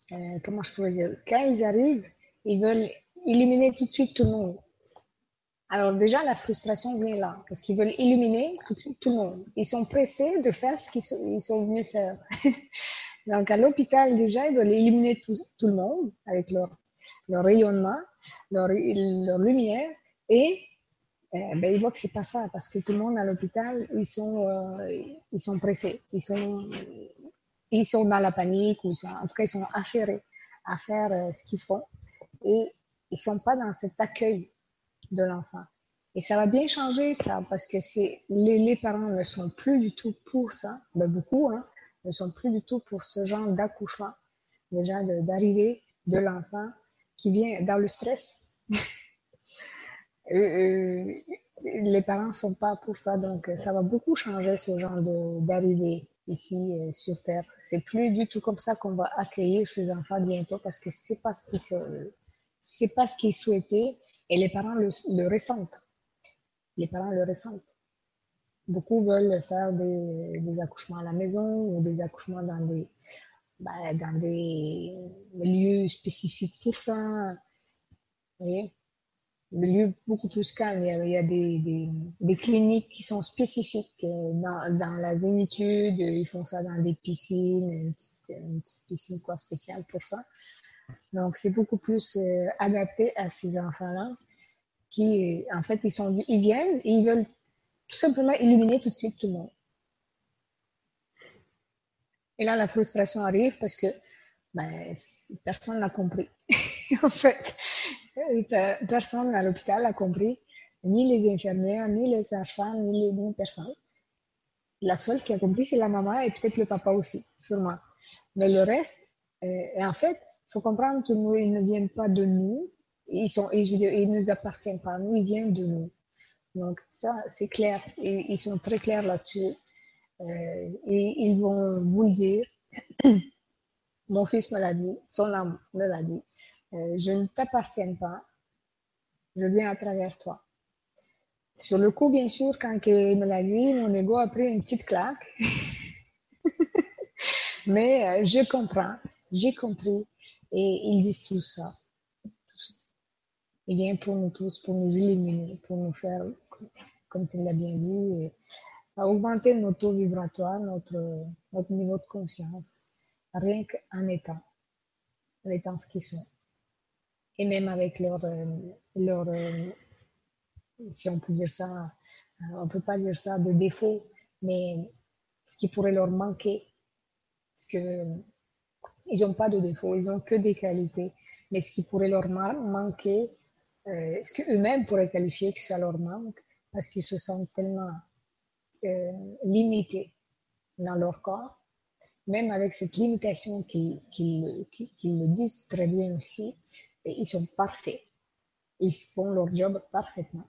euh, comment je pourrais dire, quand ils arrivent, ils veulent éliminer tout de suite tout le monde. Alors déjà, la frustration vient là, parce qu'ils veulent éliminer tout de suite tout le monde. Ils sont pressés de faire ce qu'ils sont, ils sont venus faire. Donc à l'hôpital, déjà, ils veulent éliminer tout, tout le monde avec leur, leur rayonnement, leur, leur lumière, et euh, ben, ils voient que c'est pas ça, parce que tout le monde à l'hôpital, ils sont, euh, ils sont pressés, ils sont, ils sont dans la panique, ou ils sont, en tout cas, ils sont affairés à faire euh, ce qu'ils font, et ils sont pas dans cet accueil de l'enfant. Et ça va bien changer, ça, parce que c'est, les, les parents ne sont plus du tout pour ça, ben beaucoup, hein, ne sont plus du tout pour ce genre d'accouchement, déjà de, d'arrivée de l'enfant qui vient dans le stress. euh, euh, les parents ne sont pas pour ça, donc ça va beaucoup changer ce genre de, d'arrivée ici euh, sur Terre. C'est plus du tout comme ça qu'on va accueillir ces enfants bientôt, parce que c'est pas ce qui se, c'est pas ce qu'ils souhaitaient, et les parents le, le ressentent. Les parents le ressentent. Beaucoup veulent faire des, des accouchements à la maison, ou des accouchements dans des, bah, dans des lieux spécifiques pour ça. Vous voyez, des lieux beaucoup plus calmes. Il y a, il y a des, des, des, cliniques qui sont spécifiques dans, dans la zénitude. Ils font ça dans des piscines, une petite, une petite piscine quoi, spéciale pour ça. Donc, c'est beaucoup plus euh, adapté à ces enfants-là qui, en fait, ils, sont, ils viennent et ils veulent tout simplement illuminer tout de suite tout le monde. Et là, la frustration arrive parce que ben, personne n'a compris. En fait, personne à l'hôpital n'a compris, ni les infirmières, ni les sages-femmes, ni les ni personnes. La seule qui a compris, c'est la maman et peut-être le papa aussi, sûrement. Mais le reste, euh, et en fait, il faut comprendre qu'ils ne viennent pas de nous. Ils sont, et je veux dire, ils ne nous appartiennent pas à nous, ils viennent de nous. Donc ça, c'est clair. Et ils sont très clairs là-dessus. Euh, et ils vont vous le dire. Mon fils me l'a dit, son âme me l'a dit. Euh, je ne t'appartiens pas, je viens à travers toi. Sur le coup, bien sûr, quand il me l'a dit, mon ego a pris une petite claque. Mais euh, je comprends, j'ai compris. Et ils disent tout ça. Il vient pour nous tous, pour nous éliminer, pour nous faire, comme tu l'as bien dit, augmenter notre taux vibratoire, notre, notre niveau de conscience, rien qu'en étant, en étant ce qu'ils sont. Et même avec leur, leur si on peut dire ça, on peut pas dire ça de défaut, mais ce qui pourrait leur manquer, parce que ils n'ont pas de défaut, ils ont que des qualités, mais ce qui pourrait leur manquer, euh, ce qu'eux-mêmes pourraient qualifier que ça leur manque, parce qu'ils se sentent tellement euh, limités dans leur corps, même avec cette limitation qu'ils qu qu qu le disent très bien aussi, et ils sont parfaits. Ils font leur job parfaitement.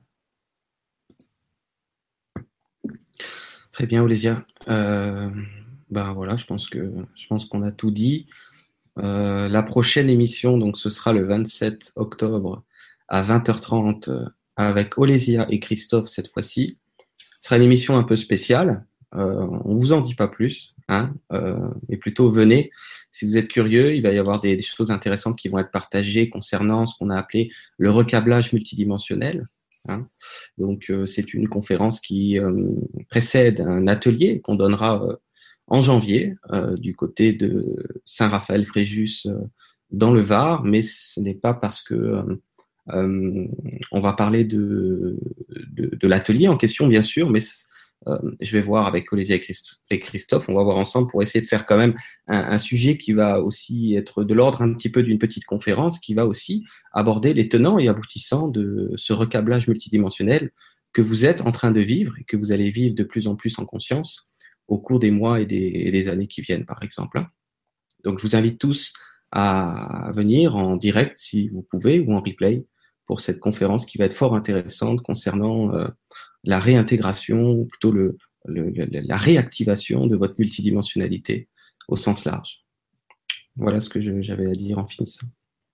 Très bien, Olésia. Euh, ben voilà, je pense que je pense qu'on a tout dit. Euh, la prochaine émission, donc ce sera le vingt-sept octobre à vingt heures trente avec Olésia et Christophe cette fois-ci. Ce sera une émission un peu spéciale. Euh, on vous en dit pas plus, hein, euh, mais plutôt venez. Si vous êtes curieux, il va y avoir des, des choses intéressantes qui vont être partagées concernant ce qu'on a appelé le recablage multidimensionnel. Hein. Donc, euh, c'est une conférence qui euh, précède un atelier qu'on donnera euh, en janvier euh, du côté de Saint-Raphaël-Fréjus euh, dans le Var, mais ce n'est pas parce que euh, euh, on va parler de, de, de l'atelier en question, bien sûr, mais euh, je vais voir avec Olésia et Christophe, on va voir ensemble pour essayer de faire quand même un, un sujet qui va aussi être de l'ordre un petit peu d'une petite conférence, qui va aussi aborder les tenants et aboutissants de ce recablage multidimensionnel que vous êtes en train de vivre et que vous allez vivre de plus en plus en conscience au cours des mois et des, et des années qui viennent, par exemple. Donc, je vous invite tous à venir en direct, si vous pouvez, ou en replay, pour cette conférence qui va être fort intéressante concernant euh, la réintégration, ou plutôt le, le, la réactivation de votre multidimensionnalité au sens large. Voilà ce que j'avais à dire en finissant.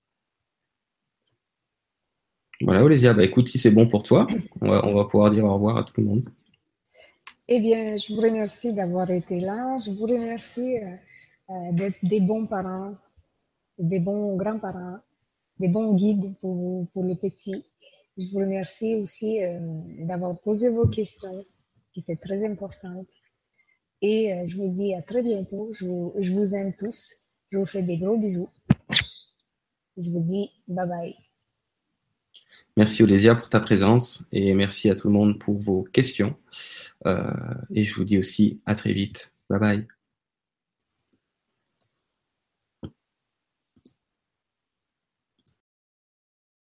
Voilà, Olésia, bah écoute, si c'est bon pour toi, on va, on va pouvoir dire au revoir à tout le monde. Eh bien, je vous remercie d'avoir été là. Je vous remercie euh, d'être des bons parents, des bons grands-parents, des bons guides pour, pour les petits. Je vous remercie aussi euh, d'avoir posé vos questions, qui étaient très importantes. Et euh, je vous dis à très bientôt. Je vous, je vous aime tous. Je vous fais des gros bisous. Je vous dis bye bye. Merci Olésia pour ta présence et merci à tout le monde pour vos questions. Euh, et je vous dis aussi à très vite. Bye bye.